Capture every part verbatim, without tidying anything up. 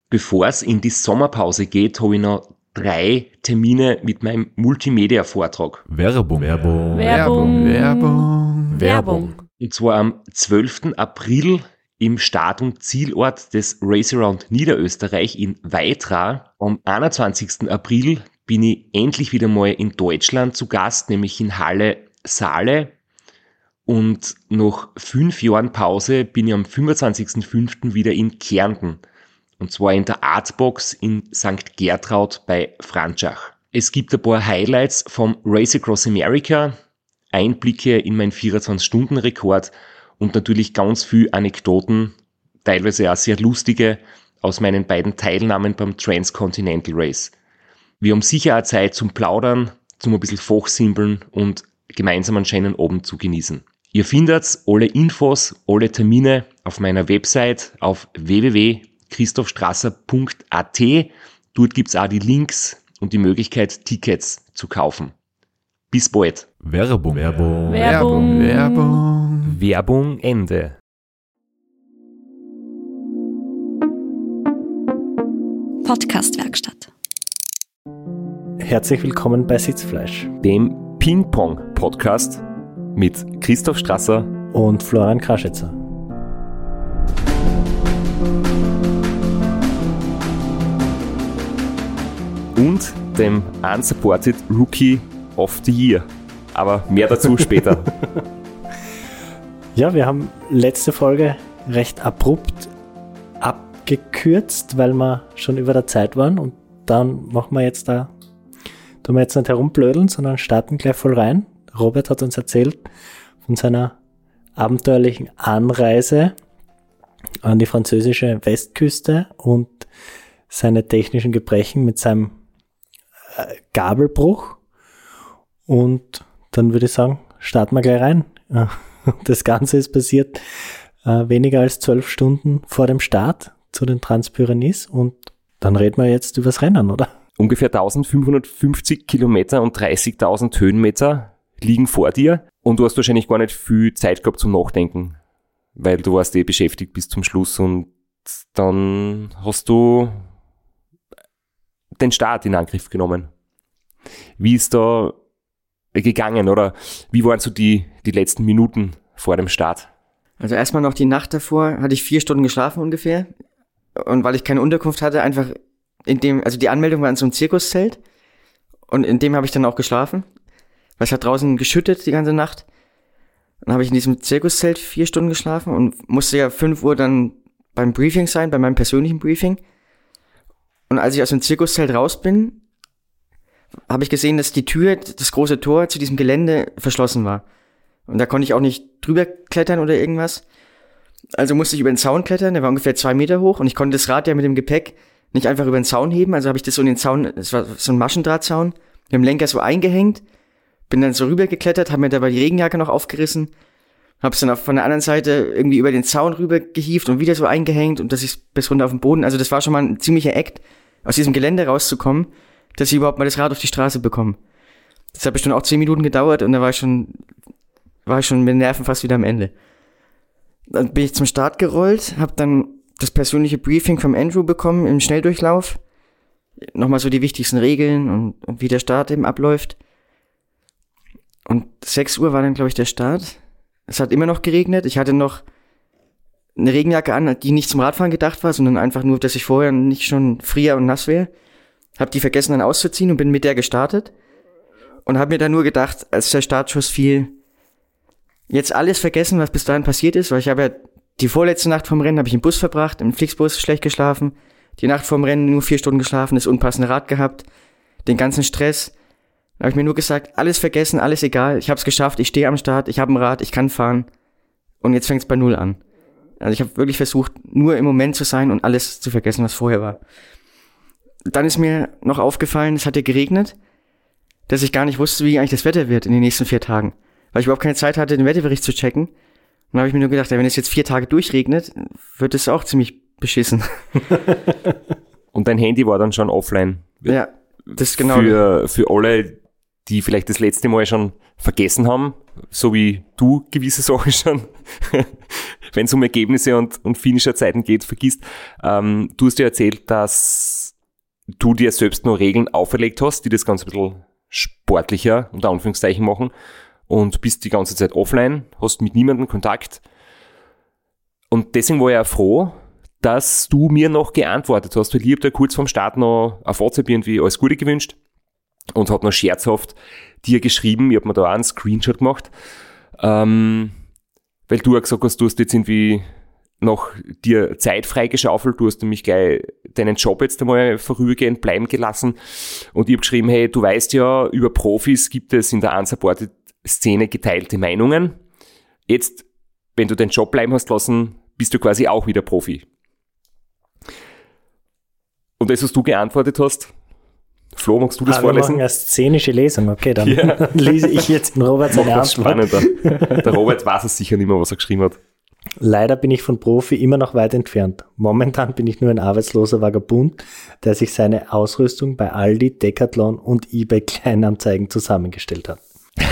Bevor es in die Sommerpause geht, habe ich noch drei Termine mit meinem Multimedia-Vortrag. Werbung. Werbung. Werbung. Werbung. Werbung. Und zwar am zwölften April im Start- und Zielort des Race Around Niederösterreich in Weitra. Am einundzwanzigsten April bin ich endlich wieder mal in Deutschland zu Gast, nämlich in Halle Saale. Und nach fünf Jahren Pause bin ich am fünfundzwanzigsten fünften wieder in Kärnten. Und zwar in der Artbox in Sankt Gertraud bei Franschach. Es gibt ein paar Highlights vom Race Across America, Einblicke in meinen vierundzwanzig-Stunden-Rekord und natürlich ganz viele Anekdoten, teilweise auch sehr lustige, aus meinen beiden Teilnahmen beim Transcontinental Race. Wir haben sicher auch Zeit zum Plaudern, zum ein bisschen fachsimpeln und gemeinsam einen schönen Abend zu genießen. Ihr findet alle Infos, alle Termine auf meiner Website auf w w w punkt christoph strasser punkt a t. Dort gibt's auch die Links und die Möglichkeit, Tickets zu kaufen. Bis bald. Werbung. Werbung. Werbung. Werbung. Werbung Ende. Podcast-Werkstatt. Herzlich willkommen bei Sitzfleisch Dem Ping-Pong-Podcast mit Christoph Strasser und Florian Kraschitzer. und dem Unsupported Rookie of the Year. Aber mehr dazu später. Ja, wir haben letzte Folge recht abrupt abgekürzt, weil wir schon über der Zeit waren und dann machen wir jetzt da, tun wir jetzt nicht herumblödeln, sondern starten gleich voll rein. Robert hat uns erzählt von seiner abenteuerlichen Anreise an die französische Westküste und seine technischen Gebrechen mit seinem Gabelbruch. Und dann würde ich sagen, starten wir gleich rein. Das Ganze ist passiert äh, weniger als zwölf Stunden vor dem Start zu den Transpyrenees und dann reden wir jetzt übers Rennen, oder? Ungefähr eintausendfünfhundertfünfzig Kilometer und dreißigtausend Höhenmeter liegen vor dir und du hast wahrscheinlich gar nicht viel Zeit gehabt zum Nachdenken, weil du warst eh beschäftigt bis zum Schluss und dann hast du den Start in Angriff genommen. Wie ist da gegangen oder wie waren so die, die letzten Minuten vor dem Start? Also erstmal noch die Nacht davor hatte ich vier Stunden geschlafen ungefähr und weil ich keine Unterkunft hatte, einfach in dem, also die Anmeldung war in so einem Zirkuszelt und in dem habe ich dann auch geschlafen, weil es hat draußen geschüttet die ganze Nacht. Dann habe ich in diesem Zirkuszelt vier Stunden geschlafen und musste ja fünf Uhr dann beim Briefing sein, bei meinem persönlichen Briefing. Und als ich aus dem Zirkuszelt raus bin, habe ich gesehen, dass die Tür, das große Tor zu diesem Gelände verschlossen war. Und da konnte ich auch nicht drüber klettern oder irgendwas. Also musste ich über den Zaun klettern, der war ungefähr zwei Meter hoch und ich konnte das Rad ja mit dem Gepäck nicht einfach über den Zaun heben. Also habe ich das so in den Zaun, das war so ein Maschendrahtzaun, mit dem Lenker so eingehängt, bin dann so rüber geklettert, habe mir dabei die Regenjacke noch aufgerissen, habe es dann auf, von der anderen Seite irgendwie über den Zaun rüber gehievt und wieder so eingehängt und das ist bis runter auf den Boden. Also das war schon mal ein ziemlicher Act, aus diesem Gelände rauszukommen, dass ich überhaupt mal das Rad auf die Straße bekomme. Das hat bestimmt auch zehn Minuten gedauert und da war ich schon, war ich schon mit den Nerven fast wieder am Ende. Dann bin ich zum Start gerollt, habe dann das persönliche Briefing vom Andrew bekommen im Schnelldurchlauf. Nochmal so die wichtigsten Regeln und, und wie der Start eben abläuft. Und sechs Uhr war dann, glaube ich, der Start. Es hat immer noch geregnet. Ich hatte noch eine Regenjacke an, die nicht zum Radfahren gedacht war, sondern einfach nur, dass ich vorher nicht schon frier und nass wäre. Hab die vergessen dann auszuziehen und bin mit der gestartet. Und hab mir dann nur gedacht, als der Startschuss fiel, jetzt alles vergessen, was bis dahin passiert ist, weil ich habe ja die vorletzte Nacht vom Rennen habe ich im Bus verbracht, im Flixbus schlecht geschlafen, die Nacht vorm Rennen nur vier Stunden geschlafen, das unpassende Rad gehabt, den ganzen Stress. Da habe ich mir nur gesagt, alles vergessen, alles egal, ich habe es geschafft, ich stehe am Start, ich habe ein Rad, ich kann fahren und jetzt fängt es bei Null an. Also ich habe wirklich versucht, nur im Moment zu sein und alles zu vergessen, was vorher war. Dann ist mir noch aufgefallen, es hat ja geregnet, dass ich gar nicht wusste, wie eigentlich das Wetter wird in den nächsten vier Tagen. Weil ich überhaupt keine Zeit hatte, den Wetterbericht zu checken. Und dann habe ich mir nur gedacht, ja, wenn es jetzt vier Tage durchregnet, wird es auch ziemlich beschissen. Und dein Handy war dann schon offline. Ja, das ist genau. Für, für alle, die vielleicht das letzte Mal schon vergessen haben, so wie du gewisse Sachen schon, wenn es um Ergebnisse und, und Finisher-Zeiten geht, vergisst. Ähm, du hast dir erzählt, dass du dir selbst noch Regeln auferlegt hast, die das Ganze ein bisschen sportlicher, unter Anführungszeichen, machen, und bist die ganze Zeit offline, hast mit niemandem Kontakt. Und deswegen war ich auch froh, dass du mir noch geantwortet hast, weil ich habe dir kurz vorm Start noch auf WhatsApp irgendwie alles Gute gewünscht und habe noch scherzhaft dir geschrieben, ich habe mir da auch einen Screenshot gemacht, ähm, weil du auch gesagt hast, du hast jetzt irgendwie noch dir Zeit freigeschaufelt, du hast nämlich gleich deinen Job jetzt einmal vorübergehend bleiben gelassen und ich habe geschrieben, hey, du weißt ja, über Profis gibt es in der Unsupported-Szene geteilte Meinungen. Jetzt, wenn du deinen Job bleiben hast lassen, bist du quasi auch wieder Profi. Und das, was du geantwortet hast, Flo, magst du das ah, vorlesen? Wir machen eine szenische Lesung, okay, dann Ja. lese ich jetzt den Robert seine Mach das Antwort. spannender. Der Robert weiß es sicher nicht mehr, was er geschrieben hat. Leider bin ich von Profi immer noch weit entfernt. Momentan bin ich nur ein arbeitsloser Vagabund, der sich seine Ausrüstung bei Aldi, Decathlon und eBay Kleinanzeigen zusammengestellt hat.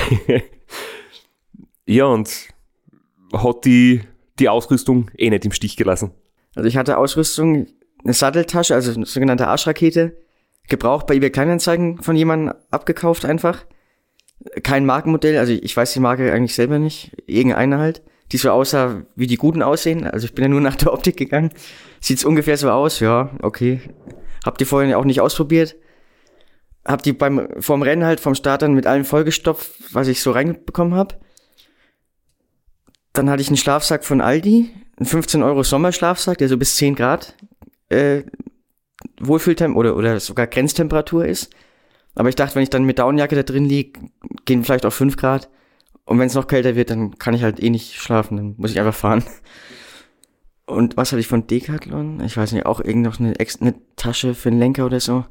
Ja, und hat die, die Ausrüstung eh nicht im Stich gelassen. Also ich hatte Ausrüstung, eine Satteltasche, also eine sogenannte Arschrakete, gebraucht bei eBay Kleinanzeigen von jemandem abgekauft einfach. Kein Markenmodell, also ich weiß die Marke eigentlich selber nicht, irgendeine halt, die so aussah, wie die guten aussehen. Also ich bin ja nur nach der Optik gegangen. Sieht's ungefähr so aus, ja, okay. Hab die vorher auch nicht ausprobiert. Hab die beim vorm Rennen halt vom Start dann mit allem vollgestopft, was ich so reinbekommen hab. Dann hatte ich einen Schlafsack von Aldi, einen fünfzehn Euro Sommerschlafsack, der so bis zehn Grad äh, Wohlfühltem oder oder sogar Grenztemperatur ist. Aber ich dachte, wenn ich dann mit Daunenjacke da drin liege, gehen vielleicht auch fünf Grad. Und wenn es noch kälter wird, dann kann ich halt eh nicht schlafen, dann muss ich einfach fahren. Und was hatte ich von Decathlon? Ich weiß nicht, auch irgend noch eine, eine Tasche für den Lenker oder so.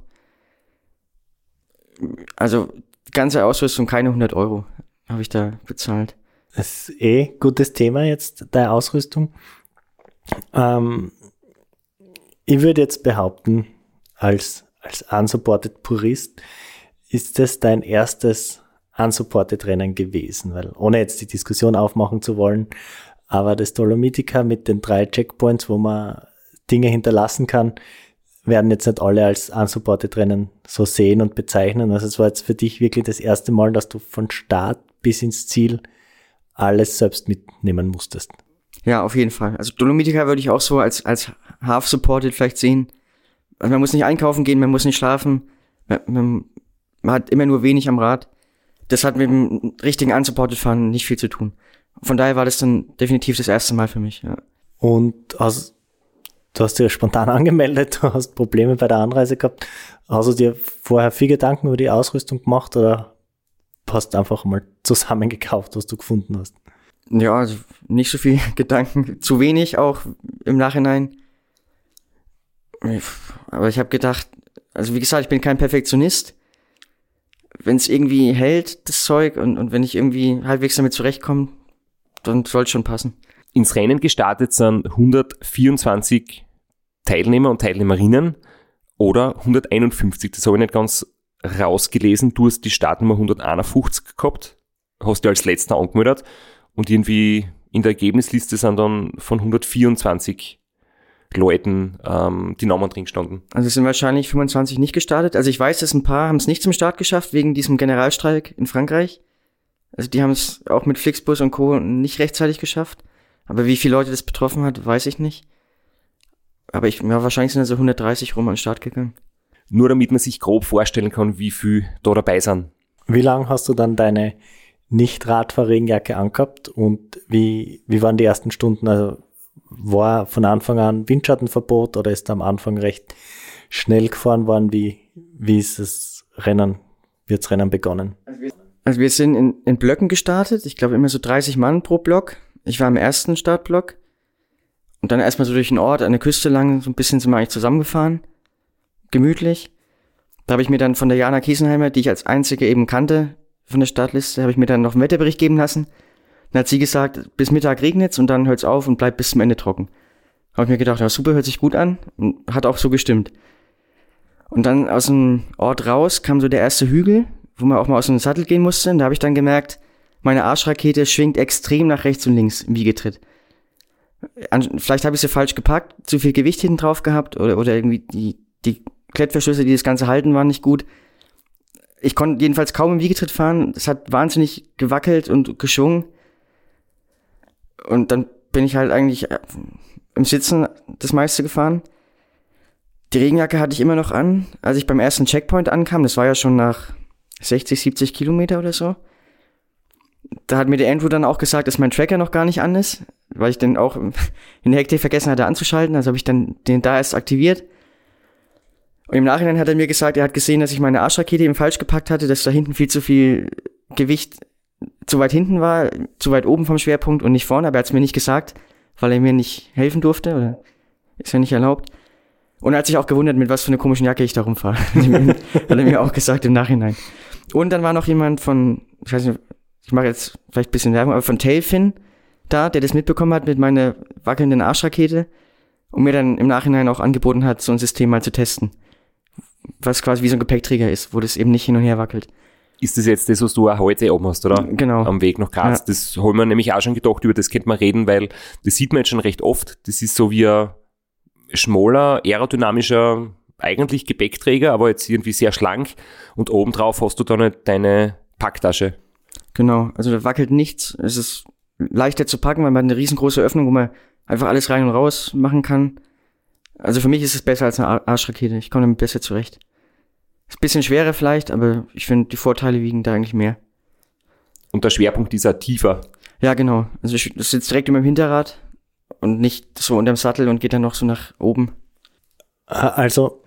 Also, die ganze Ausrüstung, keine hundert Euro habe ich da bezahlt. Das ist eh gutes Thema jetzt, deine Ausrüstung. Ähm, ich würde jetzt behaupten, als, als unsupported Purist, ist das dein erstes unsupported Rennen gewesen, weil ohne jetzt die Diskussion aufmachen zu wollen, aber das Dolomitica mit den drei Checkpoints, wo man Dinge hinterlassen kann, werden jetzt nicht alle als unsupported Rennen so sehen und bezeichnen. Also es war jetzt für dich wirklich das erste Mal, dass du von Start bis ins Ziel alles selbst mitnehmen musstest. Ja, auf jeden Fall. Also Dolomitica würde ich auch so als als half-supported vielleicht sehen. Also man muss nicht einkaufen gehen, man muss nicht schlafen, man, man, man hat immer nur wenig am Rad. Das hat mit dem richtigen unsupported Fahren nicht viel zu tun. Von daher war das dann definitiv das erste Mal für mich. Ja. Und hast, du hast dich spontan angemeldet, du hast Probleme bei der Anreise gehabt. Hast du dir vorher viel Gedanken über die Ausrüstung gemacht oder hast einfach mal zusammengekauft, was du gefunden hast? Ja, also nicht so viel Gedanken, zu wenig auch im Nachhinein. Aber ich habe gedacht, also wie gesagt, ich bin kein Perfektionist. Wenn es irgendwie hält, das Zeug, und, und wenn ich irgendwie halbwegs damit zurechtkomme, dann soll es schon passen. Ins Rennen gestartet sind hundertvierundzwanzig Teilnehmer und Teilnehmerinnen oder hunderteinundfünfzig, das habe ich nicht ganz rausgelesen. Du hast die Startnummer hunderteinundfünfzig gehabt, hast dich als letzter angemeldet und irgendwie in der Ergebnisliste sind dann von hundertvierundzwanzig Leuten ähm, die Namen drin gestanden. Also es sind wahrscheinlich fünfundzwanzig nicht gestartet. Also ich weiß, dass ein paar haben es nicht zum Start geschafft, wegen diesem Generalstreik in Frankreich. Also die haben es auch mit Flixbus und Co. nicht rechtzeitig geschafft. Aber wie viele Leute das betroffen hat, weiß ich nicht. Aber ich, ja, wahrscheinlich sind also hundertdreißig rum an den Start gegangen. Nur damit man sich grob vorstellen kann, wie viel da dabei sind. Wie lange hast du dann deine Nicht-Radfahr-Regenjacke angehabt und wie, wie waren die ersten Stunden? Also war von Anfang an Windschattenverbot oder ist am Anfang recht schnell gefahren worden? Wie, wie ist das Rennen, wird das Rennen begonnen? Also wir sind in, in Blöcken gestartet. Ich glaube immer so dreißig Mann pro Block. Ich war im ersten Startblock. Und dann erstmal so durch den Ort, an der Küste lang, so ein bisschen sind wir eigentlich zusammengefahren. Gemütlich. Da habe ich mir dann von der Jana Kiesenheimer, die ich als einzige eben kannte von der Startliste, habe ich mir dann noch einen Wetterbericht geben lassen. Dann hat sie gesagt, bis Mittag regnet's und dann hört's auf und bleibt bis zum Ende trocken. Habe ich mir gedacht, ja super, hört sich gut an und hat auch so gestimmt. Und dann aus dem Ort raus kam so der erste Hügel, wo man auch mal aus dem Sattel gehen musste. Und da habe ich dann gemerkt, meine Arschrakete schwingt extrem nach rechts und links im Wiegetritt. An, vielleicht habe ich sie falsch gepackt, zu viel Gewicht hinten drauf gehabt oder, oder irgendwie die, die Klettverschlüsse, die das Ganze halten, waren nicht gut. Ich konnte jedenfalls kaum im Wiegetritt fahren. Es hat wahnsinnig gewackelt und geschwungen. Und dann bin ich halt eigentlich im Sitzen das meiste gefahren. Die Regenjacke hatte ich immer noch an, als ich beim ersten Checkpoint ankam. Das war ja schon nach sechzig, siebzig Kilometer oder so. Da hat mir der Andrew dann auch gesagt, dass mein Tracker noch gar nicht an ist, weil ich den auch in der Hektik vergessen hatte anzuschalten. Also habe ich dann den da erst aktiviert. Und im Nachhinein hat er mir gesagt, er hat gesehen, dass ich meine Arschrakete eben falsch gepackt hatte, dass da hinten viel zu viel Gewicht zu weit hinten war, zu weit oben vom Schwerpunkt und nicht vorne. Aber er hat es mir nicht gesagt, weil er mir nicht helfen durfte oder ist ja nicht erlaubt. Und er hat sich auch gewundert, mit was für einer komischen Jacke ich da rumfahre. Hat er mir auch gesagt im Nachhinein. Und dann war noch jemand von, ich weiß nicht, ich mache jetzt vielleicht ein bisschen Werbung, aber von Tailfin da, der das mitbekommen hat mit meiner wackelnden Arschrakete und mir dann im Nachhinein auch angeboten hat, so ein System mal zu testen. Was quasi wie so ein Gepäckträger ist, wo das eben nicht hin und her wackelt. Ist das jetzt das, was du auch heute oben hast, oder? Genau. Am Weg nach Graz. Ja. Das haben wir nämlich auch schon gedacht, über das könnte man reden, weil das sieht man jetzt schon recht oft. Das ist so wie ein schmaler, aerodynamischer, eigentlich Gepäckträger, aber jetzt irgendwie sehr schlank und obendrauf hast du dann halt deine Packtasche. Genau, also da wackelt nichts. Es ist leichter zu packen, weil man hat eine riesengroße Öffnung, wo man einfach alles rein und raus machen kann. Also für mich ist es besser als eine Arschrakete. Ich komme damit besser zurecht. Ist ein bisschen schwerer vielleicht, aber ich finde, die Vorteile wiegen da eigentlich mehr. Und der Schwerpunkt ist auch tiefer. Ja, genau. Also ich sitze direkt über dem Hinterrad und nicht so unterm Sattel und geht dann noch so nach oben. Also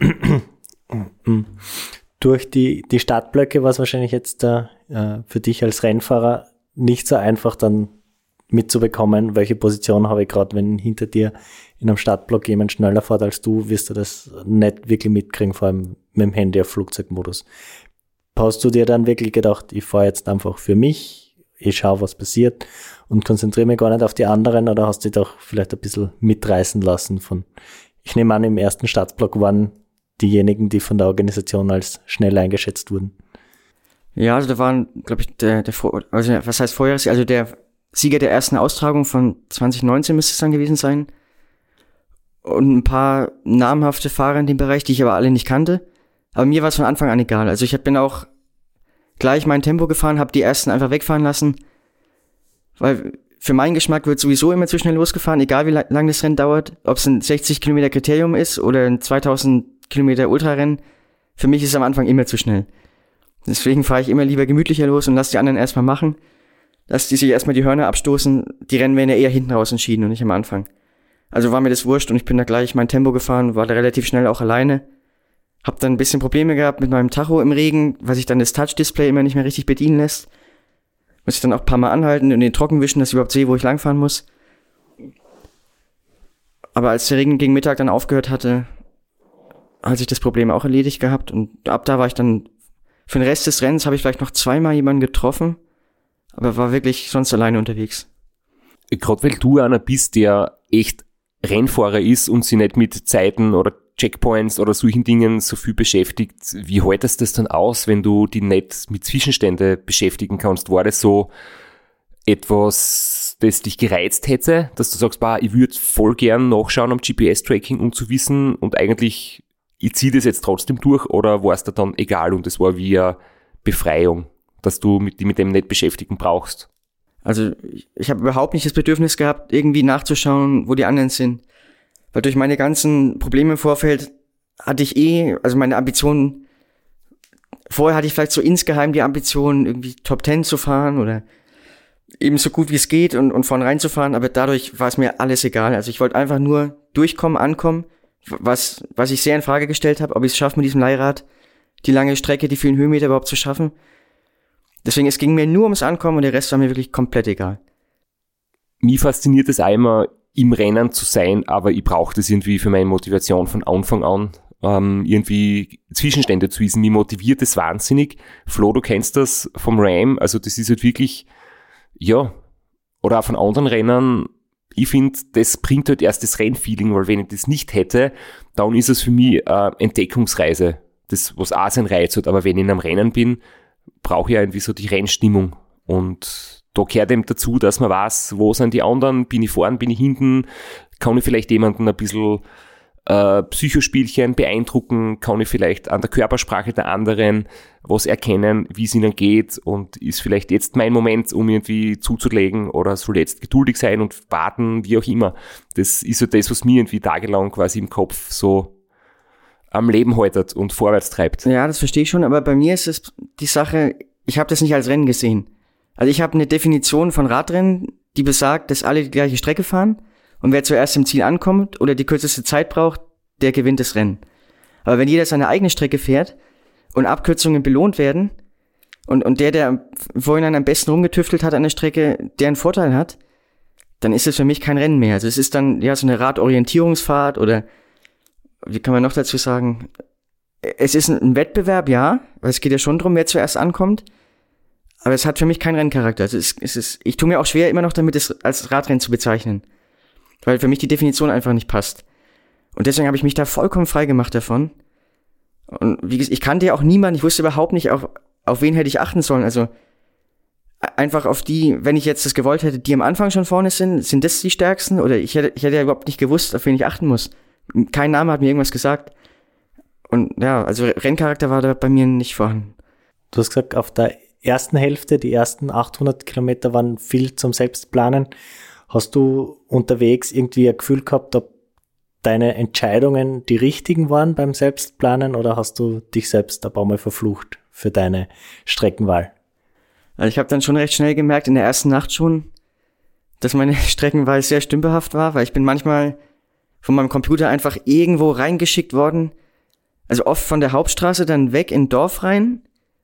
durch die, die Startblöcke war es wahrscheinlich jetzt äh, für dich als Rennfahrer nicht so einfach dann mitzubekommen, welche Position habe ich gerade, wenn hinter dir in einem Startblock jemand schneller fährt als du, wirst du das nicht wirklich mitkriegen, vor allem mit dem Handy auf Flugzeugmodus. Hast du dir dann wirklich gedacht, ich fahre jetzt einfach für mich, ich schaue, was passiert und konzentriere mich gar nicht auf die anderen, oder hast du dich doch vielleicht ein bisschen mitreißen lassen von, ich nehme an, im ersten Startblock waren diejenigen, die von der Organisation als schnell eingeschätzt wurden? Ja, also da waren, glaube ich, der, der, also was heißt Vorjahres, also der Sieger der ersten Austragung von zwanzig neunzehn müsste es dann gewesen sein. Und ein paar namhafte Fahrer in dem Bereich, die ich aber alle nicht kannte. Aber mir war es von Anfang an egal. Also ich bin auch gleich mein Tempo gefahren, habe die ersten einfach wegfahren lassen. Weil für meinen Geschmack wird sowieso immer zu schnell losgefahren, egal wie lang das Rennen dauert. Ob es ein sechzig Kilometer Kriterium ist oder ein zweitausend Kilometer Ultrarennen. Für mich ist es am Anfang immer zu schnell. Deswegen fahre ich immer lieber gemütlicher los und lasse die anderen erstmal machen. Lass die sich erstmal die Hörner abstoßen. Die Rennen werden ja eher hinten raus entschieden und nicht am Anfang. Also war mir das wurscht und ich bin da gleich mein Tempo gefahren, war da relativ schnell auch alleine. Hab dann ein bisschen Probleme gehabt mit meinem Tacho im Regen, weil sich dann das Touch-Display immer nicht mehr richtig bedienen lässt. Muss ich dann auch ein paar Mal anhalten und den Trocken wischen, dass ich überhaupt sehe, wo ich langfahren muss. Aber als der Regen gegen Mittag dann aufgehört hatte, hat sich das Problem auch erledigt gehabt. Und ab da war ich dann, für den Rest des Rennens habe ich vielleicht noch zweimal jemanden getroffen, aber war wirklich sonst alleine unterwegs. Gerade weil du einer bist, der echt Rennfahrer ist und sich nicht mit Zeiten oder Checkpoints oder solchen Dingen so viel beschäftigt, wie haltest du das dann aus, wenn du dich nicht mit Zwischenstände beschäftigen kannst? War das so etwas, das dich gereizt hätte, dass du sagst, bah, ich würde voll gern nachschauen am G P S-Tracking, um zu wissen und eigentlich, ich ziehe das jetzt trotzdem durch, oder war es dir dann egal und es war wie eine Befreiung, dass du mit, dich mit dem nicht beschäftigen brauchst? Also ich, ich habe überhaupt nicht das Bedürfnis gehabt, irgendwie nachzuschauen, wo die anderen sind. Weil durch meine ganzen Probleme im Vorfeld hatte ich eh, also meine Ambitionen, vorher hatte ich vielleicht so insgeheim die Ambition, irgendwie Top Ten zu fahren oder eben so gut wie es geht und, und vorn reinzufahren, aber dadurch war es mir alles egal. Also ich wollte einfach nur durchkommen, ankommen, was, was ich sehr in Frage gestellt habe, ob ich es schaffe mit diesem Leihrad, die lange Strecke, die vielen Höhenmeter überhaupt zu schaffen. Deswegen, es ging mir nur ums Ankommen und der Rest war mir wirklich komplett egal. Mich fasziniert es auch immer, im Rennen zu sein, aber ich brauche das irgendwie für meine Motivation von Anfang an, ähm, irgendwie Zwischenstände zu wissen. Mich motiviert das wahnsinnig. Flo, du kennst das vom Ram, also das ist halt wirklich, ja, oder auch von anderen Rennern, ich finde, das bringt halt erst das Rennfeeling, weil wenn ich das nicht hätte, dann ist es für mich eine Entdeckungsreise, das, was auch seinen Reiz hat, aber wenn ich in einem Rennen bin, brauche ich ja irgendwie so die Rennstimmung. Und da gehört eben dazu, dass man weiß, wo sind die anderen, bin ich vorn, bin ich hinten, kann ich vielleicht jemanden ein bisschen äh, Psychospielchen beeindrucken, kann ich vielleicht an der Körpersprache der anderen was erkennen, wie es ihnen geht und ist vielleicht jetzt mein Moment, um irgendwie zuzulegen oder soll jetzt geduldig sein und warten, wie auch immer. Das ist so das, was mir irgendwie tagelang quasi im Kopf so am Leben haltet und vorwärts treibt. Ja, das verstehe ich schon, aber bei mir ist es die Sache, ich habe das nicht als Rennen gesehen. Also ich habe eine Definition von Radrennen, die besagt, dass alle die gleiche Strecke fahren und wer zuerst im Ziel ankommt oder die kürzeste Zeit braucht, der gewinnt das Rennen. Aber wenn jeder seine eigene Strecke fährt und Abkürzungen belohnt werden und, und der, der vorhin am besten rumgetüftelt hat an der Strecke, der einen Vorteil hat, dann ist es für mich kein Rennen mehr. Also es ist dann ja so eine Radorientierungsfahrt oder wie kann man noch dazu sagen? Es ist ein Wettbewerb, ja, weil es geht ja schon darum, wer zuerst ankommt. Aber es hat für mich keinen Renncharakter. Also es, es ist, ich tue mir auch schwer, immer noch damit, es als Radrennen zu bezeichnen. Weil für mich die Definition einfach nicht passt. Und deswegen habe ich mich da vollkommen frei gemacht davon. Und wie gesagt, ich kannte ja auch niemanden, ich wusste überhaupt nicht, auf, auf wen hätte ich achten sollen. Also einfach auf die, wenn ich jetzt das gewollt hätte, die am Anfang schon vorne sind, sind das die stärksten? Oder ich hätte, ich hätte ja überhaupt nicht gewusst, auf wen ich achten muss. Kein Name hat mir irgendwas gesagt. Und ja, also Renncharakter war da bei mir nicht vorhanden. Du hast gesagt, auf der ersten Hälfte, die ersten achthundert Kilometer waren viel zum Selbstplanen. Hast du unterwegs irgendwie ein Gefühl gehabt, ob deine Entscheidungen die richtigen waren beim Selbstplanen oder hast du dich selbst ein paar Mal verflucht für deine Streckenwahl? Also ich habe dann schon recht schnell gemerkt, in der ersten Nacht schon, dass meine Streckenwahl sehr stümperhaft war, weil ich bin manchmal von meinem Computer einfach irgendwo reingeschickt worden, also oft von der Hauptstraße dann weg in ein Dorf rein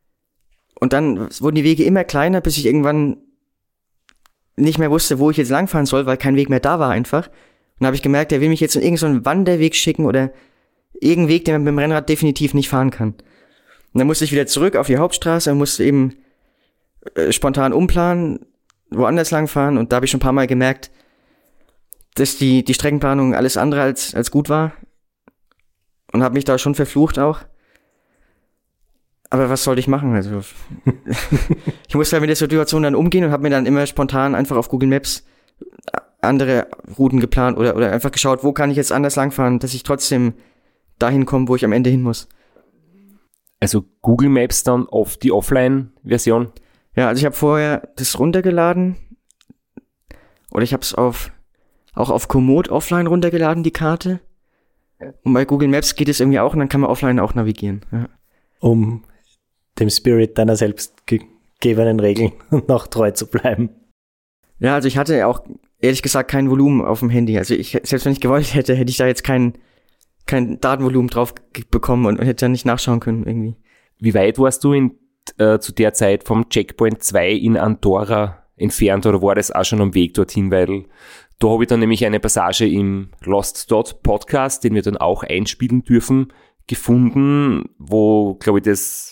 und dann wurden die Wege immer kleiner, bis ich irgendwann nicht mehr wusste, wo ich jetzt langfahren soll, weil kein Weg mehr da war einfach. Und dann habe ich gemerkt, der will mich jetzt in irgendeinen Wanderweg schicken oder irgendeinen Weg, den man mit dem Rennrad definitiv nicht fahren kann. Und dann musste ich wieder zurück auf die Hauptstraße und musste eben äh, spontan umplanen, woanders langfahren und da habe ich schon ein paar Mal gemerkt, dass die die Streckenplanung alles andere als als gut war und habe mich da schon verflucht auch. Aber was sollte ich machen? Also ich musste halt mit der Situation dann umgehen und habe mir dann immer spontan einfach auf Google Maps andere Routen geplant oder oder einfach geschaut, wo kann ich jetzt anders langfahren, dass ich trotzdem dahin komme, wo ich am Ende hin muss. Also Google Maps dann auf die Offline-Version? Ja, also ich habe vorher das runtergeladen oder ich habe es auf auch auf Komoot offline runtergeladen, die Karte. Und bei Google Maps geht es irgendwie auch und dann kann man offline auch navigieren. Ja. Um dem Spirit deiner selbst gegebenen Regeln noch treu zu bleiben. Ja, also ich hatte auch ehrlich gesagt kein Volumen auf dem Handy. Also ich, selbst wenn ich gewollt hätte, hätte ich da jetzt kein, kein Datenvolumen drauf ge- bekommen und hätte dann nicht nachschauen können irgendwie. Wie weit warst du in, äh, zu der Zeit vom Checkpoint zwei in Andorra entfernt oder war das auch schon am Weg dorthin? Weil da habe ich dann nämlich eine Passage im Lost Dot Podcast, den wir dann auch einspielen dürfen, gefunden, wo, glaube ich, das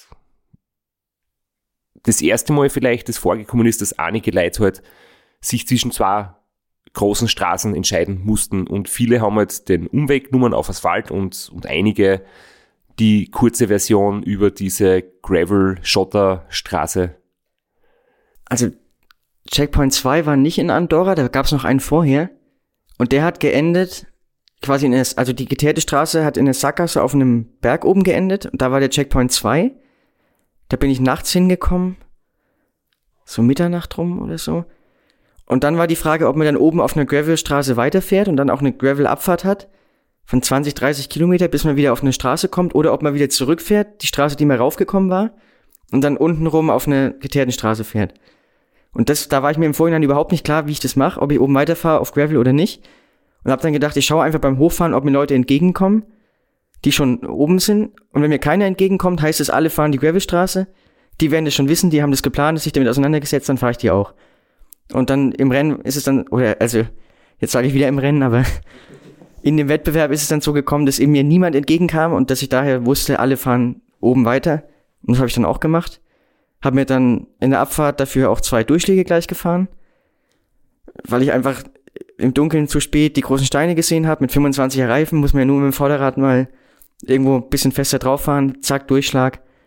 das erste Mal vielleicht das vorgekommen ist, dass einige Leute halt sich zwischen zwei großen Straßen entscheiden mussten und viele haben halt den Umweg genommen auf Asphalt und, und einige die kurze Version über diese Gravel-Schotter-Straße. Also Checkpoint zwei war nicht in Andorra, da gab es noch einen vorher und der hat geendet quasi in der, also die geteerte Straße hat in der Sackgasse auf einem Berg oben geendet und da war der Checkpoint zwei. Da bin ich nachts hingekommen, so Mitternacht rum oder so. Und dann war die Frage, ob man dann oben auf einer Gravelstraße weiterfährt und dann auch eine Gravel-Abfahrt hat von zwanzig, dreißig Kilometer, bis man wieder auf eine Straße kommt oder ob man wieder zurückfährt, die Straße, die man raufgekommen war und dann unten rum auf eine geteerten Straße fährt. Und das, da war ich mir im Vorhinein überhaupt nicht klar, wie ich das mache, ob ich oben weiterfahre auf Gravel oder nicht. Und habe dann gedacht, ich schaue einfach beim Hochfahren, ob mir Leute entgegenkommen, die schon oben sind. Und wenn mir keiner entgegenkommt, heißt es, alle fahren die Gravelstraße. Die werden das schon wissen, die haben das geplant, sich damit auseinandergesetzt, dann fahre ich die auch. Und dann im Rennen ist es dann, oder also, jetzt sage ich wieder im Rennen, aber in dem Wettbewerb ist es dann so gekommen, dass eben mir niemand entgegenkam und dass ich daher wusste, alle fahren oben weiter. Und das habe ich dann auch gemacht. Habe mir dann in der Abfahrt dafür auch zwei Durchschläge gleich gefahren, weil ich einfach im Dunkeln zu spät die großen Steine gesehen habe. Mit fünfundzwanziger Reifen muss man ja nur mit dem Vorderrad mal irgendwo ein bisschen fester drauf fahren, zack, Durchschlag.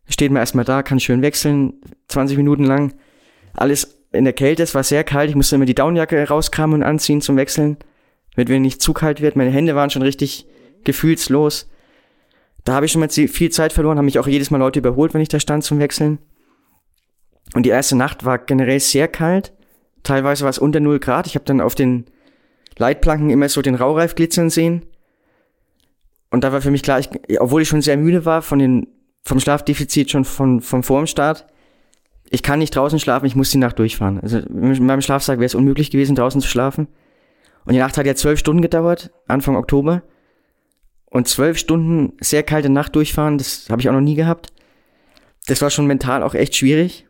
steht man erstmal da, kann schön wechseln, zwanzig Minuten lang. Alles in der Kälte, es war sehr kalt, ich musste immer die Downjacke rauskramen und anziehen zum Wechseln, damit mir nicht zu kalt wird. Meine Hände waren schon richtig gefühlslos. Da habe ich schon mal viel Zeit verloren, haben mich auch jedes Mal Leute überholt, wenn ich da stand zum Wechseln. Und die erste Nacht war generell sehr kalt. Teilweise war es unter null Grad. Ich habe dann auf den Leitplanken immer so den Raureif glitzern sehen. Und da war für mich klar, ich, obwohl ich schon sehr müde war von den, vom Schlafdefizit schon von, vom vor dem Start, ich kann nicht draußen schlafen, ich muss die Nacht durchfahren. Also mit meinem Schlafsack wäre es unmöglich gewesen, draußen zu schlafen. Und die Nacht hat ja zwölf Stunden gedauert, Anfang Oktober. Und zwölf Stunden sehr kalte Nacht durchfahren, das habe ich auch noch nie gehabt. Das war schon mental auch echt schwierig.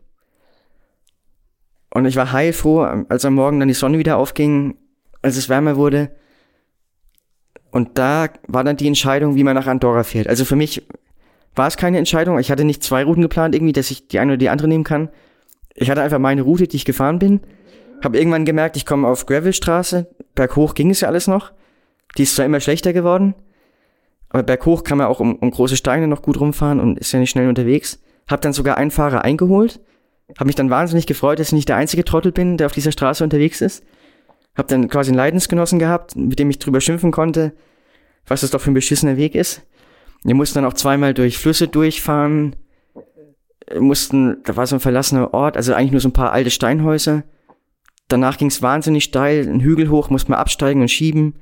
Und ich war heilfroh, als am Morgen dann die Sonne wieder aufging, als es wärmer wurde. Und da war dann die Entscheidung, wie man nach Andorra fährt. Also für mich war es keine Entscheidung. Ich hatte nicht zwei Routen geplant irgendwie, dass ich die eine oder die andere nehmen kann. Ich hatte einfach meine Route, die ich gefahren bin. Habe irgendwann gemerkt, ich komme auf Gravelstraße. Berghoch ging es ja alles noch. Die ist zwar immer schlechter geworden, aber berghoch kann man auch um, um große Steine noch gut rumfahren und ist ja nicht schnell unterwegs. Hab dann sogar einen Fahrer eingeholt. Hab mich dann wahnsinnig gefreut, dass ich nicht der einzige Trottel bin, der auf dieser Straße unterwegs ist. Hab dann quasi einen Leidensgenossen gehabt, mit dem ich drüber schimpfen konnte, was das doch für ein beschissener Weg ist. Wir mussten dann auch zweimal durch Flüsse durchfahren. Wir mussten, da war so ein verlassener Ort, also eigentlich nur so ein paar alte Steinhäuser. Danach ging's wahnsinnig steil, einen Hügel hoch, musste man absteigen und schieben.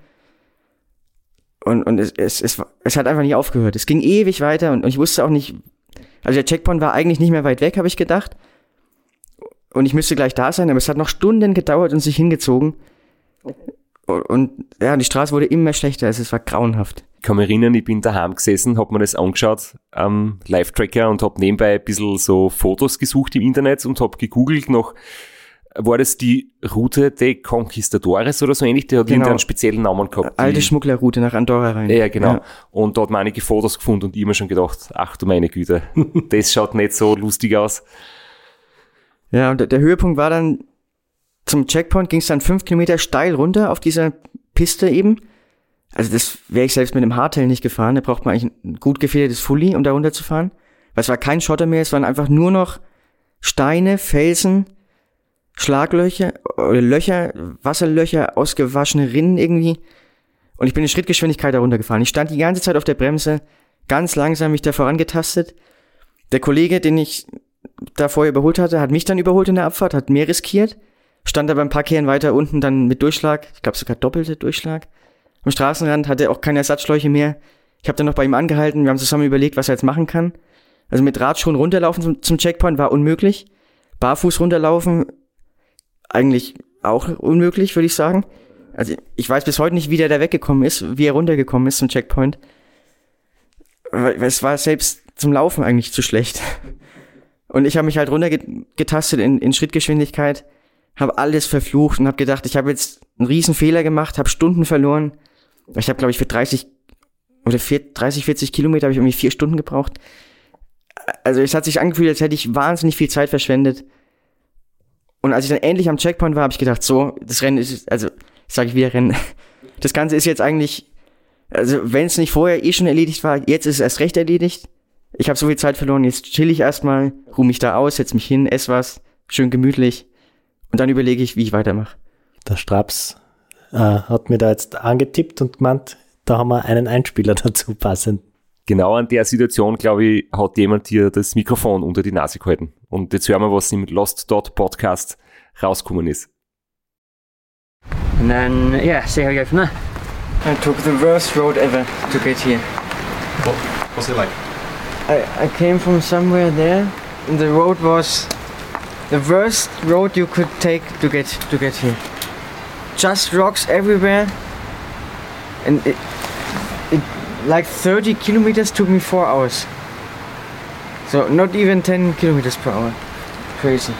Und, und es, es, es, es hat einfach nicht aufgehört. Es ging ewig weiter und, und ich wusste auch nicht, also der Checkpoint war eigentlich nicht mehr weit weg, habe ich gedacht. Und ich müsste gleich da sein, aber es hat noch Stunden gedauert und sich hingezogen. Und, und ja, die Straße wurde immer schlechter, also es war grauenhaft. Ich kann mich erinnern, ich bin daheim gesessen, hab mir das angeschaut am Live-Tracker und hab nebenbei ein bisschen so Fotos gesucht im Internet und hab gegoogelt nach, war das die Route de Conquistadores oder so ähnlich? Die hat genau einen speziellen Namen gehabt. Alte Schmugglerroute nach Andorra rein. Ja, genau. Ja. Und da hat man einige Fotos gefunden und ich immer schon gedacht, ach du meine Güte, das schaut nicht so lustig aus. Ja, und der, der Höhepunkt war dann, zum Checkpoint ging es dann fünf Kilometer steil runter auf dieser Piste eben. Also das wäre ich selbst mit einem Hardtail nicht gefahren. Da braucht man eigentlich ein gut gefedertes Fully, um da runter zu fahren. Weil es war kein Schotter mehr, es waren einfach nur noch Steine, Felsen, Schlaglöcher, oder Löcher, Wasserlöcher, ausgewaschene Rinnen irgendwie. Und ich bin in Schrittgeschwindigkeit da runtergefahren. Ich stand die ganze Zeit auf der Bremse, ganz langsam mich da vorangetastet. Der Kollege, den ich da vorher überholt hatte, hat mich dann überholt in der Abfahrt, hat mehr riskiert, stand aber ein paar Kehren weiter unten dann mit Durchschlag, ich glaube sogar doppelte Durchschlag. Am Straßenrand hatte er auch keine Ersatzschläuche mehr. Ich habe dann noch bei ihm angehalten, wir haben zusammen überlegt, was er jetzt machen kann. Also mit Radschuhen runterlaufen zum, zum Checkpoint war unmöglich. Barfuß runterlaufen, eigentlich auch unmöglich, würde ich sagen. Also ich weiß bis heute nicht, wie der da weggekommen ist, wie er runtergekommen ist zum Checkpoint. Weil es war selbst zum Laufen eigentlich zu schlecht. Und ich habe mich halt runtergetastet in, in Schrittgeschwindigkeit, habe alles verflucht und habe gedacht, ich habe jetzt einen riesen Fehler gemacht, habe Stunden verloren. Ich habe, glaube ich, für dreißig oder dreißig, vierzig Kilometer habe ich irgendwie vier Stunden gebraucht. Also es hat sich angefühlt, als hätte ich wahnsinnig viel Zeit verschwendet. Und als ich dann endlich am Checkpoint war, habe ich gedacht, so, das Rennen ist, also, sage ich wieder Rennen, das Ganze ist jetzt eigentlich, also wenn es nicht vorher eh schon erledigt war, jetzt ist es erst recht erledigt. Ich habe so viel Zeit verloren, jetzt chill ich erstmal, ruhe mich da aus, setz mich hin, ess was, schön gemütlich und dann überlege ich, wie ich weitermache. Der Straps äh, hat mir da jetzt angetippt und gemeint, da haben wir einen Einspieler dazu passend. Genau an der Situation, glaube ich, hat jemand hier das Mikrofon unter die Nase gehalten. Und jetzt hören wir, was im Lost Dot Podcast rausgekommen ist. And then, yeah, see how you go from there. I took the worst road ever to get here. What, what's it like? I, I came from somewhere there, and the road was the worst road you could take to get to get here. Just rocks everywhere, and it, it like thirty kilometers took me four hours. So not even ten kilometers per hour. Crazy.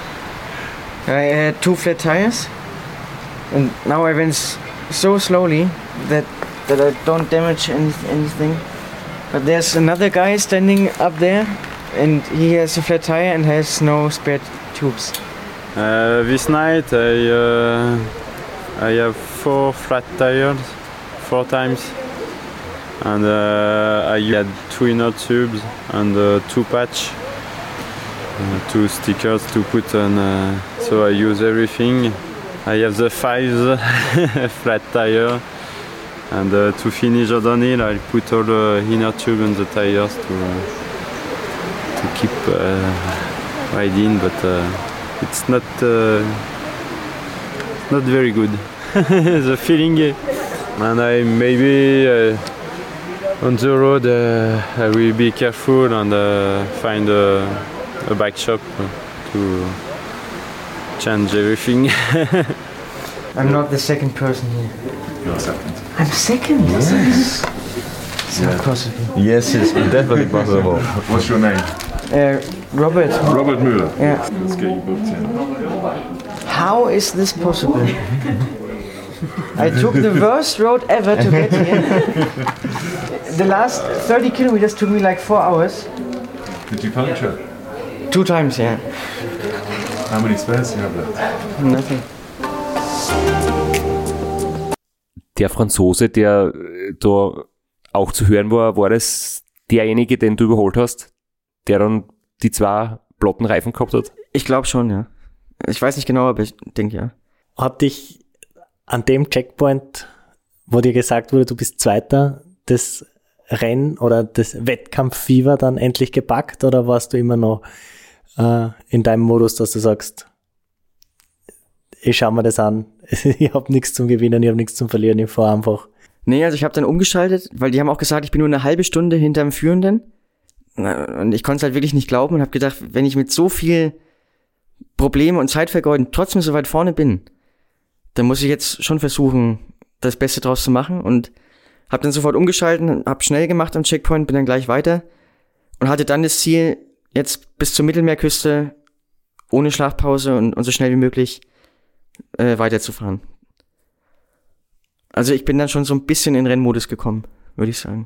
I had two flat tires, and now I went so slowly that that I don't damage any, anything. But there's another guy standing up there, and he has a flat tire and has no spare tubes. Uh, this night I uh, I have four flat tires, four times, and uh, I had two inner tubes and uh, two patch. uh, two stickers to put on. Uh, so I use everything. I have the five flat tire, and uh, to finish the downhill, I put all the inner tube on the tires to uh, to keep uh, riding, but uh, it's not uh, not very good. The feeling, and I maybe uh, on the road uh, I will be careful and uh, find a, a bike shop to change everything. I'm not the second person here. You're second. I'm second? Yes. It's not possible. Yes, it's definitely possible. What's your name? Uh, Robert. Robert Müller. Yeah. Let's get you booked in. How is this possible? I took the worst road ever to get here. The last thirty kilometers took me like four hours. Did you puncture? Two times, yeah. How many spares do you have left? Nothing. Der Franzose, der äh, da auch zu hören war, war das derjenige, den du überholt hast, der dann die zwei platten Reifen gehabt hat? Ich glaube schon, ja. Ich weiß nicht genau, aber ich denke ja. Hat dich an dem Checkpoint, wo dir gesagt wurde, du bist Zweiter, das Renn- oder das Wettkampffieber dann endlich gepackt, oder warst du immer noch äh, in deinem Modus, dass du sagst, ich schau mir das an, ich habe nichts zum Gewinnen, ich habe nichts zum Verlieren, ich fahre einfach. Nee, also ich habe dann umgeschaltet, weil die haben auch gesagt, ich bin nur eine halbe Stunde hinterm Führenden. Und ich konnte es halt wirklich nicht glauben und habe gedacht, wenn ich mit so viel Probleme und Zeitvergeuden trotzdem so weit vorne bin, dann muss ich jetzt schon versuchen, das Beste draus zu machen, und habe dann sofort umgeschalten, habe schnell gemacht am Checkpoint, bin dann gleich weiter und hatte dann das Ziel, jetzt bis zur Mittelmeerküste ohne Schlafpause und, und so schnell wie möglich äh, weiterzufahren. Also ich bin dann schon so ein bisschen in Rennmodus gekommen, würde ich sagen.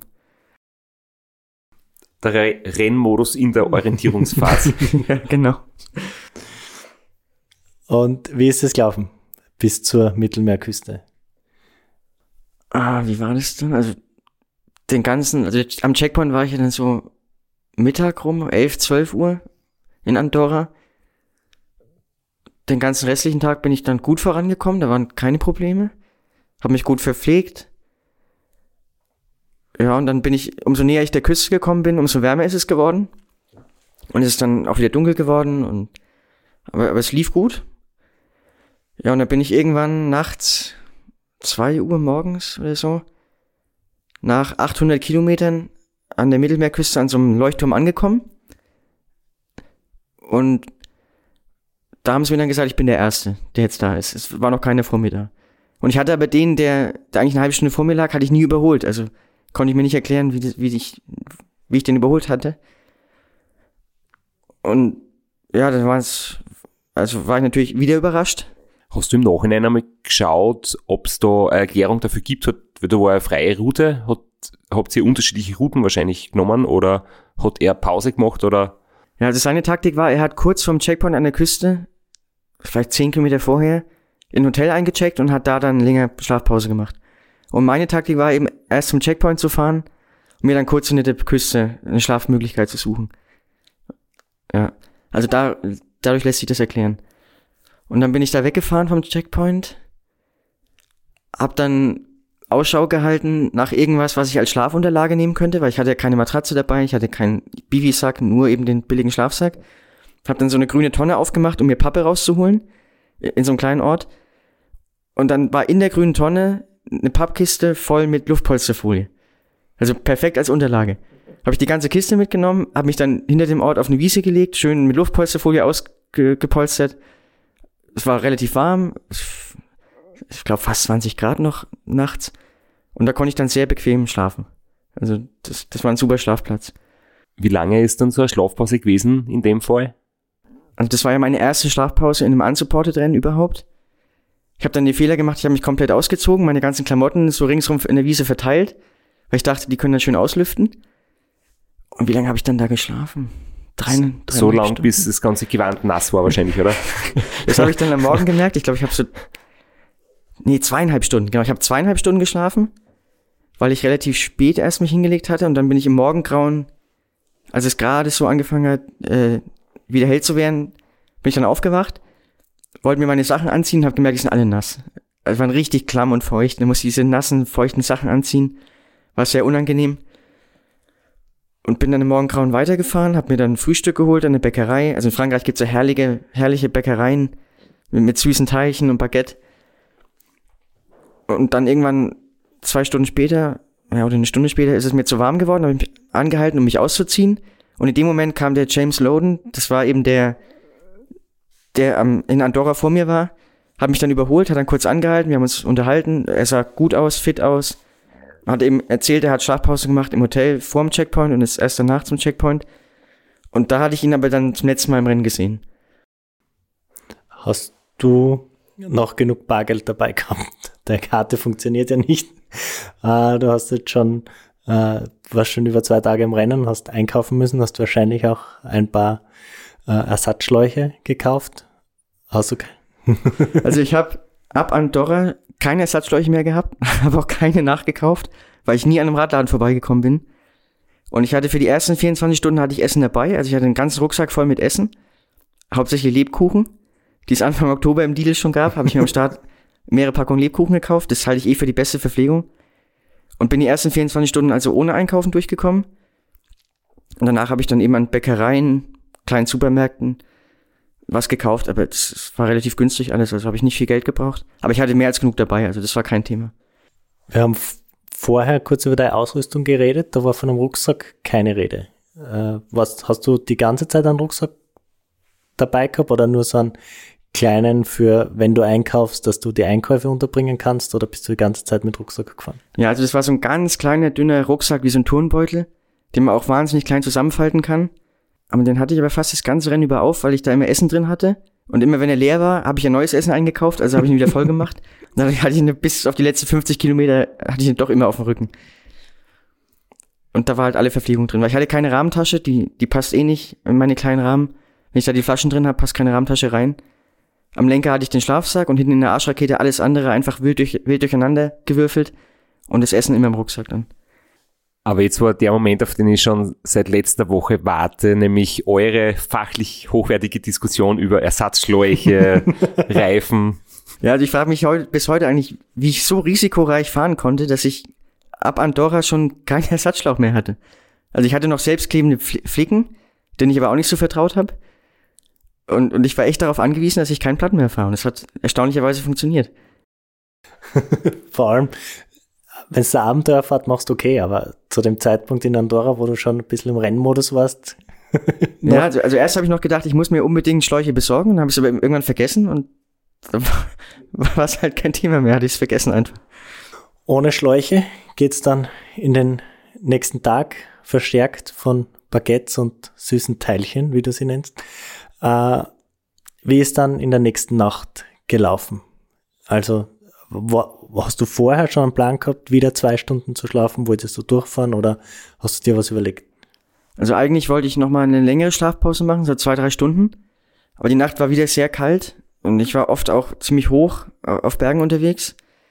Der Re- Rennmodus in der Orientierungsphase. Ja, genau. Und wie ist es gelaufen bis zur Mittelmeerküste? Ah, wie war das denn? Also den ganzen, also am Checkpoint war ich ja dann so Mittag rum, elf, zwölf Uhr in Andorra. Den ganzen restlichen Tag bin ich dann gut vorangekommen, da waren keine Probleme. Habe mich gut verpflegt. Ja, und dann bin ich, umso näher ich der Küste gekommen bin, umso wärmer ist es geworden. Und es ist dann auch wieder dunkel geworden, und aber, aber es lief gut. Ja, und dann bin ich irgendwann nachts, zwei Uhr morgens oder so, nach achthundert Kilometern an der Mittelmeerküste an so einem Leuchtturm angekommen. Und da haben sie mir dann gesagt, ich bin der Erste, der jetzt da ist. Es war noch keiner vor mir da. Und ich hatte aber den, der, der eigentlich eine halbe Stunde vor mir lag, hatte ich nie überholt. Also konnte ich mir nicht erklären, wie, das, wie, ich, wie ich den überholt hatte. Und ja, dann war es, also war ich natürlich wieder überrascht. Hast du im Nachhinein einmal geschaut, ob es da eine Erklärung dafür gibt? Hat, weil da war eine freie Route. Hat, habt ihr unterschiedliche Routen wahrscheinlich genommen, oder hat er Pause gemacht? Oder? Ja, also seine Taktik war, er hat kurz vorm Checkpoint an der Küste, vielleicht zehn Kilometer vorher, in ein Hotel eingecheckt und hat da dann länger Schlafpause gemacht. Und meine Taktik war eben, erst zum Checkpoint zu fahren und mir dann kurz hinter der Küste eine Schlafmöglichkeit zu suchen. Ja, also da, dadurch lässt sich das erklären. Und dann bin ich da weggefahren vom Checkpoint, hab dann Ausschau gehalten nach irgendwas, was ich als Schlafunterlage nehmen könnte, weil ich hatte keine Matratze dabei, ich hatte keinen Bivisack, nur eben den billigen Schlafsack. Hab dann so eine grüne Tonne aufgemacht, um mir Pappe rauszuholen, in so einem kleinen Ort. Und dann war in der grünen Tonne eine Pappkiste voll mit Luftpolsterfolie. Also perfekt als Unterlage. Habe ich die ganze Kiste mitgenommen, habe mich dann hinter dem Ort auf eine Wiese gelegt, schön mit Luftpolsterfolie ausgepolstert. Es war relativ warm, ich glaube fast zwanzig Grad noch nachts. Und da konnte ich dann sehr bequem schlafen. Also das, das war ein super Schlafplatz. Wie lange ist dann so eine Schlafpause gewesen in dem Fall? Also das war ja meine erste Schlafpause in einem Unsupported-Rennen überhaupt. Ich habe dann den Fehler gemacht, ich habe mich komplett ausgezogen, meine ganzen Klamotten so ringsrum in der Wiese verteilt, weil ich dachte, die können dann schön auslüften. Und wie lange habe ich dann da geschlafen? Drei, drei So lang, Stunden? bis das ganze Gewand nass war wahrscheinlich, oder? Das habe ich dann am Morgen gemerkt. Ich glaube, ich habe so, nee, zweieinhalb Stunden. Genau, ich habe zweieinhalb Stunden geschlafen, weil ich relativ spät erst mich hingelegt hatte. Und dann bin ich im Morgengrauen, als es gerade so angefangen hat, äh, wieder hell zu werden, bin ich dann aufgewacht, wollte mir meine Sachen anziehen, habe gemerkt, die sind alle nass. Also waren richtig klamm und feucht. Dann musste ich diese nassen, feuchten Sachen anziehen. War sehr unangenehm. Und bin dann im Morgengrauen weitergefahren, habe mir dann ein Frühstück geholt an der Bäckerei. Also in Frankreich gibt's ja herrliche, herrliche Bäckereien mit, mit süßen Teilchen und Baguette. Und dann irgendwann zwei Stunden später, ja, oder eine Stunde später, ist es mir zu warm geworden, habe ich mich angehalten, um mich auszuziehen. Und in dem Moment kam der James Loden, das war eben der, der um, in Andorra vor mir war, hat mich dann überholt, hat dann kurz angehalten, wir haben uns unterhalten, er sah gut aus, fit aus. Hat eben erzählt, er hat Schlafpause gemacht im Hotel vorm Checkpoint und ist erst danach zum Checkpoint. Und da hatte ich ihn aber dann zum letzten Mal im Rennen gesehen. Hast du noch genug Bargeld dabei gehabt? Deine Karte funktioniert ja nicht. Äh, du hast jetzt schon, äh, warst schon über zwei Tage im Rennen, hast einkaufen müssen, hast wahrscheinlich auch ein paar äh, Ersatzschläuche gekauft. Hast du keine? Also ich habe ab Andorra keine Ersatzschläuche mehr gehabt, habe auch keine nachgekauft, weil ich nie an einem Radladen vorbeigekommen bin. Und ich hatte für die ersten vierundzwanzig Stunden hatte ich Essen dabei, also ich hatte einen ganzen Rucksack voll mit Essen, hauptsächlich Lebkuchen, die es Anfang Oktober im Lidl schon gab, habe ich mir am Start mehrere Packungen Lebkuchen gekauft, das halte ich eh für die beste Verpflegung. Und bin die ersten vierundzwanzig Stunden also ohne Einkaufen durchgekommen. Und danach habe ich dann eben an Bäckereien, kleinen Supermärkten was gekauft, aber das war relativ günstig alles, also habe ich nicht viel Geld gebraucht. Aber ich hatte mehr als genug dabei, also das war kein Thema. Wir haben f- vorher kurz über deine Ausrüstung geredet, da war von einem Rucksack keine Rede. Äh, was, hast du die ganze Zeit einen Rucksack dabei gehabt oder nur so einen kleinen für, wenn du einkaufst, dass du die Einkäufe unterbringen kannst, oder bist du die ganze Zeit mit Rucksack gefahren? Ja, also das war so ein ganz kleiner, dünner Rucksack, wie so ein Turnbeutel, den man auch wahnsinnig klein zusammenfalten kann. Aber den hatte ich aber fast das ganze Rennen über auf, weil ich da immer Essen drin hatte. Und immer wenn er leer war, habe ich ein neues Essen eingekauft, also habe ich ihn wieder voll gemacht. Und dann hatte ich ihn bis auf die letzten fünfzig Kilometer, hatte ich ihn doch immer auf dem Rücken. Und da war halt alle Verpflegung drin, weil ich hatte keine Rahmentasche, die, die passt eh nicht in meine kleinen Rahmen. Wenn ich da die Flaschen drin habe, passt keine Rahmentasche rein. Am Lenker hatte ich den Schlafsack und hinten in der Arschrakete alles andere einfach wild, durch, wild durcheinander gewürfelt. Und das Essen immer im Rucksack dann. Aber jetzt war der Moment, auf den ich schon seit letzter Woche warte, nämlich eure fachlich hochwertige Diskussion über Ersatzschläuche, Reifen. Ja, also ich frage mich heute, bis heute eigentlich, wie ich so risikoreich fahren konnte, dass ich ab Andorra schon keinen Ersatzschlauch mehr hatte. Also ich hatte noch selbstklebende Flicken, denen ich aber auch nicht so vertraut habe. Und, und ich war echt darauf angewiesen, dass ich keinen Platten mehr fahre. Und das hat erstaunlicherweise funktioniert. Vor allem, wenn du eine Abenteuerfahrt machst, okay, aber zu dem Zeitpunkt in Andorra, wo du schon ein bisschen im Rennmodus warst. Ja, also, also erst habe ich noch gedacht, ich muss mir unbedingt Schläuche besorgen, und habe es aber irgendwann vergessen und dann war es halt kein Thema mehr, hatte ich es vergessen einfach. Ohne Schläuche geht's dann in den nächsten Tag, verstärkt von Baguettes und süßen Teilchen, wie du sie nennst. Äh, wie ist dann in der nächsten Nacht gelaufen? Also, wo, hast du vorher schon einen Plan gehabt, wieder zwei Stunden zu schlafen? Wolltest du durchfahren oder hast du dir was überlegt? Also eigentlich wollte ich nochmal eine längere Schlafpause machen, so zwei, drei Stunden. Aber die Nacht war wieder sehr kalt und ich war oft auch ziemlich hoch auf Bergen unterwegs.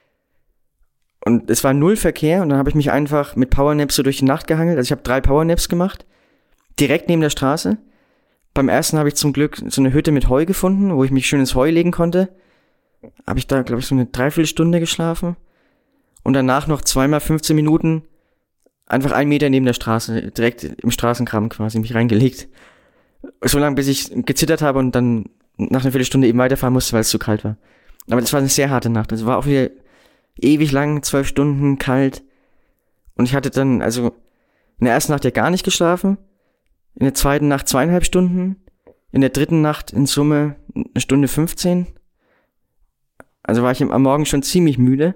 Und es war null Verkehr und dann habe ich mich einfach mit Powernaps so durch die Nacht gehangelt. Also ich habe drei Powernaps gemacht, direkt neben der Straße. Beim ersten habe ich zum Glück so eine Hütte mit Heu gefunden, wo ich mich schön ins Heu legen konnte. Habe ich da, glaube ich, so eine Dreiviertelstunde geschlafen. Und danach noch zweimal fünfzehn Minuten einfach einen Meter neben der Straße, direkt im Straßengraben quasi, mich reingelegt. So lange, bis ich gezittert habe und dann nach einer Viertelstunde eben weiterfahren musste, weil es zu kalt war. Aber das war eine sehr harte Nacht. Also war auch wieder ewig lang, zwölf Stunden, kalt. Und ich hatte dann, also in der ersten Nacht ja gar nicht geschlafen. In der zweiten Nacht zweieinhalb Stunden. In der dritten Nacht in Summe eine Stunde fünfzehn. Also war ich am Morgen schon ziemlich müde.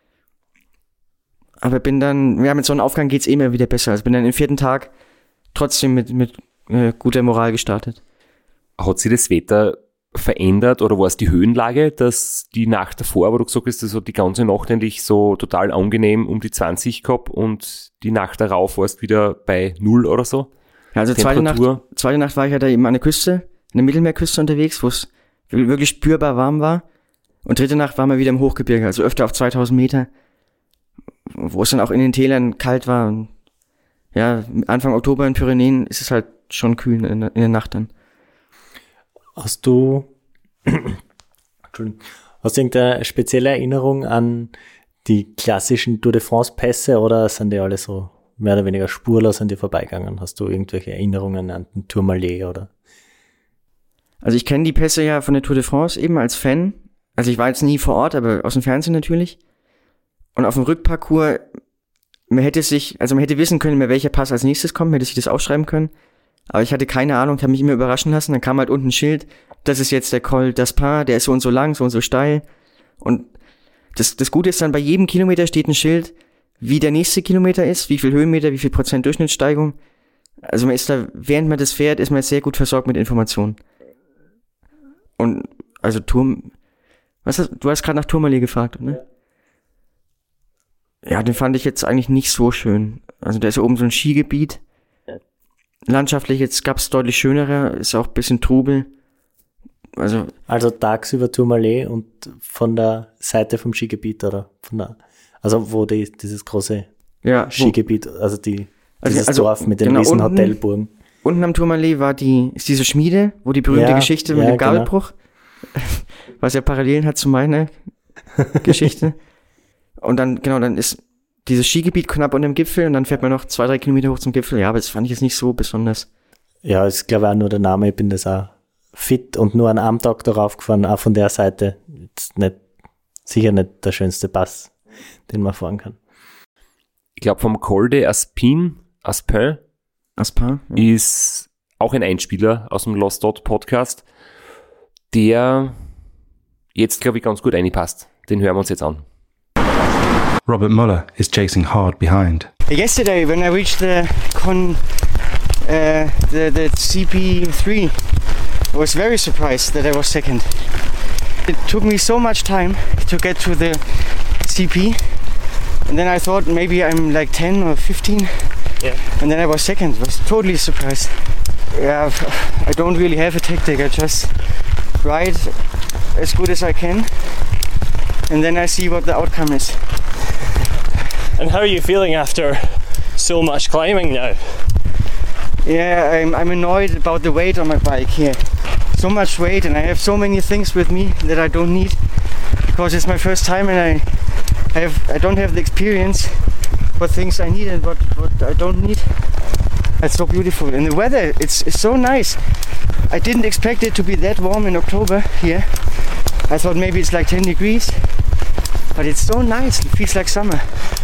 Aber bin dann, ja, mit so einem Aufgang geht's eh immer wieder besser. Also bin dann im vierten Tag trotzdem mit, mit äh, guter Moral gestartet. Hat sich das Wetter verändert oder war es die Höhenlage, dass die Nacht davor, wo du gesagt hast, also die ganze Nacht eigentlich so total angenehm um die zwanzig gehabt und die Nacht darauf warst wieder bei null oder so? Ja, also zweite Nacht, zweite Nacht war ich ja da eben an der Küste, an der Mittelmeerküste unterwegs, wo es wirklich spürbar warm war. Und dritte Nacht waren wir wieder im Hochgebirge, also öfter auf zweitausend Meter, wo es dann auch in den Tälern kalt war. Und ja, Anfang Oktober in Pyrenäen ist es halt schon kühl in der, in der Nacht dann. Hast du, Entschuldigung, hast du irgendeine spezielle Erinnerung an die klassischen Tour de France Pässe oder sind die alle so mehr oder weniger spurlos an dir vorbeigegangen? Hast du irgendwelche Erinnerungen an den Tourmalet oder? Also ich kenne die Pässe ja von der Tour de France eben als Fan. Also ich war jetzt nie vor Ort, aber aus dem Fernsehen natürlich. Und auf dem Rückparcours, man hätte sich, also man hätte wissen können, mir welcher Pass als nächstes kommt, man hätte sich das aufschreiben können. Aber ich hatte keine Ahnung, ich habe mich immer überraschen lassen. Dann kam halt unten ein Schild, das ist jetzt der Col d'Aspin, der ist so und so lang, so und so steil. Und das, das Gute ist dann, bei jedem Kilometer steht ein Schild, wie der nächste Kilometer ist, wie viel Höhenmeter, wie viel Prozent Durchschnittssteigung. Also man ist da, während man das fährt, ist man sehr gut versorgt mit Informationen. Und, also Turm, was hast, du hast gerade nach Tourmalet gefragt, ne? Ja, den fand ich jetzt eigentlich nicht so schön. Also da ist ja oben so ein Skigebiet. Landschaftlich jetzt gab's deutlich schönere, ist auch ein bisschen Trubel. Also, also tagsüber Tourmalet und von der Seite vom Skigebiet oder von der, also wo die, dieses große ja, Skigebiet, also die, also, dieses also, Dorf mit den genau, riesen unten, Hotelburgen. Unten am Tourmalet war die, ist diese Schmiede, wo die berühmte ja, Geschichte mit ja, dem Gabelbruch, genau. Was ja Parallelen hat zu meiner Geschichte. Und dann, genau, dann ist dieses Skigebiet knapp unter dem Gipfel und dann fährt man noch zwei, drei Kilometer hoch zum Gipfel. Ja, aber das fand ich jetzt nicht so besonders. Ja, ist glaube ich auch nur der Name, ich bin das auch fit und nur an einem Tag darauf gefahren, auch von der Seite. Jetzt nicht, sicher nicht der schönste Pass, den man fahren kann. Ich glaube, vom Col d'Aspin, Aspin, Aspin ja. ist auch ein Einspieler aus dem Lost Dot Podcast, der jetzt, glaube ich, ganz gut reinpasst. Den hören wir uns jetzt an. Robert Muller is chasing hard behind. Yesterday, when I reached the con, uh, the the C P three, I was very surprised that I was second. It took me so much time to get to the C P, and then I thought maybe I'm like ten or fifteen, yeah. And then I was second. I was totally surprised. Yeah, I don't really have a tactic. I just ride as good as I can, and then I see what the outcome is. And how are you feeling after so much climbing now? Yeah, I'm, I'm annoyed about the weight on my bike here. So much weight, and I have so many things with me that I don't need because it's my first time and I have I don't have the experience what things I need and what, what I don't need. That's so beautiful. And the weather, it's, it's so nice. I didn't expect it to be that warm in October here. I thought maybe it's like ten degrees, but it's so nice. It feels like summer.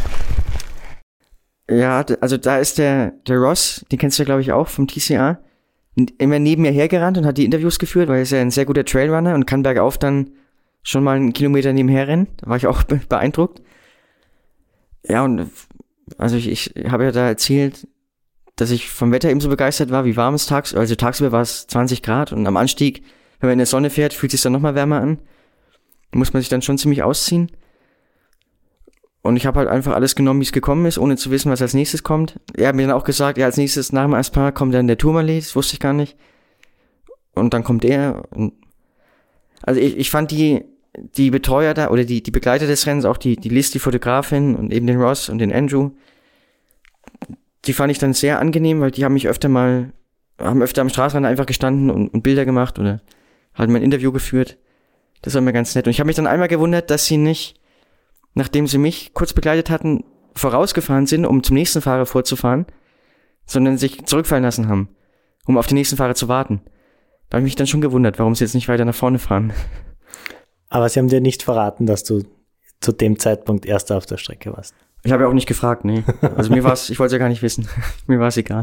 Ja, also da ist der, der Ross, den kennst du ja glaube ich auch vom T C A, immer neben mir hergerannt und hat die Interviews geführt, weil er ist ja ein sehr guter Trailrunner und kann bergauf dann schon mal einen Kilometer nebenher rennen. Da war ich auch beeindruckt. Ja, und also ich, ich habe ja da erzählt, dass ich vom Wetter eben so begeistert war, wie warm es tagsüber, also tagsüber war es zwanzig Grad und am Anstieg, wenn man in der Sonne fährt, fühlt es sich dann nochmal wärmer an. Da muss man sich dann schon ziemlich ausziehen. Und ich habe halt einfach alles genommen, wie es gekommen ist, ohne zu wissen, was als nächstes kommt. Er hat mir dann auch gesagt, ja, als nächstes nach dem Aspin kommt dann der Tourmalet, das wusste ich gar nicht. Und dann kommt er. Und also ich, ich fand die die Betreuer da, oder die die Begleiter des Rennens, auch die die Liz, die Fotografin und eben den Ross und den Andrew, die fand ich dann sehr angenehm, weil die haben mich öfter mal, haben öfter am Straßenrand einfach gestanden und, und Bilder gemacht oder halt mein Interview geführt. Das war mir ganz nett. Und ich habe mich dann einmal gewundert, dass sie nicht, nachdem sie mich kurz begleitet hatten, vorausgefahren sind, um zum nächsten Fahrer vorzufahren, sondern sich zurückfallen lassen haben, um auf den nächsten Fahrer zu warten. Da habe ich mich dann schon gewundert, warum sie jetzt nicht weiter nach vorne fahren. Aber sie haben dir nicht verraten, dass du zu dem Zeitpunkt Erster auf der Strecke warst. Ich habe ja auch nicht gefragt, nee. Also mir war's, ich wollte es ja gar nicht wissen. Mir war es egal.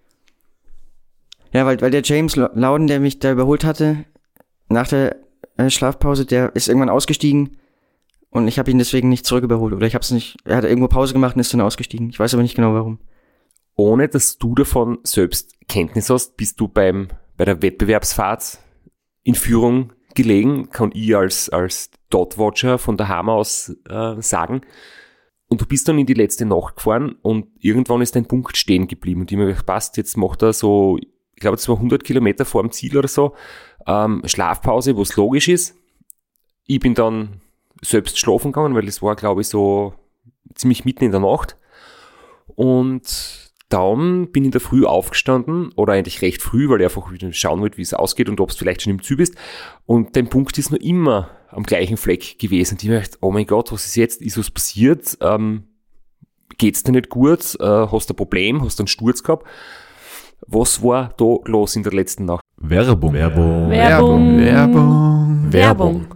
Ja, weil, weil der James Loudon, der mich da überholt hatte, nach der äh, Schlafpause, der ist irgendwann ausgestiegen und ich habe ihn deswegen nicht zurück überholt. Oder ich habe es nicht, er hat irgendwo Pause gemacht und ist dann ausgestiegen. Ich weiß aber nicht genau warum. Ohne dass du davon selbst Kenntnis hast, bist du beim bei der Wettbewerbsfahrt in Führung gelegen, kann ich als als Dot-Watcher von daheim aus äh, sagen. Und du bist dann in die letzte Nacht gefahren und irgendwann ist dein Punkt stehen geblieben. Und ich mir gedacht, passt, jetzt macht er so, ich glaube, es war hundert Kilometer vor dem Ziel oder so, ähm, Schlafpause, wo es logisch ist. Ich bin dann selbst schlafen gegangen, weil es war, glaube ich, so ziemlich mitten in der Nacht. Und Dann bin ich in der Früh aufgestanden, oder eigentlich recht früh, weil ich einfach wieder schauen wollte, wie es ausgeht und ob es vielleicht schon im Ziel bist. Und dein Punkt ist noch immer am gleichen Fleck gewesen. Und ich mir gedacht, oh mein Gott, was ist jetzt? Ist was passiert? Ähm, geht's dir nicht gut? Äh, hast du ein Problem? Hast du einen Sturz gehabt? Was war da los in der letzten Nacht? Werbung. Werbung. Werbung. Werbung. Werbung.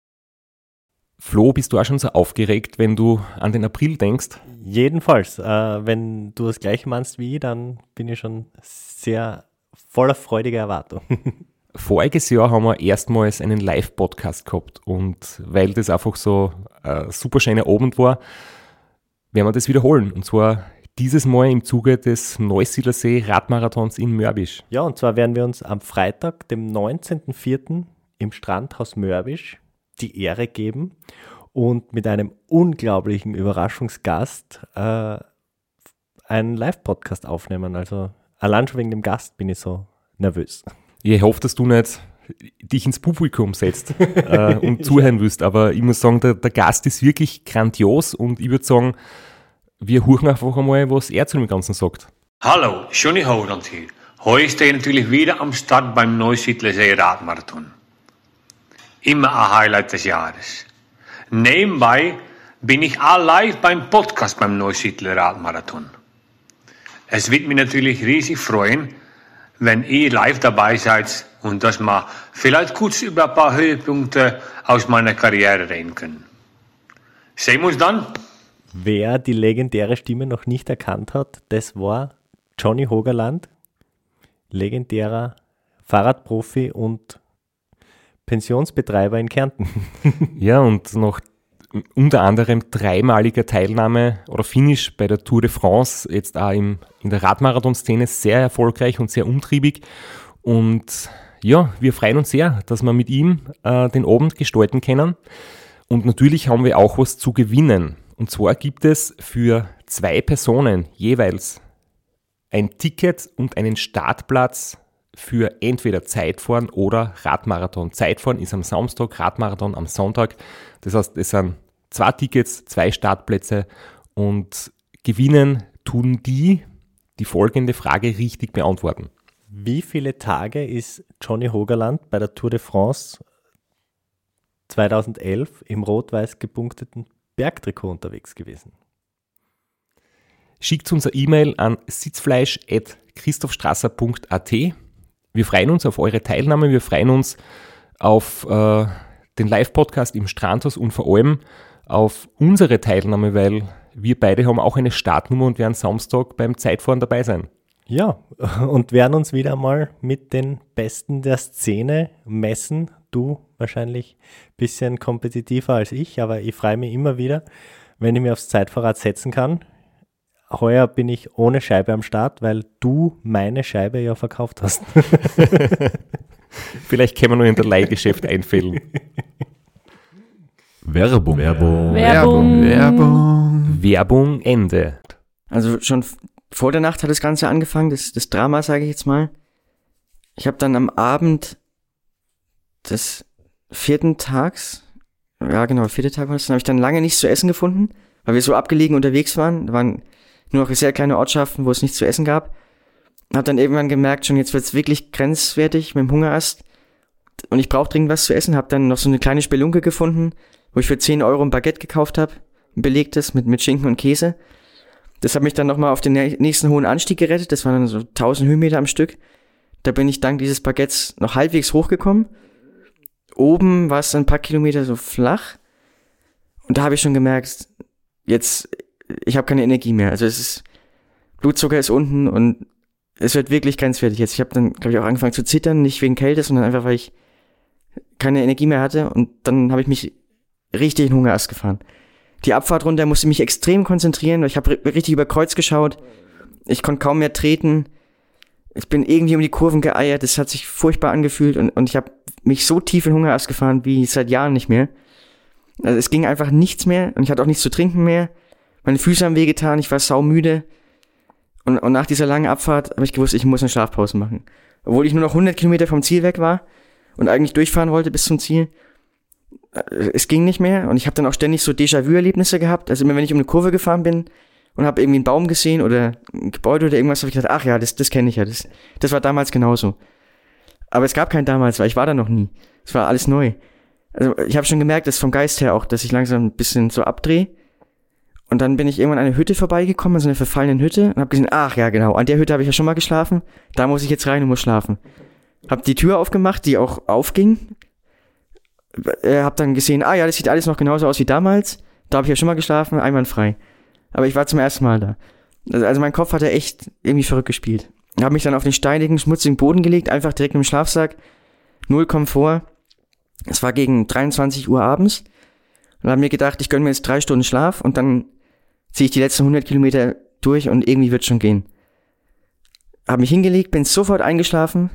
Flo, bist du auch schon so aufgeregt, wenn du an den April denkst? Jedenfalls, äh, wenn du das gleiche meinst wie ich, dann bin ich schon sehr voller freudiger Erwartung. Voriges Jahr haben wir erstmals einen Live-Podcast gehabt und weil das einfach so ein super schöner Abend war, werden wir das wiederholen. Und zwar dieses Mal im Zuge des Neusiedlersee Radmarathons in Mörbisch. Ja, und zwar werden wir uns am Freitag, dem neunzehnten vierten im Strandhaus Mörbisch die Ehre geben und mit einem unglaublichen Überraschungsgast äh, einen Live-Podcast aufnehmen. Also allein schon wegen dem Gast bin ich so nervös. Ich hoffe, dass du nicht dich ins Publikum setzt äh, und zuhören willst, aber ich muss sagen, der, der Gast ist wirklich grandios und ich würde sagen, wir hören einfach einmal, was er zu dem Ganzen sagt. Hallo, Johnny Hogeland hier. Heute stehe ich natürlich wieder am Start beim Neusiedlersee Radmarathon. Immer ein Highlight des Jahres. Nebenbei bin ich auch live beim Podcast beim Neusiedler Radmarathon. Es wird mich natürlich riesig freuen, wenn ihr live dabei seid und dass wir vielleicht kurz über ein paar Höhepunkte aus meiner Karriere reden können. Sehen wir uns dann. Wer die legendäre Stimme noch nicht erkannt hat, das war Johnny Hogeland, legendärer Fahrradprofi und Pensionsbetreiber in Kärnten. Ja, und noch unter anderem dreimaliger Teilnahme oder Finish bei der Tour de France, jetzt auch im, in der Radmarathon-Szene sehr erfolgreich und sehr umtriebig. Und ja, wir freuen uns sehr, dass wir mit ihm äh, den Abend gestalten können. Und natürlich haben wir auch was zu gewinnen. Und zwar gibt es für zwei Personen jeweils ein Ticket und einen Startplatz für entweder Zeitfahren oder Radmarathon. Zeitfahren ist am Samstag, Radmarathon am Sonntag. Das heißt, es sind zwei Tickets, zwei Startplätze und gewinnen tun die, die folgende Frage richtig beantworten. Wie viele Tage ist Johnny Hogeland bei der Tour de France zweitausendelf im rot-weiß gepunkteten Bergtrikot unterwegs gewesen? Schickt uns eine E-Mail an sitzfleisch at christophstrasser punkt a t. Wir freuen uns auf eure Teilnahme, wir freuen uns auf äh, den Live-Podcast im Strandhaus und vor allem auf unsere Teilnahme, weil wir beide haben auch eine Startnummer und werden Samstag beim Zeitfahren dabei sein. Ja, und werden uns wieder mal mit den Besten der Szene messen. Du wahrscheinlich ein bisschen kompetitiver als ich, aber ich freue mich immer wieder, wenn ich mir aufs Zeitfahrrad setzen kann. Heuer bin ich ohne Scheibe am Start, weil du meine Scheibe ja verkauft hast. Vielleicht können wir noch in der Leihgeschäft einfällen. Werbung. Werbung. Werbung. Werbung. Werbung Ende. Also schon vor der Nacht hat das Ganze angefangen, das, das Drama, sage ich jetzt mal. Ich habe dann am Abend des vierten Tags, ja genau, vierte Tag war das, dann habe ich dann lange nichts zu essen gefunden, weil wir so abgelegen unterwegs waren. Da waren nur noch sehr kleine Ortschaften, wo es nichts zu essen gab. Hab dann irgendwann gemerkt, schon jetzt wird's wirklich grenzwertig mit dem Hungerast und ich brauche dringend was zu essen. Hab dann noch so eine kleine Spelunke gefunden, wo ich für zehn Euro ein Baguette gekauft habe, ein belegtes mit, mit Schinken und Käse. Das hat mich dann nochmal auf den nächsten hohen Anstieg gerettet. Das waren dann so tausend Höhenmeter am Stück. Da bin ich dank dieses Baguettes noch halbwegs hochgekommen. Oben war es dann ein paar Kilometer so flach. Und da habe ich schon gemerkt, jetzt, ich habe keine Energie mehr. Also es ist, Blutzucker ist unten und es wird wirklich grenzwertig jetzt. Ich habe dann, glaube ich, auch angefangen zu zittern, nicht wegen Kälte, sondern einfach, weil ich keine Energie mehr hatte. Und dann habe ich mich richtig in Hungerast gefahren. Die Abfahrt runter musste mich extrem konzentrieren, weil ich habe richtig über Kreuz geschaut. Ich konnte kaum mehr treten. Ich bin irgendwie um die Kurven geeiert. Das hat sich furchtbar angefühlt und, und ich habe mich so tief in Hungerast gefahren wie seit Jahren nicht mehr. Also es ging einfach nichts mehr und ich hatte auch nichts zu trinken mehr. Meine Füße haben wehgetan, ich war saumüde. Und, und nach dieser langen Abfahrt habe ich gewusst, ich muss eine Schlafpause machen. Obwohl ich nur noch hundert Kilometer vom Ziel weg war und eigentlich durchfahren wollte bis zum Ziel. Es ging nicht mehr und ich habe dann auch ständig so Déjà-vu-Erlebnisse gehabt. Also immer wenn ich um eine Kurve gefahren bin, und habe irgendwie einen Baum gesehen oder ein Gebäude oder irgendwas, habe ich gedacht, ach ja, das, das kenne ich ja, das, das war damals genauso. Aber es gab kein damals, weil ich war da noch nie. Es war alles neu. Also ich habe schon gemerkt, dass vom Geist her auch, dass ich langsam ein bisschen so abdrehe. Und dann bin ich irgendwann an eine Hütte vorbeigekommen, an so einer verfallenen Hütte und habe gesehen, ach ja genau, an der Hütte habe ich ja schon mal geschlafen, da muss ich jetzt rein und muss schlafen. Hab die Tür aufgemacht, die auch aufging, äh, hab dann gesehen, ah ja, das sieht alles noch genauso aus wie damals, da habe ich ja schon mal geschlafen, einwandfrei. Aber ich war zum ersten Mal da. Also, also mein Kopf hatte echt irgendwie verrückt gespielt. Ich habe mich dann auf den steinigen, schmutzigen Boden gelegt, einfach direkt im Schlafsack, null Komfort. Es war gegen dreiundzwanzig Uhr abends und habe mir gedacht, ich gönne mir jetzt drei Stunden Schlaf und dann ziehe ich die letzten hundert Kilometer durch und irgendwie wird schon gehen. Hab mich hingelegt, bin sofort eingeschlafen,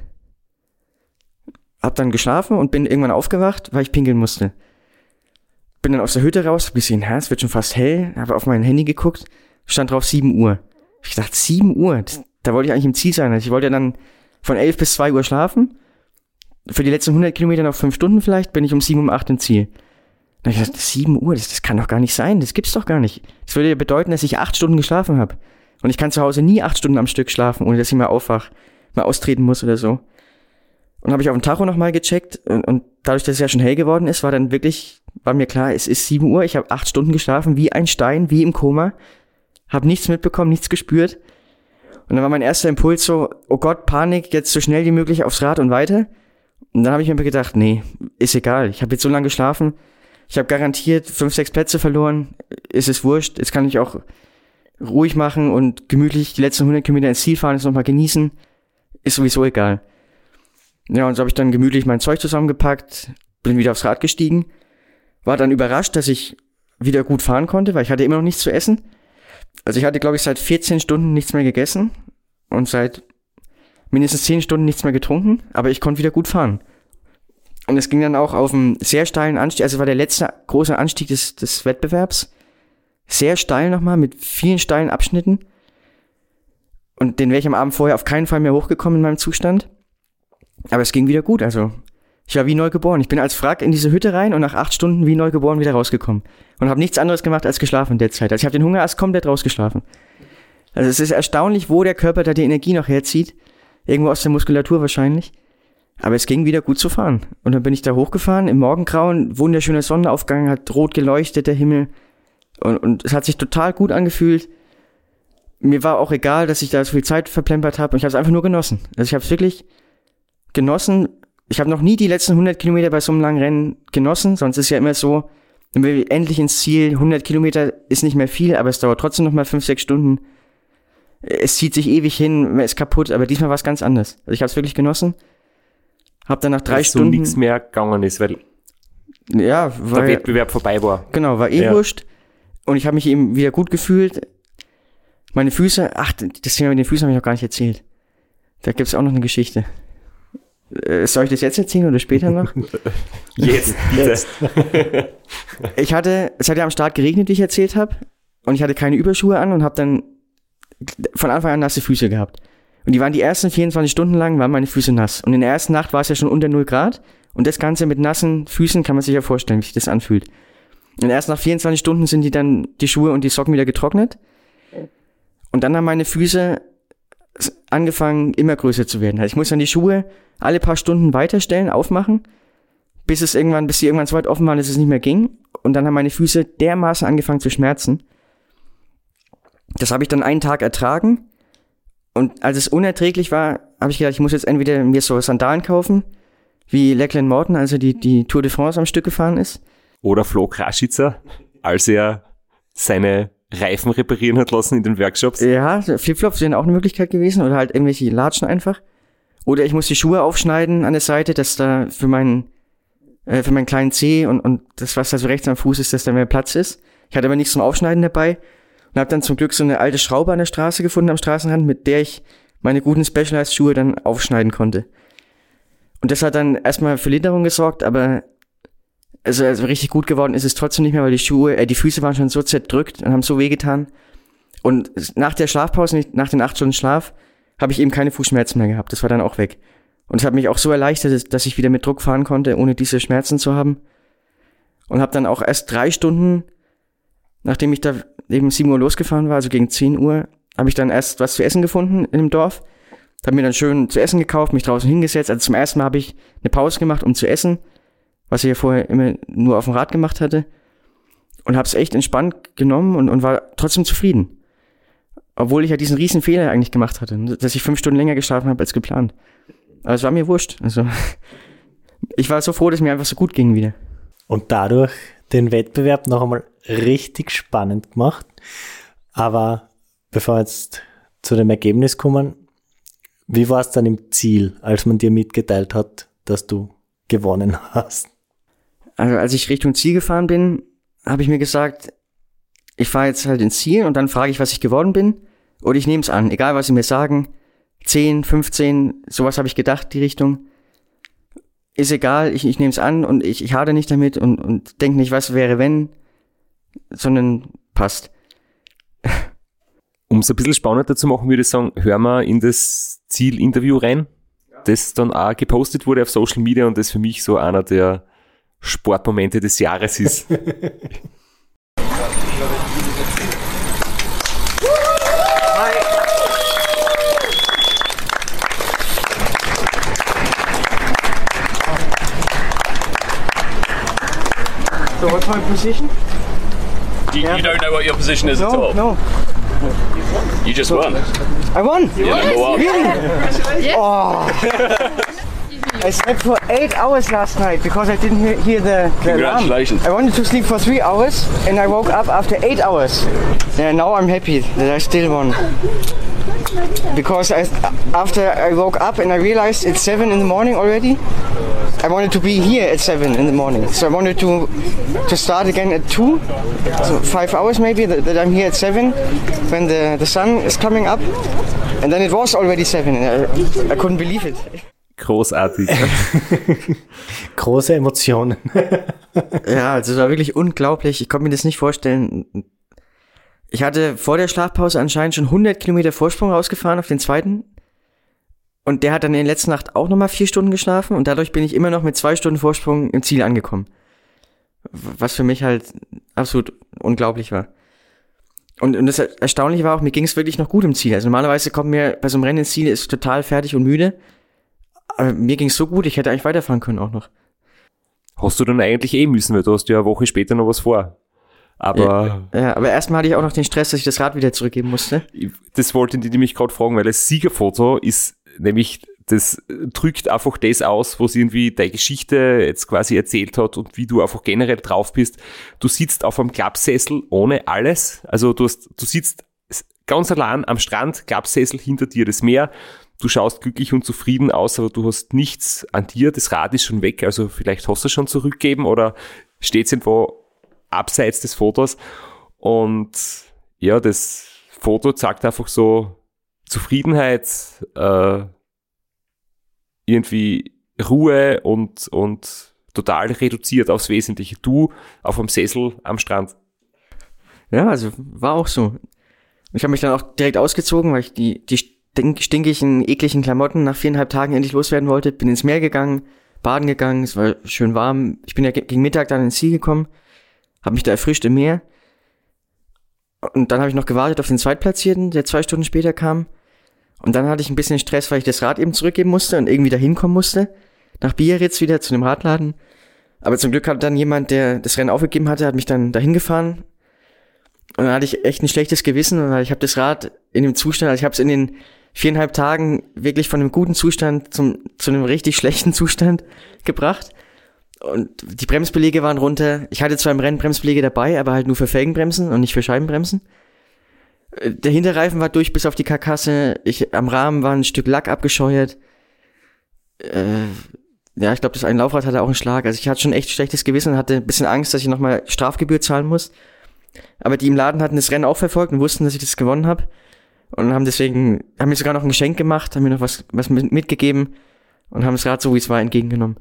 hab dann geschlafen und bin irgendwann aufgewacht, weil ich pinkeln musste. Bin dann aus der Hütte raus, hab gesehen, hä, es wird schon fast hell, habe auf mein Handy geguckt, stand drauf sieben Uhr. Ich dachte, sieben Uhr, das, da wollte ich eigentlich im Ziel sein. Also ich wollte dann von elf bis zwei Uhr schlafen. Für die letzten hundert Kilometer noch fünf Stunden vielleicht, bin ich um sieben um acht im Ziel. Da hab ich gedacht, sieben Uhr, das, das kann doch gar nicht sein, das gibt's doch gar nicht. Das würde ja bedeuten, dass ich acht Stunden geschlafen habe. Und ich kann zu Hause nie acht Stunden am Stück schlafen, ohne dass ich mal aufwach, mal austreten muss oder so. Und habe ich auf dem Tacho nochmal gecheckt und, und dadurch, dass es ja schon hell geworden ist, war dann wirklich, war mir klar, es ist sieben Uhr, ich habe acht Stunden geschlafen, wie ein Stein, wie im Koma, habe nichts mitbekommen, nichts gespürt. Und dann war mein erster Impuls so, oh Gott, Panik, jetzt so schnell wie möglich aufs Rad und weiter. Und dann habe ich mir gedacht, nee, ist egal, ich habe jetzt so lange geschlafen, ich habe garantiert fünf, sechs Plätze verloren, ist es wurscht, jetzt kann ich auch ruhig machen und gemütlich die letzten hundert Kilometer ins Ziel fahren, es nochmal genießen, ist sowieso egal. Ja, und so habe ich dann gemütlich mein Zeug zusammengepackt, bin wieder aufs Rad gestiegen, war dann überrascht, dass ich wieder gut fahren konnte, weil ich hatte immer noch nichts zu essen. Also ich hatte, glaube ich, seit vierzehn Stunden nichts mehr gegessen und seit mindestens zehn Stunden nichts mehr getrunken, aber ich konnte wieder gut fahren. Und es ging dann auch auf einen sehr steilen Anstieg, also war der letzte große Anstieg des, des Wettbewerbs. Sehr steil nochmal, mit vielen steilen Abschnitten. Und den wäre ich am Abend vorher auf keinen Fall mehr hochgekommen in meinem Zustand. Aber es ging wieder gut, also ich war wie neu geboren. Ich bin als Wrack in diese Hütte rein und nach acht Stunden wie neu geboren wieder rausgekommen. Und habe nichts anderes gemacht als geschlafen in der Zeit. Also ich habe den Hunger erst komplett rausgeschlafen. Also es ist erstaunlich, wo der Körper da die Energie noch herzieht. Irgendwo aus der Muskulatur wahrscheinlich. Aber es ging wieder gut zu fahren. Und dann bin ich da hochgefahren, im Morgengrauen, wunderschöner Sonnenaufgang, hat rot geleuchtet, der Himmel. Und, und es hat sich total gut angefühlt. Mir war auch egal, dass ich da so viel Zeit verplempert habe. Und ich habe es einfach nur genossen. Also ich habe es wirklich genossen. Ich habe noch nie die letzten hundert Kilometer bei so einem langen Rennen genossen. Sonst ist ja immer so, dann will ich endlich ins Ziel. hundert Kilometer ist nicht mehr viel, aber es dauert trotzdem noch mal fünf, sechs Stunden. Es zieht sich ewig hin, man ist kaputt. Aber diesmal war es ganz anders. Also ich habe es wirklich genossen. Hab dann nach drei Dass Stunden so nichts mehr gegangen ist, weil ja, weil, der Wettbewerb vorbei war. Genau, war eh Ja. wurscht. Und ich habe mich eben wieder gut gefühlt. Meine Füße, ach, das Thema mit den Füßen habe ich noch gar nicht erzählt. Da gibt's auch noch eine Geschichte. Äh, soll ich das jetzt erzählen oder später noch? Jetzt, bitte. Ich hatte, es hat ja am Start geregnet, wie ich erzählt habe. Und ich hatte keine Überschuhe an und habe dann von Anfang an nasse Füße gehabt. Und die waren die ersten vierundzwanzig Stunden lang, waren meine Füße nass. Und in der ersten Nacht war es ja schon unter null Grad. Und das Ganze mit nassen Füßen kann man sich ja vorstellen, wie sich das anfühlt. Und erst nach vierundzwanzig Stunden sind die dann, die Schuhe und die Socken wieder getrocknet. Und dann haben meine Füße angefangen, immer größer zu werden. Also ich muss dann die Schuhe alle paar Stunden weiterstellen, aufmachen, bis es irgendwann, bis sie irgendwann so weit offen waren, dass es nicht mehr ging. Und dann haben meine Füße dermaßen angefangen zu schmerzen. Das habe ich dann einen Tag ertragen. Und als es unerträglich war, habe ich gedacht, ich muss jetzt entweder mir so Sandalen kaufen, wie Lachlan Morton, also die, die Tour de France am Stück gefahren ist. Oder Flo Kraschitzer, als er seine Reifen reparieren hat lassen in den Workshops. Ja, Flipflops wären auch eine Möglichkeit gewesen. Oder halt irgendwelche Latschen einfach. Oder ich muss die Schuhe aufschneiden an der Seite, dass da für meinen, äh, für meinen kleinen Zeh und, und das, was da so rechts am Fuß ist, dass da mehr Platz ist. Ich hatte aber nichts zum Aufschneiden dabei. Und habe dann zum Glück so eine alte Schraube an der Straße gefunden, am Straßenrand, mit der ich meine guten Specialized-Schuhe dann aufschneiden konnte. Und das hat dann erstmal für Linderung gesorgt, aber also, also richtig gut geworden ist es trotzdem nicht mehr, weil die Schuhe, äh, die Füße waren schon so zerdrückt und haben so wehgetan. Und nach der Schlafpause, nach den acht Stunden Schlaf, habe ich eben keine Fußschmerzen mehr gehabt. Das war dann auch weg. Und es hat mich auch so erleichtert, dass ich wieder mit Druck fahren konnte, ohne diese Schmerzen zu haben. Und habe dann auch erst drei Stunden, nachdem ich da eben sieben Uhr losgefahren war, also gegen zehn Uhr, habe ich dann erst was zu essen gefunden in dem Dorf. Habe mir dann schön zu essen gekauft, mich draußen hingesetzt. Also zum ersten Mal habe ich eine Pause gemacht, um zu essen, was ich ja vorher immer nur auf dem Rad gemacht hatte. Und habe es echt entspannt genommen und, und war trotzdem zufrieden. Obwohl ich ja diesen riesen Fehler eigentlich gemacht hatte, dass ich fünf Stunden länger geschlafen habe als geplant. Aber es war mir wurscht. Also ich war so froh, dass es mir einfach so gut ging wieder. Und dadurch den Wettbewerb noch einmal richtig spannend gemacht. Aber bevor wir jetzt zu dem Ergebnis kommen, wie war es dann im Ziel, als man dir mitgeteilt hat, dass du gewonnen hast? Also als ich Richtung Ziel gefahren bin, habe ich mir gesagt, ich fahre jetzt halt ins Ziel und dann frage ich, was ich geworden bin. Oder ich nehme es an, egal was sie mir sagen. zehn, fünfzehn, sowas habe ich gedacht, die Richtung. Ist egal, ich, ich nehme es an und ich, ich hadere nicht damit und, und denke nicht, was wäre wenn, sondern passt. Um es ein bisschen spannender zu machen, würde ich sagen, hören wir in das Ziel-Interview rein, das dann auch gepostet wurde auf Social Media und das für mich so einer der Sportmomente des Jahres ist. So what's my position? You, you don't know what your position is No, at all? no. You just won. I won. You're number one. Really? Oh. I slept for eight hours last night because I didn't hear, hear the, the alarm. Congratulations. I wanted to sleep for three hours and I woke up after eight hours. Yeah, now I'm happy that I still won. Because I, after I woke up and I realized it's seven in the morning already, I wanted to be here at seven in the morning. So I wanted to to start again at two, so five hours maybe, that, that I'm here at seven when the, the sun is coming up. And then it was already seven and I, I couldn't believe it. Großartig. Große Emotionen. Ja, also es war wirklich unglaublich. Ich konnte mir das nicht vorstellen. Ich hatte vor der Schlafpause anscheinend schon hundert Kilometer Vorsprung rausgefahren auf den zweiten. Und der hat dann in der letzten Nacht auch nochmal vier Stunden geschlafen. Und dadurch bin ich immer noch mit zwei Stunden Vorsprung im Ziel angekommen. Was für mich halt absolut unglaublich war. Und, und das Erstaunliche war auch, mir ging es wirklich noch gut im Ziel. Also normalerweise kommt mir bei so einem Rennen ins Ziel, ist total fertig und müde. Aber mir ging es so gut, ich hätte eigentlich weiterfahren können auch noch. Hast du dann eigentlich eh müssen, weil du hast ja eine Woche später noch was vor. Aber ja, ja, aber erstmal hatte ich auch noch den Stress, dass ich das Rad wieder zurückgeben musste. Das wollte ich nämlich gerade fragen, weil das Siegerfoto ist nämlich, das drückt einfach das aus, was irgendwie deine Geschichte jetzt quasi erzählt hat und wie du einfach generell drauf bist. Du sitzt auf einem Klappsessel ohne alles, also du hast, du sitzt ganz allein am Strand, Klappsessel, hinter dir das Meer, du schaust glücklich und zufrieden aus, aber du hast nichts an dir, das Rad ist schon weg, also vielleicht hast du es schon zurückgegeben oder steht es irgendwo abseits des Fotos und ja, das Foto zeigt einfach so Zufriedenheit, äh, irgendwie Ruhe und, und total reduziert aufs Wesentliche. Du auf einem Sessel am Strand. Ja, also war auch so. Ich habe mich dann auch direkt ausgezogen, weil ich die, die stink- stinkigen, ekligen Klamotten nach viereinhalb Tagen endlich loswerden wollte. Bin ins Meer gegangen, baden gegangen, es war schön warm. Ich bin ja gegen Mittag dann ins Ziel gekommen, habe mich da erfrischt im Meer. Und dann habe ich noch gewartet auf den Zweitplatzierten, der zwei Stunden später kam. Und dann hatte ich ein bisschen Stress, weil ich das Rad eben zurückgeben musste und irgendwie da hinkommen musste. Nach Biarritz wieder zu einem Radladen. Aber zum Glück hat dann jemand, der das Rennen aufgegeben hatte, hat mich dann dahin gefahren. Und dann hatte ich echt ein schlechtes Gewissen. Und ich habe das Rad in dem Zustand, also ich habe es in den viereinhalb Tagen wirklich von einem guten Zustand zum zu einem richtig schlechten Zustand gebracht. Und die Bremsbeläge waren runter. Ich hatte zwar im Rennen Bremsbeläge dabei, aber halt nur für Felgenbremsen und nicht für Scheibenbremsen. Der Hinterreifen war durch bis auf die Karkasse. Ich, am Rahmen war ein Stück Lack abgescheuert. Äh, ja, ich glaube, das ein Laufrad hatte auch einen Schlag. Also ich hatte schon echt schlechtes Gewissen und hatte ein bisschen Angst, dass ich nochmal Strafgebühr zahlen muss. Aber die im Laden hatten das Rennen auch verfolgt und wussten, dass ich das gewonnen habe. Und haben deswegen, haben mir sogar noch ein Geschenk gemacht, haben mir noch was, was mitgegeben und haben das Rad so, wie es war, entgegengenommen.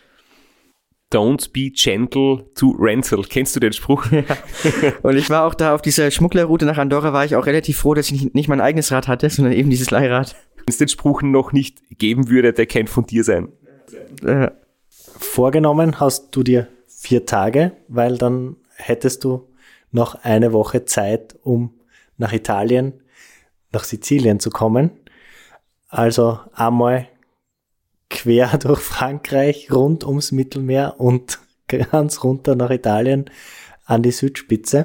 Don't be gentle to rental. Kennst du den Spruch? Ja. Und ich war auch da auf dieser Schmugglerroute nach Andorra, war ich auch relativ froh, dass ich nicht, nicht mein eigenes Rad hatte, sondern eben dieses Leihrad. Wenn es den Spruch noch nicht geben würde, der kann von dir sein. Ja. Vorgenommen hast du dir vier Tage, weil dann hättest du noch eine Woche Zeit, um nach Italien, nach Sizilien zu kommen. Also einmal quer durch Frankreich, rund ums Mittelmeer und ganz runter nach Italien an die Südspitze.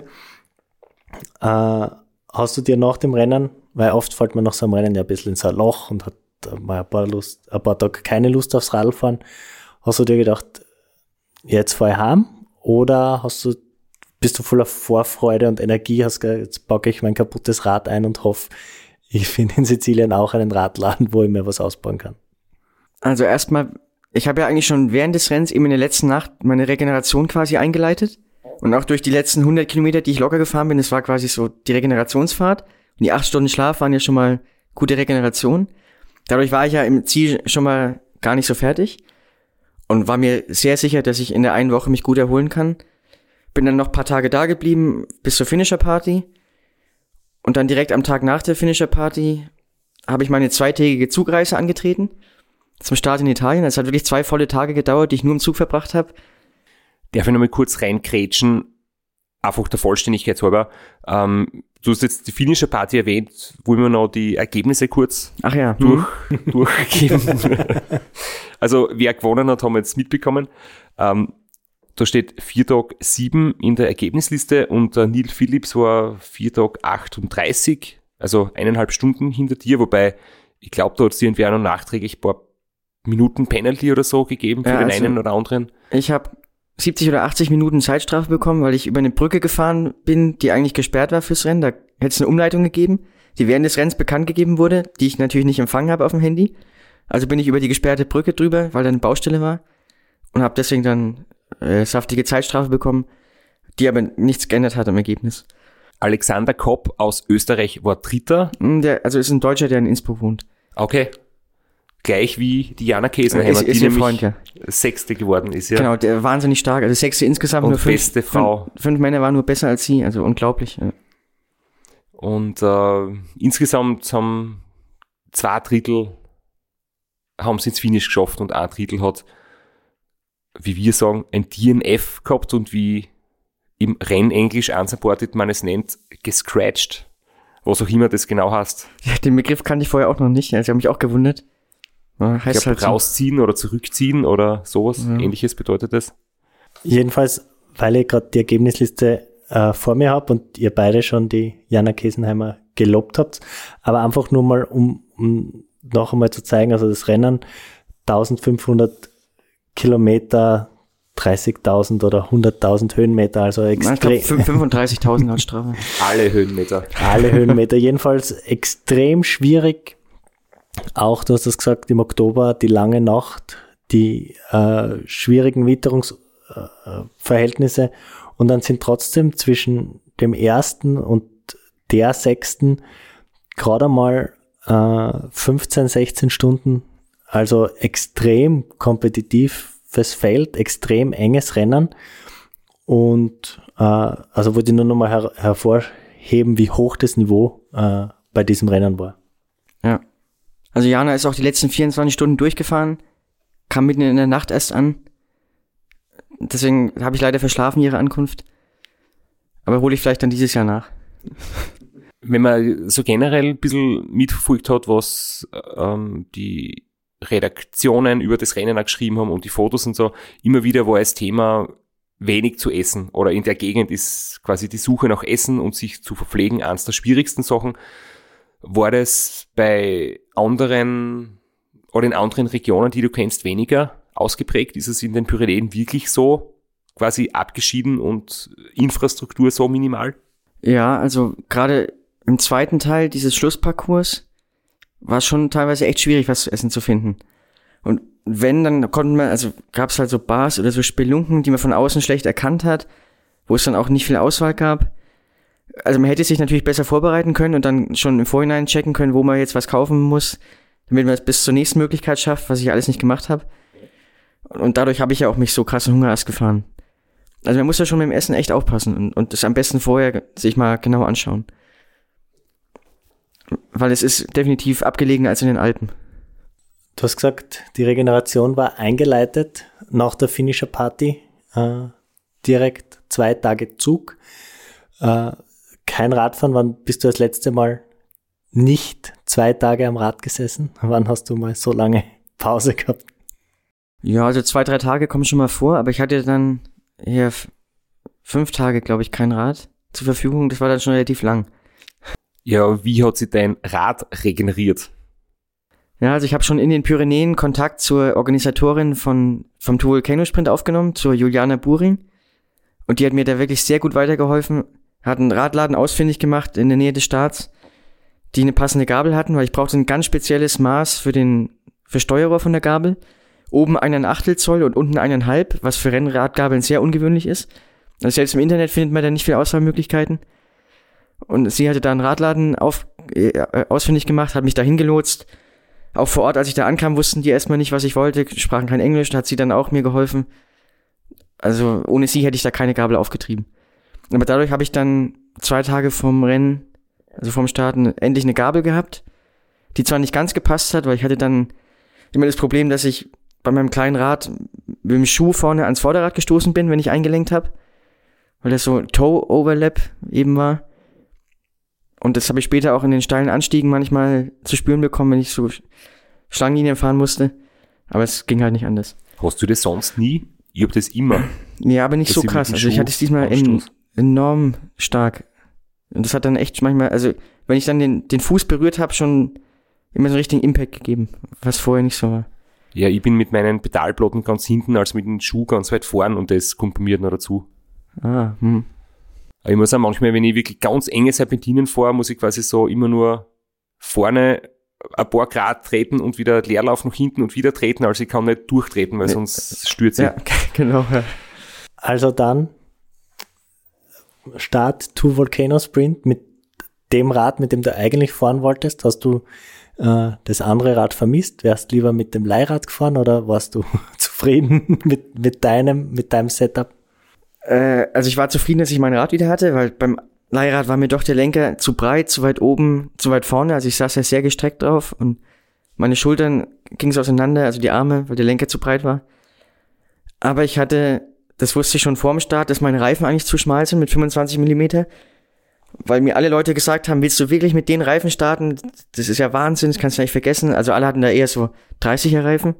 Äh, hast du dir nach dem Rennen, weil oft fällt man nach so einem Rennen ja ein bisschen in so ein Loch und hat mal ein paar, Lust, ein paar Tage keine Lust aufs Radlfahren, hast du dir gedacht, jetzt fahr ich heim? Oder hast du, bist du voller Vorfreude und Energie, hast gesagt, jetzt packe ich mein kaputtes Rad ein und hoffe, ich finde in Sizilien auch einen Radladen, wo ich mir was ausbauen kann? Also erstmal, ich habe ja eigentlich schon während des Rennens eben in der letzten Nacht meine Regeneration quasi eingeleitet. Und auch durch die letzten hundert Kilometer, die ich locker gefahren bin, das war quasi so die Regenerationsfahrt. Und die acht Stunden Schlaf waren ja schon mal gute Regeneration. Dadurch war ich ja im Ziel schon mal gar nicht so fertig. Und war mir sehr sicher, dass ich in der einen Woche mich gut erholen kann. Bin dann noch ein paar Tage da geblieben, bis zur Finisher-Party. Und dann direkt am Tag nach der Finisher-Party habe ich meine zweitägige Zugreise angetreten. Zum Start in Italien. Es hat wirklich zwei volle Tage gedauert, die ich nur im Zug verbracht habe. Darf ich noch mal kurz reinkrätschen, einfach der Vollständigkeit halber. Ähm, du hast jetzt die Finisher Party erwähnt, wollen wir noch die Ergebnisse kurz Ach ja. durch, mhm. durchgeben. Also wer gewonnen hat, haben wir jetzt mitbekommen. Ähm, da steht vier Tag sieben in der Ergebnisliste und der Neil Phillips war vier Tag achtunddreißig, also eineinhalb Stunden hinter dir, wobei ich glaube, da hat es irgendwie auch noch nachträglich ein paar Minuten Penalty oder so gegeben für ja, den also einen oder anderen. Ich habe siebzig oder achtzig Minuten Zeitstrafe bekommen, weil ich über eine Brücke gefahren bin, die eigentlich gesperrt war fürs Rennen. Da hätte es eine Umleitung gegeben, die während des Rennens bekannt gegeben wurde, die ich natürlich nicht empfangen habe auf dem Handy. Also bin ich über die gesperrte Brücke drüber, weil da eine Baustelle war und habe deswegen dann äh, saftige Zeitstrafe bekommen, die aber nichts geändert hat am Ergebnis. Alexander Kopp aus Österreich war Dritter. Der, also ist ein Deutscher, der in Innsbruck wohnt. Okay. Gleich wie Diana Kesenheimer, ist, ist die nämlich Freund, ja. Sechste geworden ist. Ja. Genau, der wahnsinnig stark. Also Sechste insgesamt. Und nur fünf, beste Frau. Fünf, fünf Männer waren nur besser als sie, also unglaublich. Ja. Und äh, insgesamt haben zwei Drittel haben es ins Finish geschafft und ein Drittel hat, wie wir sagen, ein D N F gehabt und wie im Rennenglisch unsupported man es nennt, gescratcht. Was auch immer das genau heißt. Ja, den Begriff kannte ich vorher auch noch nicht, also ich habe mich auch gewundert. Ja, heißt ich glaube, halt rausziehen so. Oder zurückziehen oder sowas. Ja. Ähnliches bedeutet das. Jedenfalls, weil ich gerade die Ergebnisliste äh, vor mir habe und ihr beide schon die Jana Kesenheimer gelobt habt, aber einfach nur mal, um, um noch einmal zu zeigen, also das Rennen, eintausendfünfhundert Kilometer, dreißigtausend oder hunderttausend Höhenmeter, also extrem. fünfunddreißigtausend als Strafe. Alle Höhenmeter. Alle Höhenmeter, jedenfalls extrem schwierig. Auch, du hast es gesagt, im Oktober die lange Nacht, die äh, schwierigen Witterungsverhältnisse äh, und dann sind trotzdem zwischen dem ersten und der sechsten gerade mal äh, fünfzehn, sechzehn Stunden, also extrem kompetitives Feld, extrem enges Rennen und äh, also wollte ich nur nochmal her- hervorheben, wie hoch das Niveau äh, bei diesem Rennen war. Ja. Also Jana ist auch die letzten vierundzwanzig Stunden durchgefahren, kam mitten in der Nacht erst an. Deswegen habe ich leider verschlafen ihre Ankunft. Aber hole ich vielleicht dann dieses Jahr nach. Wenn man so generell ein bisschen mitverfolgt hat, was ähm, die Redaktionen über das Rennen auch geschrieben haben und die Fotos und so, immer wieder war das Thema wenig zu essen. Oder in der Gegend ist quasi die Suche nach Essen und sich zu verpflegen eines der schwierigsten Sachen. War das bei anderen oder in anderen Regionen, die du kennst, weniger ausgeprägt? Ist es in den Pyrenäen wirklich so quasi abgeschieden und Infrastruktur so minimal? Ja, also gerade im zweiten Teil dieses Schlussparcours war es schon teilweise echt schwierig, was zu essen zu finden. Und wenn, dann konnten wir, also gab es halt so Bars oder so Spelunken, die man von außen schlecht erkannt hat, wo es dann auch nicht viel Auswahl gab. Also man hätte sich natürlich besser vorbereiten können und dann schon im Vorhinein checken können, wo man jetzt was kaufen muss, damit man es bis zur nächsten Möglichkeit schafft, was ich alles nicht gemacht habe. Und dadurch habe ich ja auch mich so krassen Hunger erst gefahren. Also man muss ja schon mit dem Essen echt aufpassen und, und das am besten vorher sich mal genau anschauen. Weil es ist definitiv abgelegener als in den Alpen. Du hast gesagt, die Regeneration war eingeleitet nach der Finisher Party, äh, direkt zwei Tage Zug. Äh, kein Radfahren, wann bist du das letzte Mal nicht zwei Tage am Rad gesessen? Wann hast du mal so lange Pause gehabt? Ja, also zwei, drei Tage kommen schon mal vor, aber ich hatte dann eher f- fünf Tage, glaube ich, kein Rad zur Verfügung. Das war dann schon relativ lang. Ja, wie hat sich dein Rad regeneriert? Ja, also ich habe schon in den Pyrenäen Kontakt zur Organisatorin von vom Tour Volcano Sprint aufgenommen, zur Juliana Buring. Und die hat mir da wirklich sehr gut weitergeholfen. Hat einen Radladen ausfindig gemacht in der Nähe des Starts, die eine passende Gabel hatten, weil ich brauchte ein ganz spezielles Maß für den für Steuerrohr von der Gabel. Oben einen Achtel Zoll und unten eineinhalb, was für Rennradgabeln sehr ungewöhnlich ist. Also selbst im Internet findet man da nicht viele Auswahlmöglichkeiten. Und sie hatte da einen Radladen auf, äh, ausfindig gemacht, hat mich da hingelotst. Auch vor Ort, als ich da ankam, wussten die erstmal nicht, was ich wollte, sprachen kein Englisch, da hat sie dann auch mir geholfen. Also ohne sie hätte ich da keine Gabel aufgetrieben. Aber dadurch habe ich dann zwei Tage vom Rennen, also vom Starten, endlich eine Gabel gehabt, die zwar nicht ganz gepasst hat, weil ich hatte dann immer das Problem, dass ich bei meinem kleinen Rad mit dem Schuh vorne ans Vorderrad gestoßen bin, wenn ich eingelenkt habe, weil das so Toe-Overlap eben war. Und das habe ich später auch in den steilen Anstiegen manchmal zu spüren bekommen, wenn ich so Schlangenlinien fahren musste. Aber es ging halt nicht anders. Hast du das sonst nie? Ich hab das immer. Ja, aber nicht so krass. Also ich hatte es diesmal en- enorm stark. Und das hat dann echt manchmal, also wenn ich dann den, den Fuß berührt habe, schon immer so einen richtigen Impact gegeben, was vorher nicht so war. Ja, ich bin mit meinen Pedalplatten ganz hinten, als mit dem Schuh ganz weit vorn und das kommt bei mir noch dazu. Ah, hm. Aber ich muss auch manchmal, wenn ich wirklich ganz enge Serpentinen fahre, muss ich quasi so immer nur vorne ein paar Grad treten und wieder Leerlauf nach hinten und wieder treten, also ich kann nicht durchtreten, weil sonst stürze ich. Ja, genau. Ja. Also dann Start Tour Volcano Sprint mit dem Rad, mit dem du eigentlich fahren wolltest. Hast du äh, das andere Rad vermisst? Wärst lieber mit dem Leihrad gefahren oder warst du zufrieden mit, mit deinem, mit deinem Setup? Äh, also ich war zufrieden, dass ich mein Rad wieder hatte, weil beim Leihrad war mir doch der Lenker zu breit, zu weit oben, zu weit vorne. Also ich saß ja sehr gestreckt drauf und meine Schultern gingen so auseinander, also die Arme, weil der Lenker zu breit war. Aber ich hatte, das wusste ich schon vor dem Start, dass meine Reifen eigentlich zu schmal sind mit fünfundzwanzig Millimeter. Weil mir alle Leute gesagt haben, willst du wirklich mit den Reifen starten? Das ist ja Wahnsinn, das kannst du nicht vergessen. Also alle hatten da eher so dreißiger Reifen.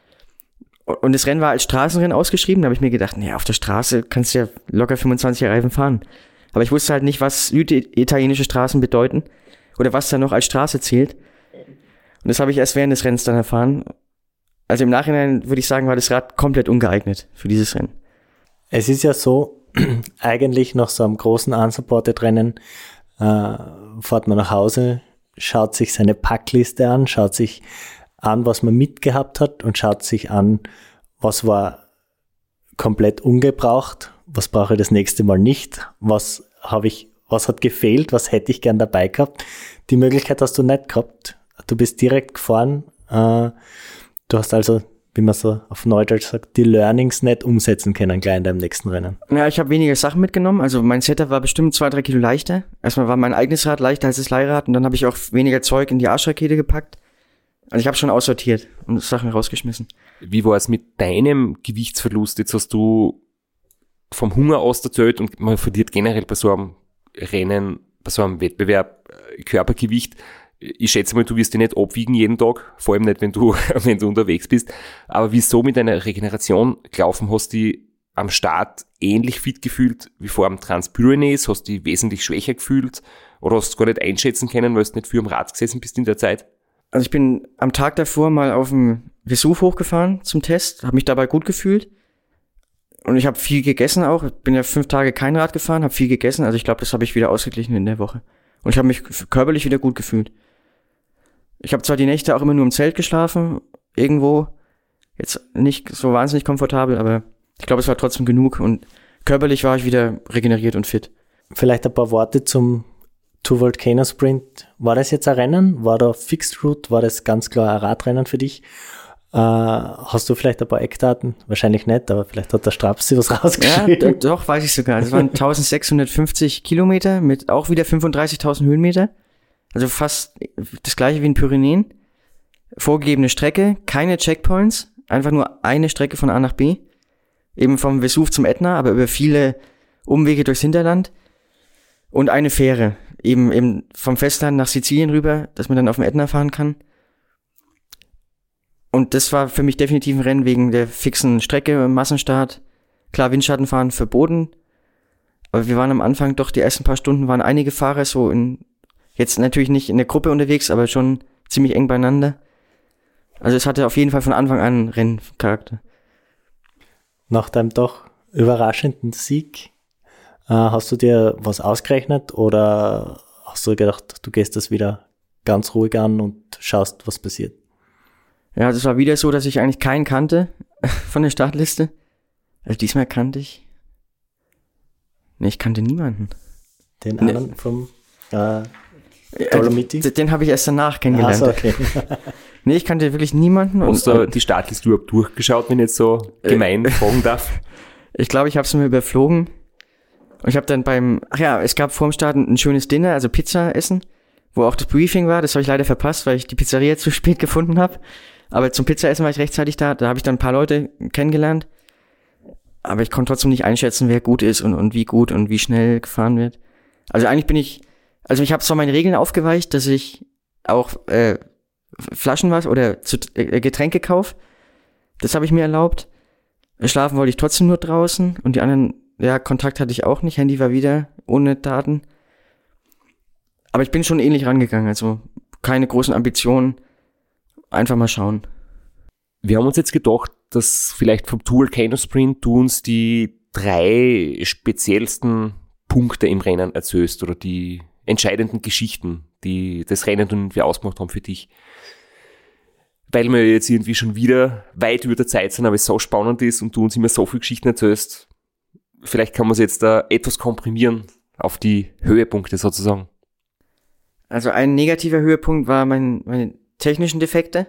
Und das Rennen war als Straßenrennen ausgeschrieben. Da habe ich mir gedacht, naja, auf der Straße kannst du ja locker fünfundzwanziger Reifen fahren. Aber ich wusste halt nicht, was süditalienische Straßen bedeuten oder was da noch als Straße zählt. Und das habe ich erst während des Rennens dann erfahren. Also im Nachhinein würde ich sagen, war das Rad komplett ungeeignet für dieses Rennen. Es ist ja so, eigentlich nach so einem großen Unsupported-Rennen äh, fährt man nach Hause, schaut sich seine Packliste an, schaut sich an, was man mitgehabt hat und schaut sich an, was war komplett ungebraucht, was brauche ich das nächste Mal nicht, was habe ich, was hat gefehlt, was hätte ich gern dabei gehabt. Die Möglichkeit hast du nicht gehabt. Du bist direkt gefahren. Äh, du hast also, wie man so auf Neudeutsch sagt, die Learnings nicht umsetzen können gleich in deinem nächsten Rennen. Ja, ich habe weniger Sachen mitgenommen. Also mein Setup war bestimmt zwei, drei Kilo leichter. Erstmal war mein eigenes Rad leichter als das Leihrad und dann habe ich auch weniger Zeug in die Arschrakete gepackt. Also ich habe schon aussortiert und Sachen rausgeschmissen. Wie war es mit deinem Gewichtsverlust? Jetzt hast du vom Hunger aus erzählt und man verliert generell bei so einem Rennen, bei so einem Wettbewerb Körpergewicht. Ich schätze mal, du wirst dich nicht abwiegen jeden Tag, vor allem nicht, wenn du, wenn du unterwegs bist. Aber wieso mit deiner Regeneration gelaufen? Hast du dich am Start ähnlich fit gefühlt wie vor dem Transpyrenees? Hast du dich wesentlich schwächer gefühlt? Oder hast du gar nicht einschätzen können, weil du nicht für am Rad gesessen bist in der Zeit? Also ich bin am Tag davor mal auf dem Vesuv hochgefahren zum Test, habe mich dabei gut gefühlt. Und ich habe viel gegessen auch. Ich bin ja fünf Tage kein Rad gefahren, habe viel gegessen. Also ich glaube, das habe ich wieder ausgeglichen in der Woche. Und ich habe mich körperlich wieder gut gefühlt. Ich habe zwar die Nächte auch immer nur im Zelt geschlafen, irgendwo. Jetzt nicht so wahnsinnig komfortabel, aber ich glaube, es war trotzdem genug. Und körperlich war ich wieder regeneriert und fit. Vielleicht ein paar Worte zum Tour Volcano Sprint. War das jetzt ein Rennen? War da Fixed Route? War das ganz klar ein Radrennen für dich? Äh, hast du vielleicht ein paar Eckdaten? Wahrscheinlich nicht, aber vielleicht hat der Strapsi was rausgeschrieben. Ja, d- doch, weiß ich sogar. Das waren eintausendsechshundertfünfzig Kilometer mit auch wieder fünfunddreißigtausend Höhenmeter. Also fast das gleiche wie in Pyrenäen. Vorgegebene Strecke, keine Checkpoints, einfach nur eine Strecke von A nach B. Eben vom Vesuv zum Ätna, aber über viele Umwege durchs Hinterland. Und eine Fähre, eben, eben vom Festland nach Sizilien rüber, dass man dann auf dem Ätna fahren kann. Und das war für mich definitiv ein Rennen wegen der fixen Strecke, Massenstart. Klar, Windschattenfahren verboten. Aber wir waren am Anfang doch, die ersten paar Stunden waren einige Fahrer so in, jetzt natürlich nicht in der Gruppe unterwegs, aber schon ziemlich eng beieinander. Also es hatte auf jeden Fall von Anfang an Renncharakter. Nach deinem doch überraschenden Sieg, äh, hast du dir was ausgerechnet oder hast du gedacht, du gehst das wieder ganz ruhig an und schaust, was passiert? Ja, das war wieder so, dass ich eigentlich keinen kannte von der Startliste. Also diesmal kannte ich. Ne, ich kannte niemanden. Den anderen nee. vom äh, Dolomiti? Den, den habe ich erst danach kennengelernt. Ah, so, okay. Nee, ich kannte wirklich niemanden. Hast du die Startliste überhaupt durchgeschaut, wenn ich jetzt so gemein fragen darf? Ich glaube, ich habe es mir überflogen. Und ich habe dann beim, ach ja, es gab vor dem Start ein schönes Dinner, also Pizza essen, wo auch das Briefing war. Das habe ich leider verpasst, weil ich die Pizzeria zu spät gefunden habe. Aber zum Pizzaessen war ich rechtzeitig da. Da habe ich dann ein paar Leute kennengelernt. Aber ich konnte trotzdem nicht einschätzen, wer gut ist und, und wie gut und wie schnell gefahren wird. Also eigentlich bin ich, also ich habe zwar meine Regeln aufgeweicht, dass ich auch äh, Flaschen was oder zu, äh, Getränke kaufe. Das habe ich mir erlaubt. Schlafen wollte ich trotzdem nur draußen und die anderen, ja, Kontakt hatte ich auch nicht. Handy war wieder ohne Daten. Aber ich bin schon ähnlich rangegangen, also keine großen Ambitionen. Einfach mal schauen. Wir haben uns jetzt gedacht, dass vielleicht vom Two Volcano Sprint du uns die drei speziellsten Punkte im Rennen erzählst oder die entscheidenden Geschichten, die das Rennen irgendwie ausgemacht haben für dich. Weil wir jetzt irgendwie schon wieder weit über der Zeit sind, aber es so spannend ist und du uns immer so viele Geschichten erzählst, vielleicht kann man es jetzt da etwas komprimieren auf die Höhepunkte sozusagen. Also ein negativer Höhepunkt war mein, meine technischen Defekte.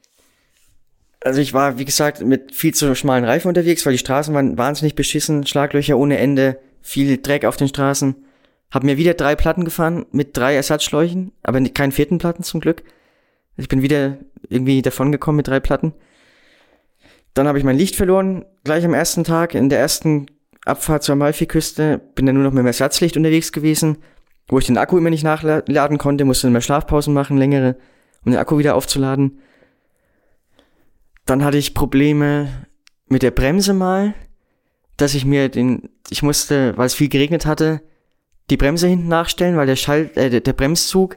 Also ich war, wie gesagt, mit viel zu schmalen Reifen unterwegs, weil die Straßen waren wahnsinnig beschissen, Schlaglöcher ohne Ende, viel Dreck auf den Straßen. Hab mir wieder drei Platten gefahren mit drei Ersatzschläuchen, aber keinen vierten Platten zum Glück. Ich bin wieder irgendwie davongekommen mit drei Platten. Dann habe ich mein Licht verloren, gleich am ersten Tag, in der ersten Abfahrt zur Amalfiküste, bin dann nur noch mit dem Ersatzlicht unterwegs gewesen, wo ich den Akku immer nicht nachladen konnte, musste immer Schlafpausen machen, längere, um den Akku wieder aufzuladen. Dann hatte ich Probleme mit der Bremse mal, dass ich mir den, ich musste, weil es viel geregnet hatte, die Bremse hinten nachstellen, weil der Schall, äh, der, der Bremszug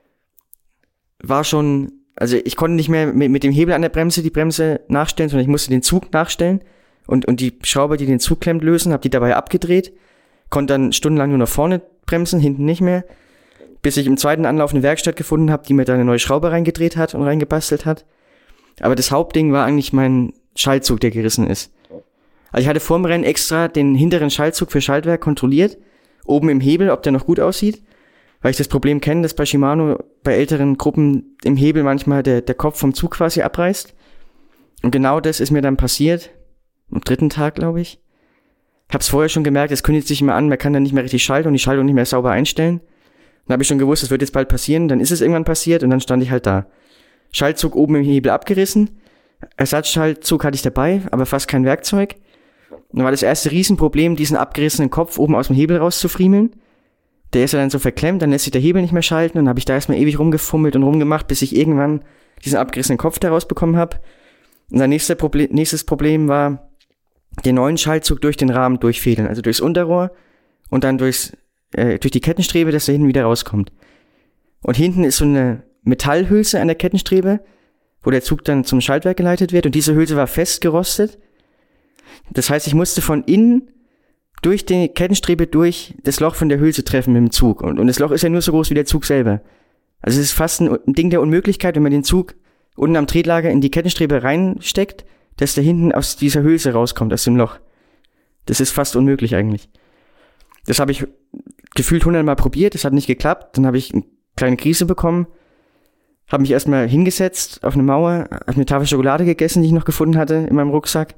war schon, also ich konnte nicht mehr mit, mit dem Hebel an der Bremse die Bremse nachstellen, sondern ich musste den Zug nachstellen und, und die Schraube, die den Zug klemmt, lösen, habe die dabei abgedreht, konnte dann stundenlang nur nach vorne bremsen, hinten nicht mehr, bis ich im zweiten Anlauf eine Werkstatt gefunden habe, die mir da eine neue Schraube reingedreht hat und reingebastelt hat. Aber das Hauptding war eigentlich mein Schaltzug, der gerissen ist. Also ich hatte vor dem Rennen extra den hinteren Schaltzug für Schaltwerk kontrolliert, oben im Hebel, ob der noch gut aussieht, weil ich das Problem kenne, dass bei Shimano bei älteren Gruppen im Hebel manchmal der, der Kopf vom Zug quasi abreißt. Und genau das ist mir dann passiert, am dritten Tag, glaube ich. Ich habe es vorher schon gemerkt, es kündigt sich immer an, man kann dann nicht mehr richtig schalten und die Schaltung nicht mehr sauber einstellen. Dann habe ich schon gewusst, es wird jetzt bald passieren, dann ist es irgendwann passiert und dann stand ich halt da. Schaltzug oben im Hebel abgerissen, Ersatzschaltzug hatte ich dabei, aber fast kein Werkzeug. Und dann war das erste Riesenproblem, diesen abgerissenen Kopf oben aus dem Hebel rauszufriemeln. Der ist ja dann so verklemmt, dann lässt sich der Hebel nicht mehr schalten. Und dann habe ich da erstmal ewig rumgefummelt und rumgemacht, bis ich irgendwann diesen abgerissenen Kopf da rausbekommen habe. Und dann nächste Proble- nächstes Problem war, den neuen Schaltzug durch den Rahmen durchfädeln, also durchs Unterrohr und dann durchs, äh, durch die Kettenstrebe, dass der hinten wieder rauskommt. Und hinten ist so eine Metallhülse an der Kettenstrebe, wo der Zug dann zum Schaltwerk geleitet wird und diese Hülse war fest gerostet. Das heißt, ich musste von innen durch die Kettenstrebe durch das Loch von der Hülse treffen mit dem Zug. Und, und das Loch ist ja nur so groß wie der Zug selber. Also es ist fast ein, ein Ding der Unmöglichkeit, wenn man den Zug unten am Tretlager in die Kettenstrebe reinsteckt, dass der hinten aus dieser Hülse rauskommt, aus dem Loch. Das ist fast unmöglich eigentlich. Das habe ich gefühlt hundertmal probiert, das hat nicht geklappt. Dann habe ich eine kleine Krise bekommen, habe mich erstmal hingesetzt auf eine Mauer, habe eine Tafel Schokolade gegessen, die ich noch gefunden hatte in meinem Rucksack.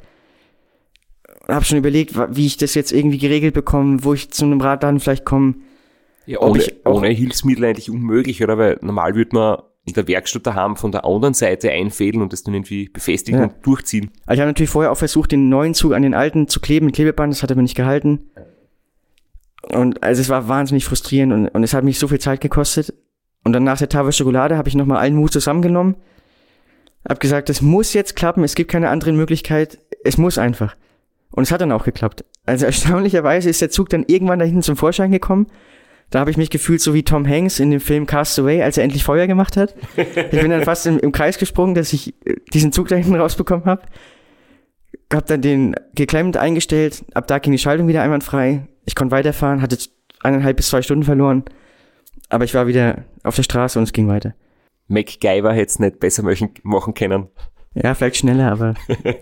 Habe schon überlegt, wie ich das jetzt irgendwie geregelt bekomme, wo ich zu einem Radladen vielleicht komme. Ja, ohne, ohne Hilfsmittel eigentlich unmöglich, oder? Weil normal würde man in der Werkstatt daheim von der anderen Seite einfädeln und das dann irgendwie befestigen ja. und durchziehen. Also ich habe natürlich vorher auch versucht, den neuen Zug an den alten zu kleben mit Klebeband, das hat aber nicht gehalten. Und also es war wahnsinnig frustrierend und, und es hat mich so viel Zeit gekostet. Und dann nach der Tafel Schokolade habe ich nochmal allen Mut zusammengenommen. Hab gesagt, das muss jetzt klappen, es gibt keine andere Möglichkeit, es muss einfach. Und es hat dann auch geklappt. Also erstaunlicherweise ist der Zug dann irgendwann da hinten zum Vorschein gekommen. Da habe ich mich gefühlt so wie Tom Hanks in dem Film Cast Away, als er endlich Feuer gemacht hat. Ich bin dann fast im, im Kreis gesprungen, dass ich diesen Zug da hinten rausbekommen habe. Hab dann den geklemmt, eingestellt, ab da ging die Schaltung wieder einwandfrei. Ich konnte weiterfahren, hatte eineinhalb bis zwei Stunden verloren. Aber ich war wieder auf der Straße und es ging weiter. MacGyver hätte es nicht besser machen können. Ja, vielleicht schneller, aber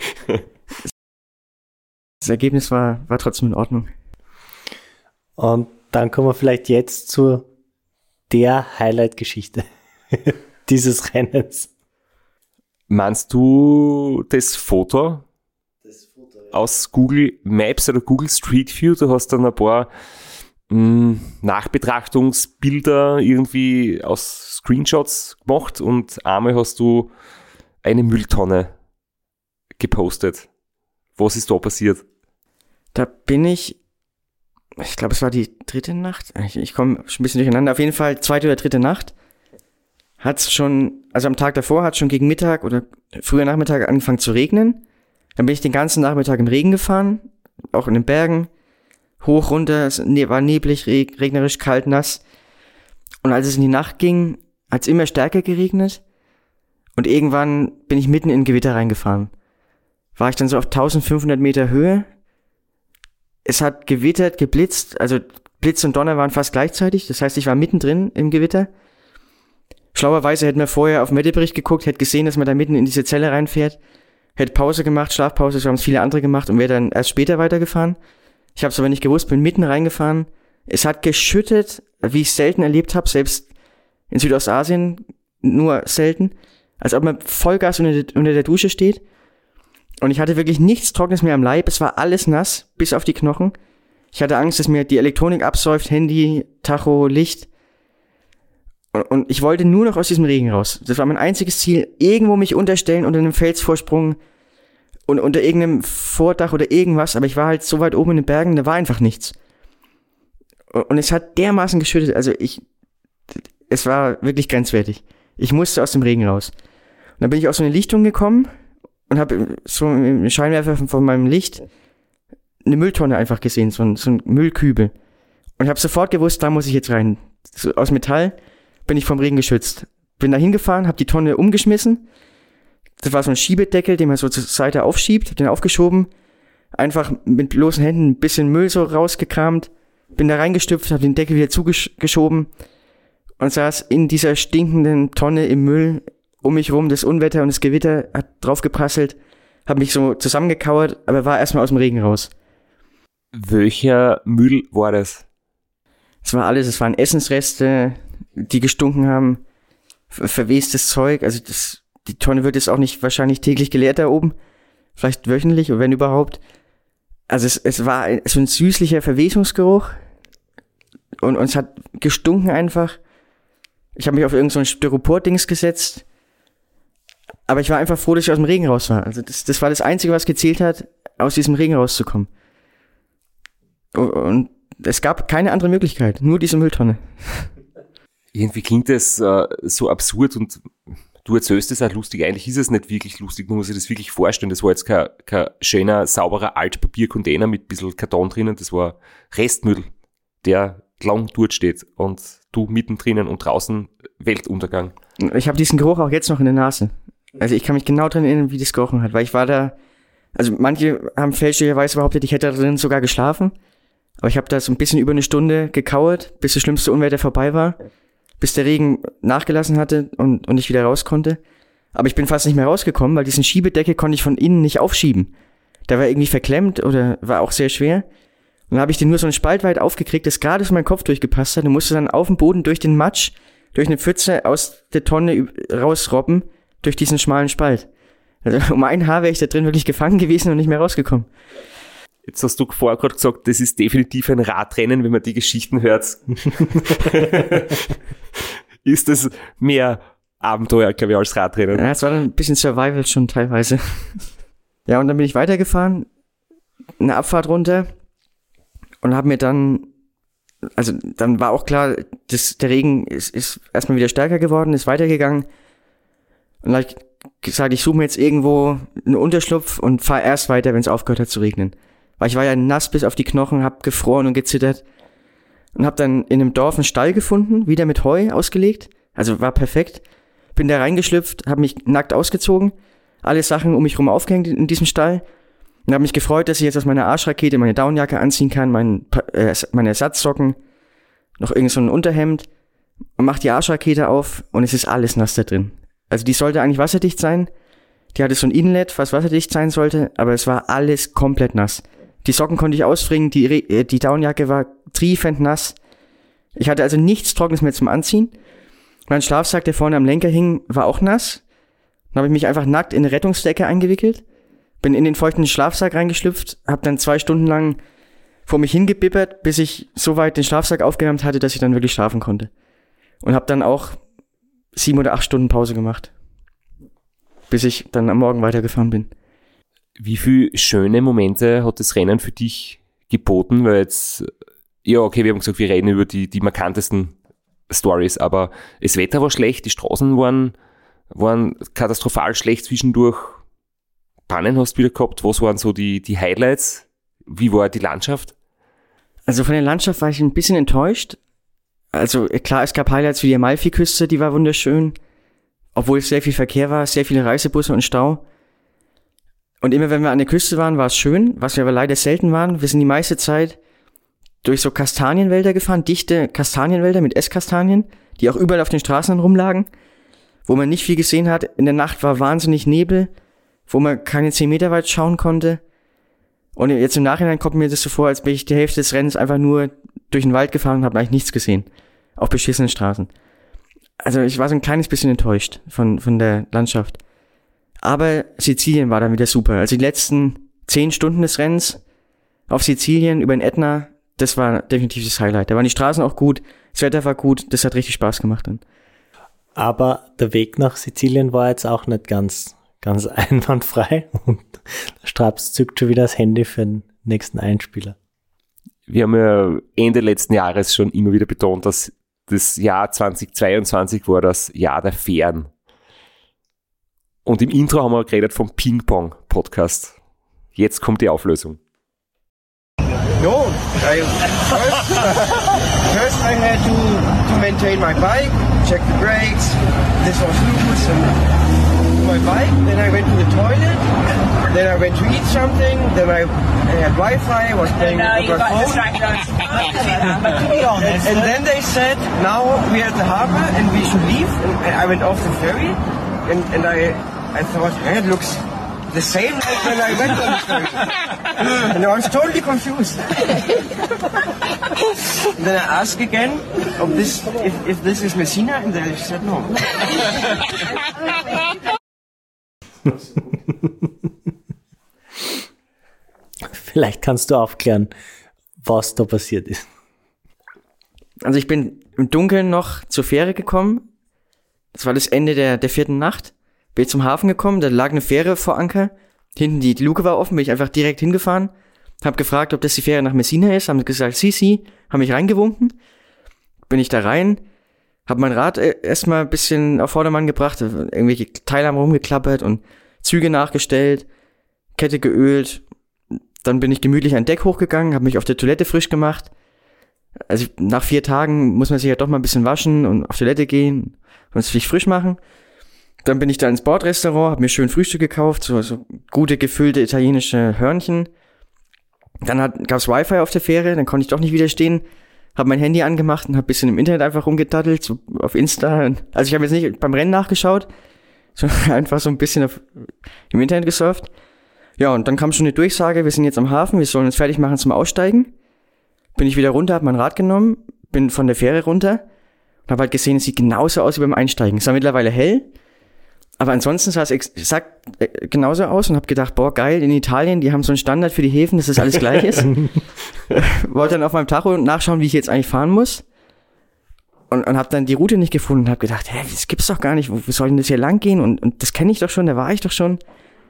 das Ergebnis war, war trotzdem in Ordnung. Und dann kommen wir vielleicht jetzt zu der Highlight-Geschichte dieses Rennens. Meinst du das Foto, das Foto ja. aus Google Maps oder Google Street View? Du hast dann ein paar mh, Nachbetrachtungsbilder irgendwie aus Screenshots gemacht und einmal hast du eine Mülltonne gepostet. Was ist da passiert? Da bin ich, ich glaube, es war die dritte Nacht. Ich, ich komme schon ein bisschen durcheinander. Auf jeden Fall zweite oder dritte Nacht. Hat's schon, also am Tag davor hat schon gegen Mittag oder früher Nachmittag angefangen zu regnen. Dann bin ich den ganzen Nachmittag im Regen gefahren, auch in den Bergen, hoch, runter, es war neblig, regnerisch, kalt, nass. Und als es in die Nacht ging, hat's immer stärker geregnet. Und irgendwann bin ich mitten in ein Gewitter reingefahren. War ich dann so auf eintausendfünfhundert Meter Höhe. Es hat gewittert, geblitzt, also Blitz und Donner waren fast gleichzeitig. Das heißt, ich war mittendrin im Gewitter. Schlauerweise hätten wir vorher auf den Wetterbericht geguckt, hätte gesehen, dass man da mitten in diese Zelle reinfährt, hätte Pause gemacht, Schlafpause, so haben es viele andere gemacht und wäre dann erst später weitergefahren. Ich habe es aber nicht gewusst, bin mitten reingefahren. Es hat geschüttet, wie ich es selten erlebt habe, selbst in Südostasien nur selten, als ob man Vollgas unter der, unter der Dusche steht. Und ich hatte wirklich nichts Trockenes mehr am Leib, es war alles nass, bis auf die Knochen. Ich hatte Angst, dass mir die Elektronik absäuft, Handy, Tacho, Licht. Und ich wollte nur noch aus diesem Regen raus. Das war mein einziges Ziel. Irgendwo mich unterstellen unter einem Felsvorsprung und unter irgendeinem Vordach oder irgendwas. Aber ich war halt so weit oben in den Bergen, da war einfach nichts. Und es hat dermaßen geschüttet. Also ich, es war wirklich grenzwertig. Ich musste aus dem Regen raus. Und dann bin ich auf so eine Lichtung gekommen und habe so im Scheinwerfer von meinem Licht eine Mülltonne einfach gesehen, so ein, so ein Müllkübel. Und ich habe sofort gewusst, da muss ich jetzt rein. So aus Metall. Bin ich vom Regen geschützt. Bin da hingefahren, hab die Tonne umgeschmissen. Das war so ein Schiebedeckel, den man so zur Seite aufschiebt. Hab den aufgeschoben. Einfach mit bloßen Händen ein bisschen Müll so rausgekramt. Bin da reingestüpft, hab den Deckel wieder zugeschoben. Und saß in dieser stinkenden Tonne im Müll. Um mich rum das Unwetter und das Gewitter hat draufgeprasselt. Hab mich so zusammengekauert, aber war erstmal aus dem Regen raus. Welcher Müll war das? Es war alles, es waren Essensreste, die gestunken haben, ver- verwestes Zeug, also das, die Tonne wird jetzt auch nicht wahrscheinlich täglich geleert da oben, vielleicht wöchentlich, oder wenn überhaupt. Also es, es war ein, so ein süßlicher Verwesungsgeruch und, und es hat gestunken einfach. Ich habe mich auf irgend so ein Styropor-Dings gesetzt, aber ich war einfach froh, dass ich aus dem Regen raus war. Also das, das war das Einzige, was gezählt hat, aus diesem Regen rauszukommen. Und, und es gab keine andere Möglichkeit, nur diese Mülltonne. Irgendwie klingt das äh, so absurd und du erzählst es auch lustig. Eigentlich ist es nicht wirklich lustig, man muss sich das wirklich vorstellen. Das war jetzt kein, kein schöner, sauberer Altpapiercontainer mit ein bisschen Karton drinnen. Das war Restmüll, der lang dort steht und du mittendrin und draußen Weltuntergang. Ich habe diesen Geruch auch jetzt noch in der Nase. Also ich kann mich genau daran erinnern, wie das gerochen hat, weil ich war da, also manche haben fälschlicherweise behauptet, ich hätte da drin sogar geschlafen. Aber ich habe da so ein bisschen über eine Stunde gekauert, bis das schlimmste Unwetter vorbei war, bis der Regen nachgelassen hatte und, und ich wieder raus konnte. Aber ich bin fast nicht mehr rausgekommen, weil diesen Schiebedeckel konnte ich von innen nicht aufschieben. Der war irgendwie verklemmt oder war auch sehr schwer. Und dann habe ich den nur so einen Spalt weit aufgekriegt, das gerade so meinen Kopf durchgepasst hat und musste dann auf dem Boden durch den Matsch, durch eine Pfütze aus der Tonne rausrobben, durch diesen schmalen Spalt. Also um ein Haar wäre ich da drin wirklich gefangen gewesen und nicht mehr rausgekommen. Jetzt hast du vorher gerade gesagt, das ist definitiv ein Radrennen, wenn man die Geschichten hört. Ist das mehr Abenteuer, glaube ich, als Radrennen? Ja, es war dann ein bisschen Survival schon teilweise. Ja, und dann bin ich weitergefahren, eine Abfahrt runter und habe mir dann also dann war auch klar, das, der Regen ist, ist erstmal wieder stärker geworden, ist weitergegangen. Und dann habe ich gesagt, ich suche mir jetzt irgendwo einen Unterschlupf und fahre erst weiter, wenn es aufgehört hat zu regnen. Weil ich war ja nass bis auf die Knochen, hab gefroren und gezittert. Und hab dann in einem Dorf einen Stall gefunden, wieder mit Heu ausgelegt. Also war perfekt. Bin da reingeschlüpft, hab mich nackt ausgezogen, alle Sachen um mich rum aufgehängt in diesem Stall. Und habe mich gefreut, dass ich jetzt aus meiner Arschrakete meine Downjacke anziehen kann, mein, äh, meine Ersatzsocken, noch irgend so ein Unterhemd. Und mach die Arschrakete auf und es ist alles nass da drin. Also die sollte eigentlich wasserdicht sein. Die hatte so ein Inlet, was wasserdicht sein sollte, aber es war alles komplett nass. Die Socken konnte ich ausfringen, die, Re- die Downjacke war triefend nass. Ich hatte also nichts Trockenes mehr zum Anziehen. Mein Schlafsack, der vorne am Lenker hing, war auch nass. Dann habe ich mich einfach nackt in eine Rettungsdecke eingewickelt, bin in den feuchten Schlafsack reingeschlüpft, habe dann zwei Stunden lang vor mich hingebibbert, bis ich so weit den Schlafsack aufgewärmt hatte, dass ich dann wirklich schlafen konnte. Und habe dann auch sieben oder acht Stunden Pause gemacht, bis ich dann am Morgen weitergefahren bin. Wie viele schöne Momente hat das Rennen für dich geboten? Weil jetzt, ja okay, wir haben gesagt, wir reden über die, die markantesten Stories, aber das Wetter war schlecht, die Straßen waren, waren katastrophal schlecht zwischendurch. Pannen hast du wieder gehabt. Was waren so die, die Highlights? Wie war die Landschaft? Also von der Landschaft war ich ein bisschen enttäuscht. Also klar, es gab Highlights wie die Amalfiküste, die war wunderschön. Obwohl es sehr viel Verkehr war, sehr viele Reisebusse und Stau. Und immer wenn wir an der Küste waren, war es schön. Was wir aber leider selten waren, wir sind die meiste Zeit durch so Kastanienwälder gefahren, dichte Kastanienwälder mit Esskastanien, die auch überall auf den Straßen rumlagen, wo man nicht viel gesehen hat. In der Nacht war wahnsinnig Nebel, wo man keine zehn Meter weit schauen konnte. Und jetzt im Nachhinein kommt mir das so vor, als bin ich die Hälfte des Rennens einfach nur durch den Wald gefahren und habe eigentlich nichts gesehen. Auf beschissenen Straßen. Also ich war so ein kleines bisschen enttäuscht von, von der Landschaft. Aber Sizilien war dann wieder super. Also die letzten zehn Stunden des Rennens auf Sizilien über den Ätna, das war definitiv das Highlight. Da waren die Straßen auch gut, das Wetter war gut, das hat richtig Spaß gemacht dann. Aber der Weg nach Sizilien war jetzt auch nicht ganz, ganz einwandfrei und der Straps zückt schon wieder das Handy für den nächsten Einspieler. Wir haben ja Ende letzten Jahres schon immer wieder betont, dass das Jahr zweitausendzweiundzwanzig war das Jahr der Fähren. Und im Intro haben wir geredet vom Ping-Pong-Podcast. Jetzt kommt die Auflösung. No, I, first, first I had to, to maintain my bike, check the brakes, this was loose, and my bike, then I went to the toilet, then I went to eat something, then I, I had Wi-Fi, was playing no, with my phone. But to be honest, and, and then they said, now we're at the harbor and we should leave, and I went off the ferry, and, and I, I thought, hey, it looks the same like when I went on the ferry. And I was totally confused. And then I asked again of this, if, if this is Messina, and they said no. Vielleicht kannst du aufklären, was da passiert ist. Also ich bin im Dunkeln noch zur Fähre gekommen. Das war das Ende der, der vierten Nacht. Bin ich zum Hafen gekommen, da lag eine Fähre vor Anker. Hinten die, die Luke war offen, bin ich einfach direkt hingefahren. Hab gefragt, ob das die Fähre nach Messina ist. Haben gesagt, si, si. Haben mich reingewunken. Bin ich da rein. Hab mein Rad erstmal ein bisschen auf Vordermann gebracht. Irgendwelche Teile haben rumgeklappert und Züge nachgestellt. Kette geölt. Dann bin ich gemütlich an Deck hochgegangen, habe mich auf der Toilette frisch gemacht. Also nach vier Tagen muss man sich ja doch mal ein bisschen waschen und auf Toilette gehen und sich frisch machen. Dann bin ich da ins Bordrestaurant, habe mir schön Frühstück gekauft, so, so gute gefüllte italienische Hörnchen. Dann hat, gab's Wi-Fi auf der Fähre, dann konnte ich doch nicht widerstehen. Habe mein Handy angemacht und habe ein bisschen im Internet einfach rumgedaddelt, so auf Insta. Also ich habe jetzt nicht beim Rennen nachgeschaut, sondern einfach so ein bisschen auf, im Internet gesurft. Ja, und dann kam schon eine Durchsage, wir sind jetzt am Hafen, wir sollen uns fertig machen zum Aussteigen. Bin ich wieder runter, habe mein Rad genommen, bin von der Fähre runter und habe halt gesehen, es sieht genauso aus wie beim Einsteigen. Es war mittlerweile hell, aber ansonsten sah es exakt genauso aus und habe gedacht, boah, geil, in Italien, die haben so einen Standard für die Häfen, dass das alles gleich ist. Wollte dann auf meinem Tacho nachschauen, wie ich jetzt eigentlich fahren muss und, und habe dann die Route nicht gefunden und habe gedacht, hä, das gibt's doch gar nicht, wo, wo soll denn das hier lang gehen? Und, und das kenne ich doch schon, da war ich doch schon.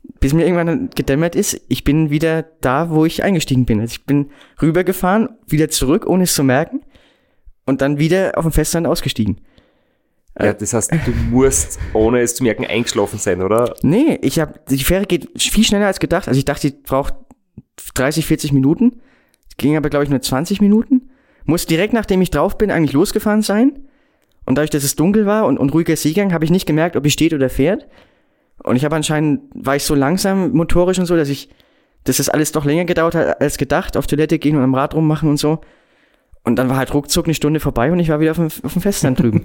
bis mir irgendwann gedämmert ist, ich bin wieder da, wo ich eingestiegen bin. Also ich bin rübergefahren, wieder zurück, ohne es zu merken, und dann wieder auf dem Festland ausgestiegen. Ja, das heißt, du musst, ohne es zu merken, eingeschlafen sein, oder? Nee, ich hab, die Fähre geht viel schneller als gedacht. Also ich dachte, die braucht dreißig, vierzig Minuten. Es ging aber, glaube ich, nur zwanzig Minuten. Muss direkt, nachdem ich drauf bin, eigentlich losgefahren sein. Und dadurch, dass es dunkel war und, und ruhiger Seegang, habe ich nicht gemerkt, ob die steht oder fährt. Und ich habe anscheinend, war ich so langsam motorisch und so, dass ich, dass das alles doch länger gedauert hat als gedacht. Auf Toilette gehen und am Rad rummachen und so. Und dann war halt ruckzuck eine Stunde vorbei und ich war wieder auf dem, auf dem Festland drüben.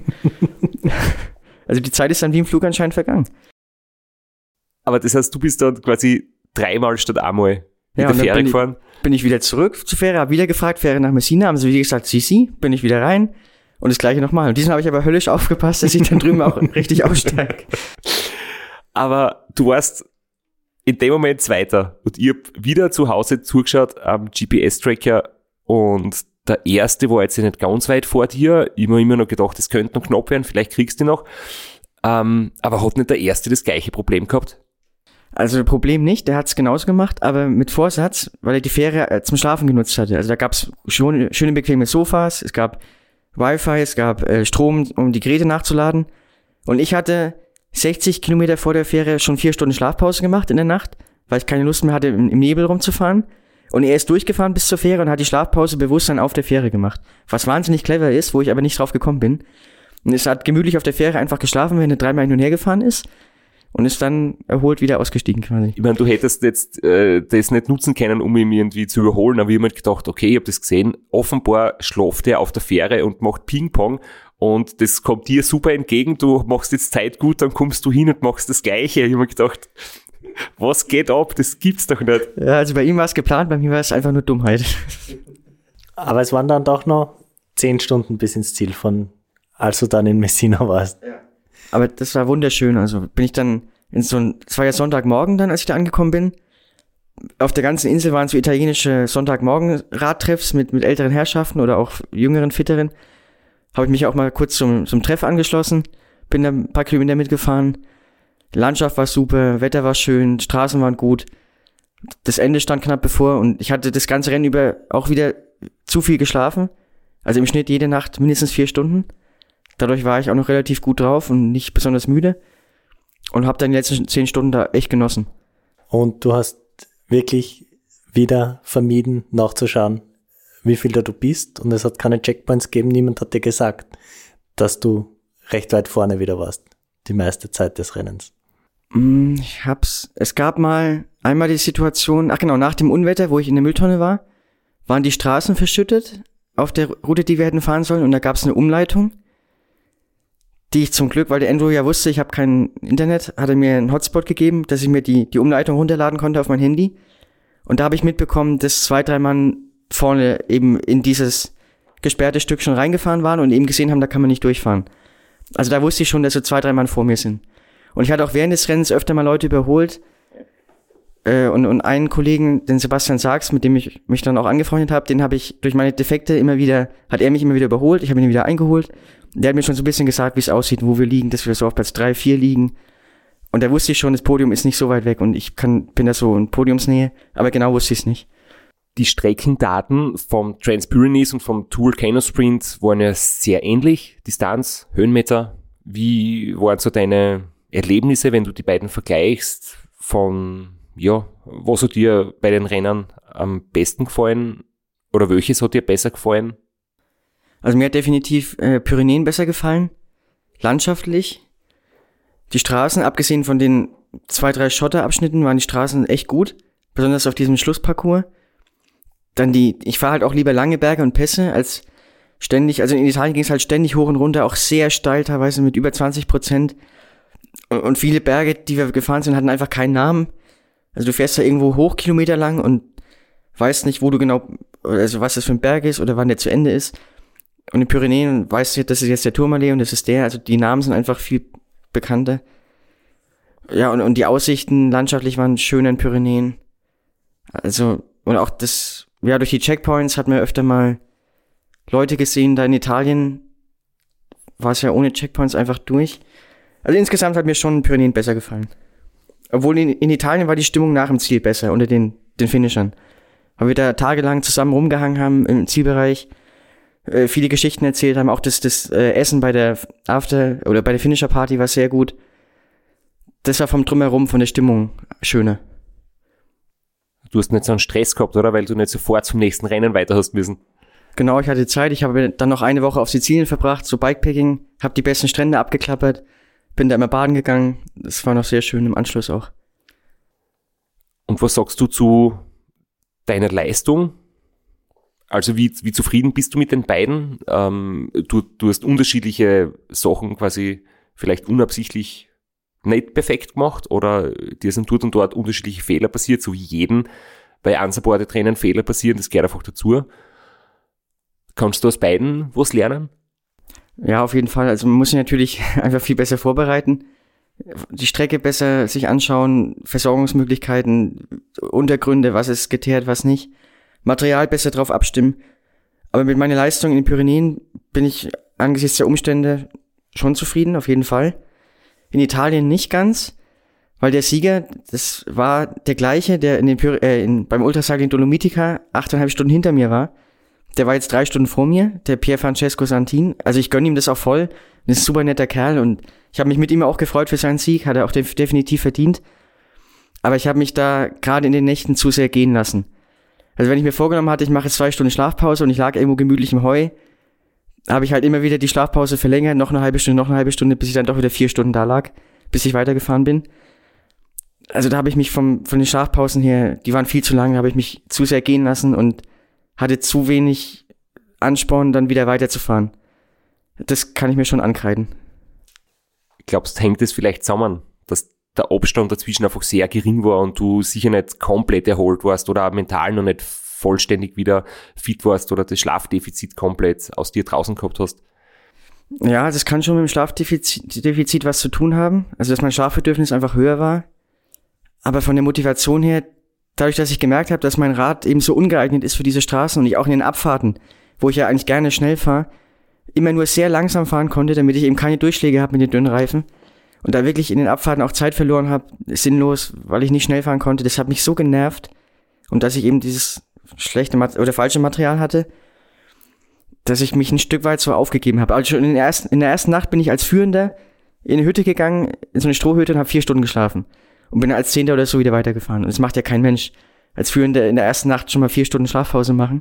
Also die Zeit ist dann wie im Flug anscheinend vergangen. Aber das heißt, du bist dann quasi dreimal statt einmal mit ja, der Fähre bin gefahren? Ich, bin ich wieder zurück zur Fähre, habe wieder gefragt, Fähre nach Messina, haben sie wieder gesagt, Sisi, bin ich wieder rein und das gleiche nochmal. Und diesmal habe ich aber höllisch aufgepasst, dass ich dann drüben auch richtig aussteige. Aber du warst in dem Moment Zweiter und ich habe wieder zu Hause zugeschaut am G P S-Tracker und der erste war jetzt nicht ganz weit vor dir. Ich habe immer noch gedacht, das könnte noch knapp werden, vielleicht kriegst du ihn noch. Ähm, aber hat nicht der erste das gleiche Problem gehabt? Also Problem nicht, der hat es genauso gemacht, aber mit Vorsatz, weil er die Fähre äh, zum Schlafen genutzt hatte. Also da gab es schon schöne bequeme Sofas, es gab Wi-Fi, es gab äh, Strom, um die Geräte nachzuladen. Und ich hatte sechzig Kilometer vor der Fähre schon vier Stunden Schlafpause gemacht in der Nacht, weil ich keine Lust mehr hatte, im, im Nebel rumzufahren. Und er ist durchgefahren bis zur Fähre und hat die Schlafpause bewusst dann auf der Fähre gemacht. Was wahnsinnig clever ist, wo ich aber nicht drauf gekommen bin. Und es hat gemütlich auf der Fähre einfach geschlafen, wenn er dreimal hin und her gefahren ist. Und ist dann erholt wieder ausgestiegen quasi. Ich meine, du hättest jetzt äh, das nicht nutzen können, um ihn irgendwie zu überholen, aber ich habe mir gedacht, okay, ich habe das gesehen, offenbar schlaft er auf der Fähre und macht Ping-Pong und das kommt dir super entgegen, du machst jetzt Zeit gut, dann kommst du hin und machst das Gleiche. Ich habe mir gedacht, was geht ab? Das gibt's doch nicht. Ja, also bei ihm war es geplant, bei mir war es einfach nur Dummheit. Aber es waren dann doch noch zehn Stunden bis ins Ziel, von als du dann in Messina warst. Ja. Aber das war wunderschön. Also bin ich dann in so ein, es war ja Sonntagmorgen dann, als ich da angekommen bin. Auf der ganzen Insel waren so italienische Sonntagmorgen-Radtreffs mit, mit älteren Herrschaften oder auch jüngeren, fitteren. Habe ich mich auch mal kurz zum, zum Treff angeschlossen, bin da ein paar Kilometer mitgefahren. Landschaft war super, Wetter war schön, Straßen waren gut. Das Ende stand knapp bevor und ich hatte das ganze Rennen über auch wieder zu viel geschlafen. Also im Schnitt jede Nacht mindestens vier Stunden. Dadurch war ich auch noch relativ gut drauf und nicht besonders müde. Und habe dann die letzten zehn Stunden da echt genossen. Und du hast wirklich wieder vermieden, nachzuschauen, wie viel da du bist. Und es hat keine Checkpoints gegeben. Niemand hat dir gesagt, dass du recht weit vorne wieder warst. Die meiste Zeit des Rennens. Ich hab's, es gab mal einmal die Situation, ach genau, nach dem Unwetter, wo ich in der Mülltonne war, waren die Straßen verschüttet auf der Route, die wir hätten fahren sollen. Und da gab's eine Umleitung, die ich zum Glück, weil der Andrew ja wusste, ich habe kein Internet, hat er mir einen Hotspot gegeben, dass ich mir die, die Umleitung runterladen konnte auf mein Handy. Und da habe ich mitbekommen, dass zwei, drei Mann vorne eben in dieses gesperrte Stück schon reingefahren waren und eben gesehen haben, da kann man nicht durchfahren. Also da wusste ich schon, dass so zwei, drei Mann vor mir sind. Und ich hatte auch während des Rennens öfter mal Leute überholt. Äh, und, und einen Kollegen, den Sebastian Sachs, mit dem ich mich dann auch angefreundet habe, den habe ich durch meine Defekte immer wieder, hat er mich immer wieder überholt, ich habe ihn wieder eingeholt. Der hat mir schon so ein bisschen gesagt, wie es aussieht, wo wir liegen, dass wir so auf Platz drei, vier liegen. Und da wusste ich schon, das Podium ist nicht so weit weg und ich kann, bin da so in Podiumsnähe, aber genau wusste ich es nicht. Die Streckendaten vom Trans-Pyrenees und vom Tour Volcano Sprint waren ja sehr ähnlich. Distanz, Höhenmeter. Wie waren so deine Erlebnisse, wenn du die beiden vergleichst, von, ja, was hat dir bei den Rennen am besten gefallen oder welches hat dir besser gefallen? Also mir hat definitiv äh, Pyrenäen besser gefallen, landschaftlich. Die Straßen, abgesehen von den zwei, drei Schotterabschnitten, waren die Straßen echt gut, besonders auf diesem Schlussparcours. Dann die, ich fahre halt auch lieber lange Berge und Pässe als ständig, also in Italien ging es halt ständig hoch und runter, auch sehr steil, teilweise mit über zwanzig Prozent. Und, und viele Berge, die wir gefahren sind, hatten einfach keinen Namen. Also du fährst da irgendwo hoch, Kilometer lang und weißt nicht, wo du genau, also was das für ein Berg ist oder wann der zu Ende ist. Und in Pyrenäen weißt du, das ist jetzt der Tourmalet und das ist der, also die Namen sind einfach viel bekannter. Ja, und, und die Aussichten landschaftlich waren schöner in Pyrenäen. Also, und auch das, ja, durch die Checkpoints hat man öfter mal Leute gesehen, da in Italien war es ja ohne Checkpoints einfach durch. Also insgesamt hat mir schon Pyrenäen besser gefallen. Obwohl in, in Italien war die Stimmung nach dem Ziel besser, unter den, den Finishern. Weil wir da tagelang zusammen rumgehangen haben im Zielbereich, äh, viele Geschichten erzählt haben, auch das, das äh, Essen bei der After- oder bei der Finisher-Party war sehr gut. Das war vom Drumherum, von der Stimmung schöner. Du hast nicht so einen Stress gehabt, oder? Weil du nicht sofort zum nächsten Rennen weiter hast müssen. Genau, ich hatte Zeit. Ich habe dann noch eine Woche auf Sizilien verbracht, so Bikepacking, habe die besten Strände abgeklappert, bin da immer baden gegangen. Das war noch sehr schön im Anschluss auch. Und was sagst du zu deiner Leistung? Also wie, wie zufrieden bist du mit den beiden? Ähm, du, du hast unterschiedliche Sachen quasi vielleicht unabsichtlich nicht perfekt gemacht oder dir sind dort und dort unterschiedliche Fehler passiert, so wie jeden bei unsupported Rennen Fehler passieren, das gehört einfach dazu. Kannst du aus beiden was lernen? Ja, auf jeden Fall. Also man muss sich natürlich einfach viel besser vorbereiten, die Strecke besser sich anschauen, Versorgungsmöglichkeiten, Untergründe, was ist geteert, was nicht, Material besser drauf abstimmen. Aber mit meiner Leistung in den Pyrenäen bin ich angesichts der Umstände schon zufrieden, auf jeden Fall. In Italien nicht ganz, weil der Sieger, das war der gleiche, der in den Py- äh, in, beim Ultracycling Dolomitica achteinhalb Stunden hinter mir war. Der war jetzt drei Stunden vor mir, der Pier Francesco Santin. Also ich gönne ihm das auch voll. Das ist ein super netter Kerl und ich habe mich mit ihm auch gefreut für seinen Sieg, hat er auch def- definitiv verdient. Aber ich habe mich da gerade in den Nächten zu sehr gehen lassen. Also wenn ich mir vorgenommen hatte, ich mache jetzt zwei Stunden Schlafpause und ich lag irgendwo gemütlich im Heu, habe ich halt immer wieder die Schlafpause verlängert, noch eine halbe Stunde, noch eine halbe Stunde, bis ich dann doch wieder vier Stunden da lag, bis ich weitergefahren bin. Also da habe ich mich vom, von den Schlafpausen her, die waren viel zu lang, da habe ich mich zu sehr gehen lassen und hatte zu wenig Ansporn, dann wieder weiterzufahren. Das kann ich mir schon ankreiden. Glaubst, hängt es vielleicht zusammen, dass der Abstand dazwischen einfach sehr gering war und du sicher nicht komplett erholt warst oder auch mental noch nicht vollständig wieder fit warst oder das Schlafdefizit komplett aus dir draußen gehabt hast? Ja, das kann schon mit dem Schlafdefizit Defizit was zu tun haben. Also, dass mein Schlafbedürfnis einfach höher war. Aber von der Motivation her, dadurch, dass ich gemerkt habe, dass mein Rad eben so ungeeignet ist für diese Straßen und ich auch in den Abfahrten, wo ich ja eigentlich gerne schnell fahre, immer nur sehr langsam fahren konnte, damit ich eben keine Durchschläge habe mit den dünnen Reifen und da wirklich in den Abfahrten auch Zeit verloren habe, sinnlos, weil ich nicht schnell fahren konnte. Das hat mich so genervt und dass ich eben dieses schlechte Mat- oder falsche Material hatte, dass ich mich ein Stück weit so aufgegeben habe. Also schon in der ersten, in der ersten Nacht bin ich als Führender in eine Hütte gegangen, in so eine Strohhütte und habe vier Stunden geschlafen. Und bin als Zehnter oder so wieder weitergefahren. Und das macht ja kein Mensch. Als Führender in der ersten Nacht schon mal vier Stunden Schlafpause machen.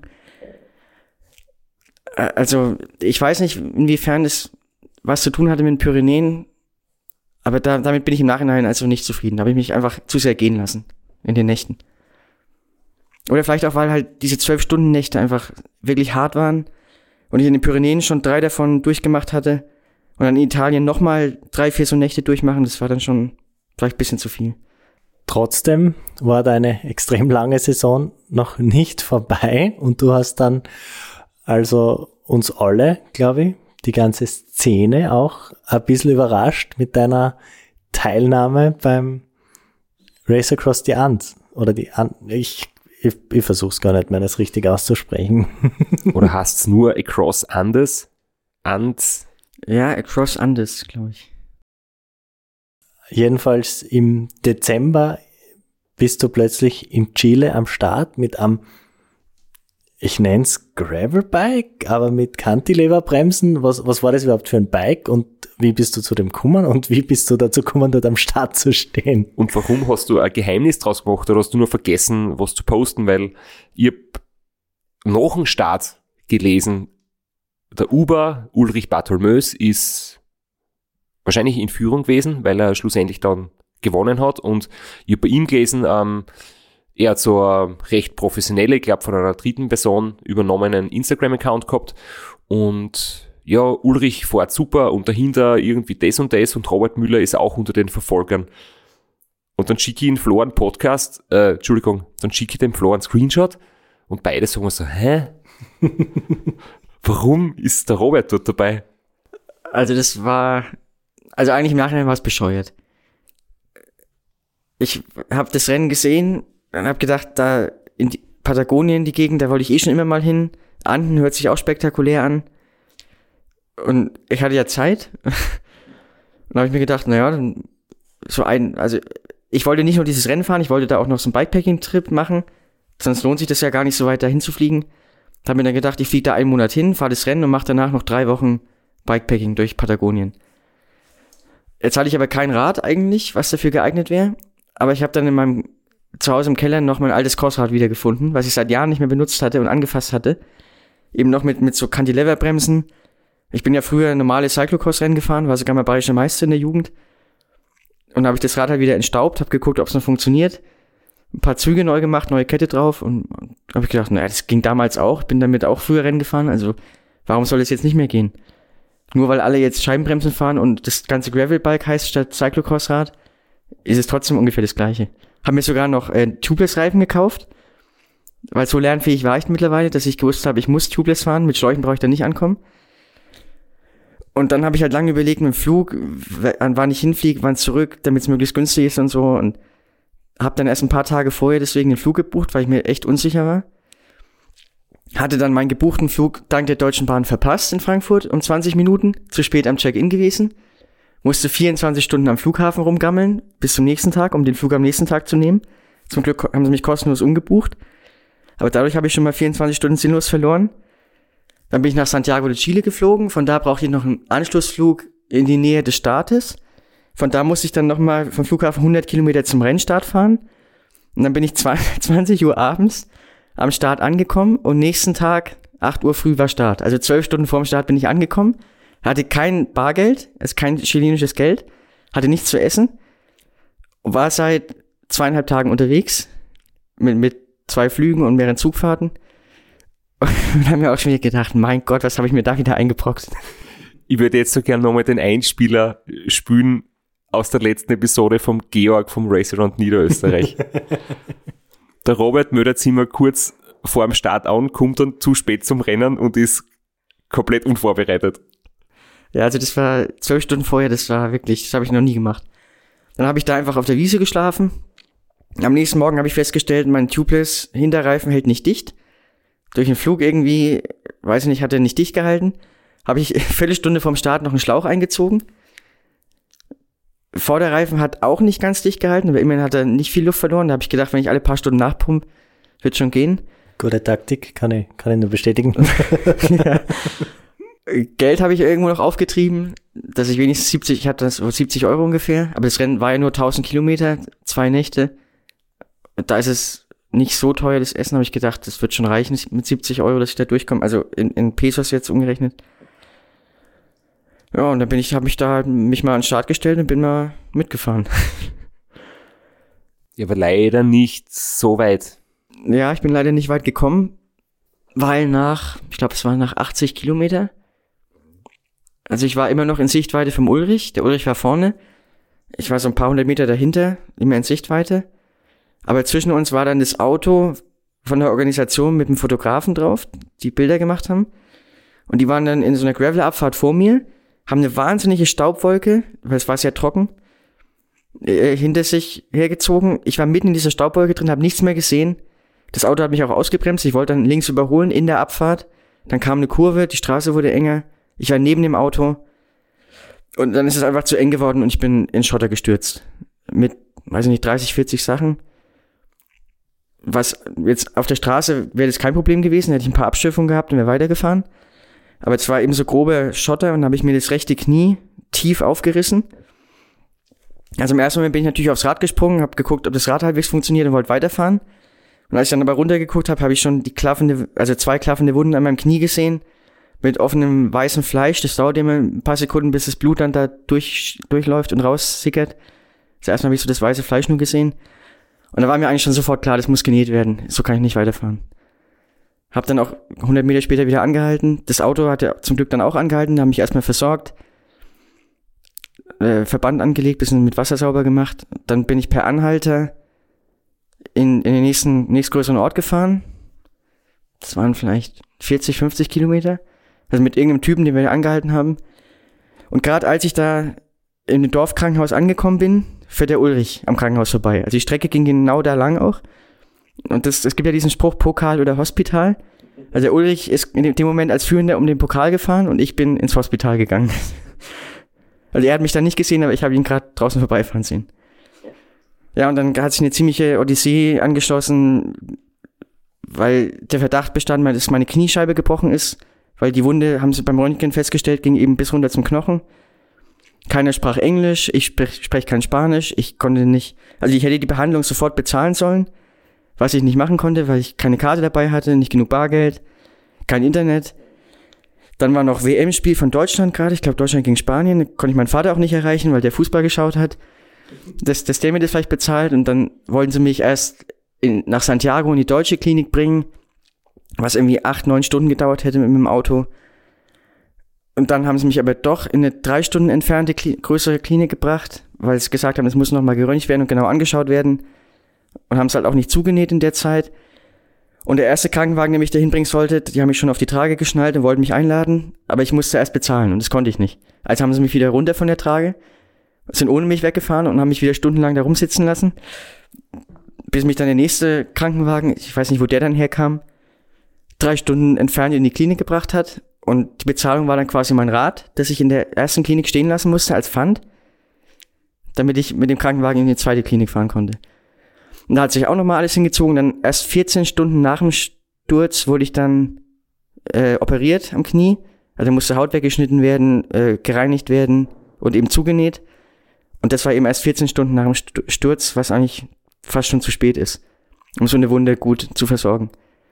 Also, ich weiß nicht, inwiefern es was zu tun hatte mit den Pyrenäen. Aber da, damit bin ich im Nachhinein also nicht zufrieden. Da habe ich mich einfach zu sehr gehen lassen. In den Nächten. Oder vielleicht auch, weil halt diese zwölf Stunden Nächte einfach wirklich hart waren. Und ich in den Pyrenäen schon drei davon durchgemacht hatte. Und dann in Italien nochmal drei, vier so Nächte durchmachen. Das war dann schon vielleicht ein bisschen zu viel. Trotzdem war deine extrem lange Saison noch nicht vorbei und du hast dann also uns alle, glaube ich, die ganze Szene auch ein bisschen überrascht mit deiner Teilnahme beim Race Across the Andes. Oder die An- ich, ich, ich versuche es gar nicht mehr, das richtig auszusprechen. Oder heißt es nur Across Andes? Andes? Ja, Across Andes, glaube ich. Jedenfalls im Dezember bist du plötzlich in Chile am Start mit einem, ich nenne es Gravelbike, aber mit Cantileverbremsen. Was, was war das überhaupt für ein Bike und wie bist du zu dem gekommen und wie bist du dazu gekommen, dort am Start zu stehen? Und warum hast du ein Geheimnis draus gemacht oder hast du nur vergessen, was zu posten? Weil ich hab nach dem Start gelesen, der Uber Ulrich Bartholmös ist wahrscheinlich in Führung gewesen, weil er schlussendlich dann gewonnen hat. Und ich habe bei ihm gelesen, ähm, er hat so eine recht professionelle, ich glaube von einer dritten Person übernommenen Instagram-Account gehabt. Und ja, Ulrich fährt super und dahinter irgendwie das und das und Robert Müller ist auch unter den Verfolgern. Und dann schicke ich ihn Flo einen Podcast, äh, Entschuldigung, dann schicke ich dem Flo einen Screenshot und beide sagen so, hä? Warum ist der Robert dort dabei? Also das war... Also eigentlich im Nachhinein war es bescheuert. Ich habe das Rennen gesehen und habe gedacht, da in die Patagonien, die Gegend, da wollte ich eh schon immer mal hin. Anden hört sich auch spektakulär an. Und ich hatte ja Zeit. Und habe ich mir gedacht, naja, dann so ein, also ich wollte nicht nur dieses Rennen fahren, ich wollte da auch noch so einen Bikepacking-Trip machen, sonst lohnt sich das ja gar nicht so weit dahin zu fliegen. Habe mir dann gedacht, ich fliege da einen Monat hin, fahre das Rennen und mache danach noch drei Wochen Bikepacking durch Patagonien. Jetzt hatte ich aber kein Rad eigentlich, was dafür geeignet wäre, aber ich habe dann in meinem Zuhause im Keller noch mein altes Crossrad wiedergefunden, was ich seit Jahren nicht mehr benutzt hatte und angefasst hatte. Eben noch mit, mit so Cantilever-Bremsen. Ich bin ja früher normale Cyclocross-Rennen gefahren, war sogar mal bayerischer Meister in der Jugend. Und da habe ich das Rad halt wieder entstaubt, habe geguckt, ob es noch funktioniert. Ein paar Züge neu gemacht, neue Kette drauf und, und habe ich gedacht, naja, das ging damals auch, bin damit auch früher Rennen gefahren, also warum soll es jetzt nicht mehr gehen? Nur weil alle jetzt Scheibenbremsen fahren und das ganze Gravelbike heißt statt Cyclocross-Rad, ist es trotzdem ungefähr das Gleiche. Hab mir sogar noch äh, Tubeless-Reifen gekauft, weil so lernfähig war ich mittlerweile, dass ich gewusst habe, ich muss Tubeless fahren, mit Schläuchen brauche ich da nicht ankommen. Und dann habe ich halt lange überlegt mit dem Flug, an wann ich hinfliege, wann zurück, damit es möglichst günstig ist und so. Und habe dann erst ein paar Tage vorher deswegen den Flug gebucht, weil ich mir echt unsicher war. Hatte dann meinen gebuchten Flug dank der Deutschen Bahn verpasst in Frankfurt um zwanzig Minuten, zu spät am Check-in gewesen. Musste vierundzwanzig Stunden am Flughafen rumgammeln, bis zum nächsten Tag, um den Flug am nächsten Tag zu nehmen. Zum Glück haben sie mich kostenlos umgebucht. Aber dadurch habe ich schon mal vierundzwanzig Stunden sinnlos verloren. Dann bin ich nach Santiago de Chile geflogen. Von da brauchte ich noch einen Anschlussflug in die Nähe des Startes. Von da musste ich dann nochmal vom Flughafen hundert Kilometer zum Rennstart fahren. Und dann bin ich zwanzig Uhr abends am Start angekommen und nächsten Tag acht Uhr früh war Start. Also zwölf Stunden vorm Start bin ich angekommen, hatte kein Bargeld, also kein chilenisches Geld, hatte nichts zu essen, war seit zweieinhalb Tagen unterwegs mit, mit zwei Flügen und mehreren Zugfahrten. Und haben mir auch schon wieder gedacht, mein Gott, was habe ich mir da wieder eingebrockt. Ich würde jetzt so gerne nochmal den Einspieler spielen aus der letzten Episode vom Georg vom Race Around Niederösterreich. Der Robert meldet sich immer kurz vor dem Start an, kommt dann zu spät zum Rennen und ist komplett unvorbereitet. Ja, also das war zwölf Stunden vorher, das war wirklich, das habe ich noch nie gemacht. Dann habe ich da einfach auf der Wiese geschlafen. Am nächsten Morgen habe ich festgestellt, mein Tubeless Hinterreifen hält nicht dicht. Durch den Flug irgendwie, weiß ich nicht, hat er nicht dicht gehalten. Habe ich eine Viertelstunde vorm Start noch einen Schlauch eingezogen. Vorderreifen hat auch nicht ganz dicht gehalten, aber immerhin hat er nicht viel Luft verloren. Da habe ich gedacht, wenn ich alle paar Stunden nachpumpe, wird schon gehen. Gute Taktik, kann ich, kann ich nur bestätigen. Ja. Geld habe ich irgendwo noch aufgetrieben, dass ich wenigstens siebzig, ich hatte das siebzig Euro ungefähr, aber das Rennen war ja nur tausend Kilometer, zwei Nächte. Da ist es nicht so teuer, das Essen, habe ich gedacht, das wird schon reichen mit siebzig Euro, dass ich da durchkomme, also in, in Pesos jetzt umgerechnet. Ja, und dann bin ich, habe mich da mich mal an den Start gestellt und bin mal mitgefahren. Ja, aber leider nicht so weit. Ja, ich bin leider nicht weit gekommen, weil nach, ich glaube, es waren nach achtzig Kilometer. Also ich war immer noch in Sichtweite vom Ulrich. Der Ulrich war vorne. Ich war so ein paar hundert Meter dahinter, immer in Sichtweite. Aber zwischen uns war dann das Auto von der Organisation mit dem Fotografen drauf, die Bilder gemacht haben. Und die waren dann in so einer Gravel-Abfahrt vor mir, haben eine wahnsinnige Staubwolke, weil es war sehr trocken, äh, hinter sich hergezogen. Ich war mitten in dieser Staubwolke drin, habe nichts mehr gesehen. Das Auto hat mich auch ausgebremst. Ich wollte dann links überholen in der Abfahrt. Dann kam eine Kurve, die Straße wurde enger. Ich war neben dem Auto. Und dann ist es einfach zu eng geworden und ich bin in Schotter gestürzt. Mit, weiß ich nicht, dreißig, vierzig Sachen. Was jetzt auf der Straße wäre das kein Problem gewesen. Hätte ich ein paar Abschürfungen gehabt und wäre weitergefahren. Aber es war eben so grober Schotter und dann habe ich mir das rechte Knie tief aufgerissen. Also im ersten Moment bin ich natürlich aufs Rad gesprungen, habe geguckt, ob das Rad halbwegs funktioniert und wollte weiterfahren. Und als ich dann aber runtergeguckt habe, habe ich schon die klaffende, also zwei klaffende Wunden an meinem Knie gesehen, mit offenem weißem Fleisch. Das dauert immer ein paar Sekunden, bis das Blut dann da durch, durchläuft und raussickert. Also erstmal habe ich so das weiße Fleisch nur gesehen. Und da war mir eigentlich schon sofort klar, das muss genäht werden. So kann ich nicht weiterfahren. Hab dann auch hundert Meter später wieder angehalten. Das Auto hatte zum Glück dann auch angehalten, haben mich erstmal versorgt, äh, Verband angelegt, bisschen mit Wasser sauber gemacht. Dann bin ich per Anhalter in, in den nächsten, nächstgrößeren Ort gefahren. Das waren vielleicht vierzig, fünfzig Kilometer. Also mit irgendeinem Typen, den wir angehalten haben. Und gerade als ich da in dem Dorfkrankenhaus angekommen bin, fährt der Ulrich am Krankenhaus vorbei. Also die Strecke ging genau da lang auch. Und das, es gibt ja diesen Spruch, Pokal oder Hospital. Also der Ulrich ist in dem Moment als Führender um den Pokal gefahren und ich bin ins Hospital gegangen. Also er hat mich dann nicht gesehen, aber ich habe ihn gerade draußen vorbeifahren sehen. Ja, und dann hat sich eine ziemliche Odyssee angeschlossen, weil der Verdacht bestand, dass meine Kniescheibe gebrochen ist, weil die Wunde, haben sie beim Röntgen festgestellt, ging eben bis runter zum Knochen. Keiner sprach Englisch, ich spreche sprech kein Spanisch, ich konnte nicht, also ich hätte die Behandlung sofort bezahlen sollen, was ich nicht machen konnte, weil ich keine Karte dabei hatte, nicht genug Bargeld, kein Internet. Dann war noch W M-Spiel von Deutschland gerade, ich glaube Deutschland gegen Spanien, da konnte ich meinen Vater auch nicht erreichen, weil der Fußball geschaut hat, dass, dass der mir das vielleicht bezahlt, und dann wollten sie mich erst in, nach Santiago in die deutsche Klinik bringen, was irgendwie acht, neun Stunden gedauert hätte mit dem Auto. Und dann haben sie mich aber doch in eine drei Stunden entfernte Kli- größere Klinik gebracht, weil sie gesagt haben, es muss nochmal geröntgt werden und genau angeschaut werden, und haben es halt auch nicht zugenäht in der Zeit. Und der erste Krankenwagen, der mich dahin bringen sollte, die haben mich schon auf die Trage geschnallt und wollten mich einladen, aber ich musste erst bezahlen und das konnte ich nicht. Also haben sie mich wieder runter von der Trage, sind ohne mich weggefahren und haben mich wieder stundenlang da rumsitzen lassen, bis mich dann der nächste Krankenwagen, ich weiß nicht, wo der dann herkam, drei Stunden entfernt in die Klinik gebracht hat, und die Bezahlung war dann quasi mein Rad, das ich in der ersten Klinik stehen lassen musste als Pfand, damit ich mit dem Krankenwagen in die zweite Klinik fahren konnte. Und da hat sich auch nochmal alles hingezogen. Dann erst vierzehn Stunden nach dem Sturz wurde ich dann äh, operiert am Knie. Also musste Haut weggeschnitten werden, äh, gereinigt werden und eben zugenäht. Und das war eben erst vierzehn Stunden nach dem Sturz, was eigentlich fast schon zu spät ist, um so eine Wunde gut zu versorgen.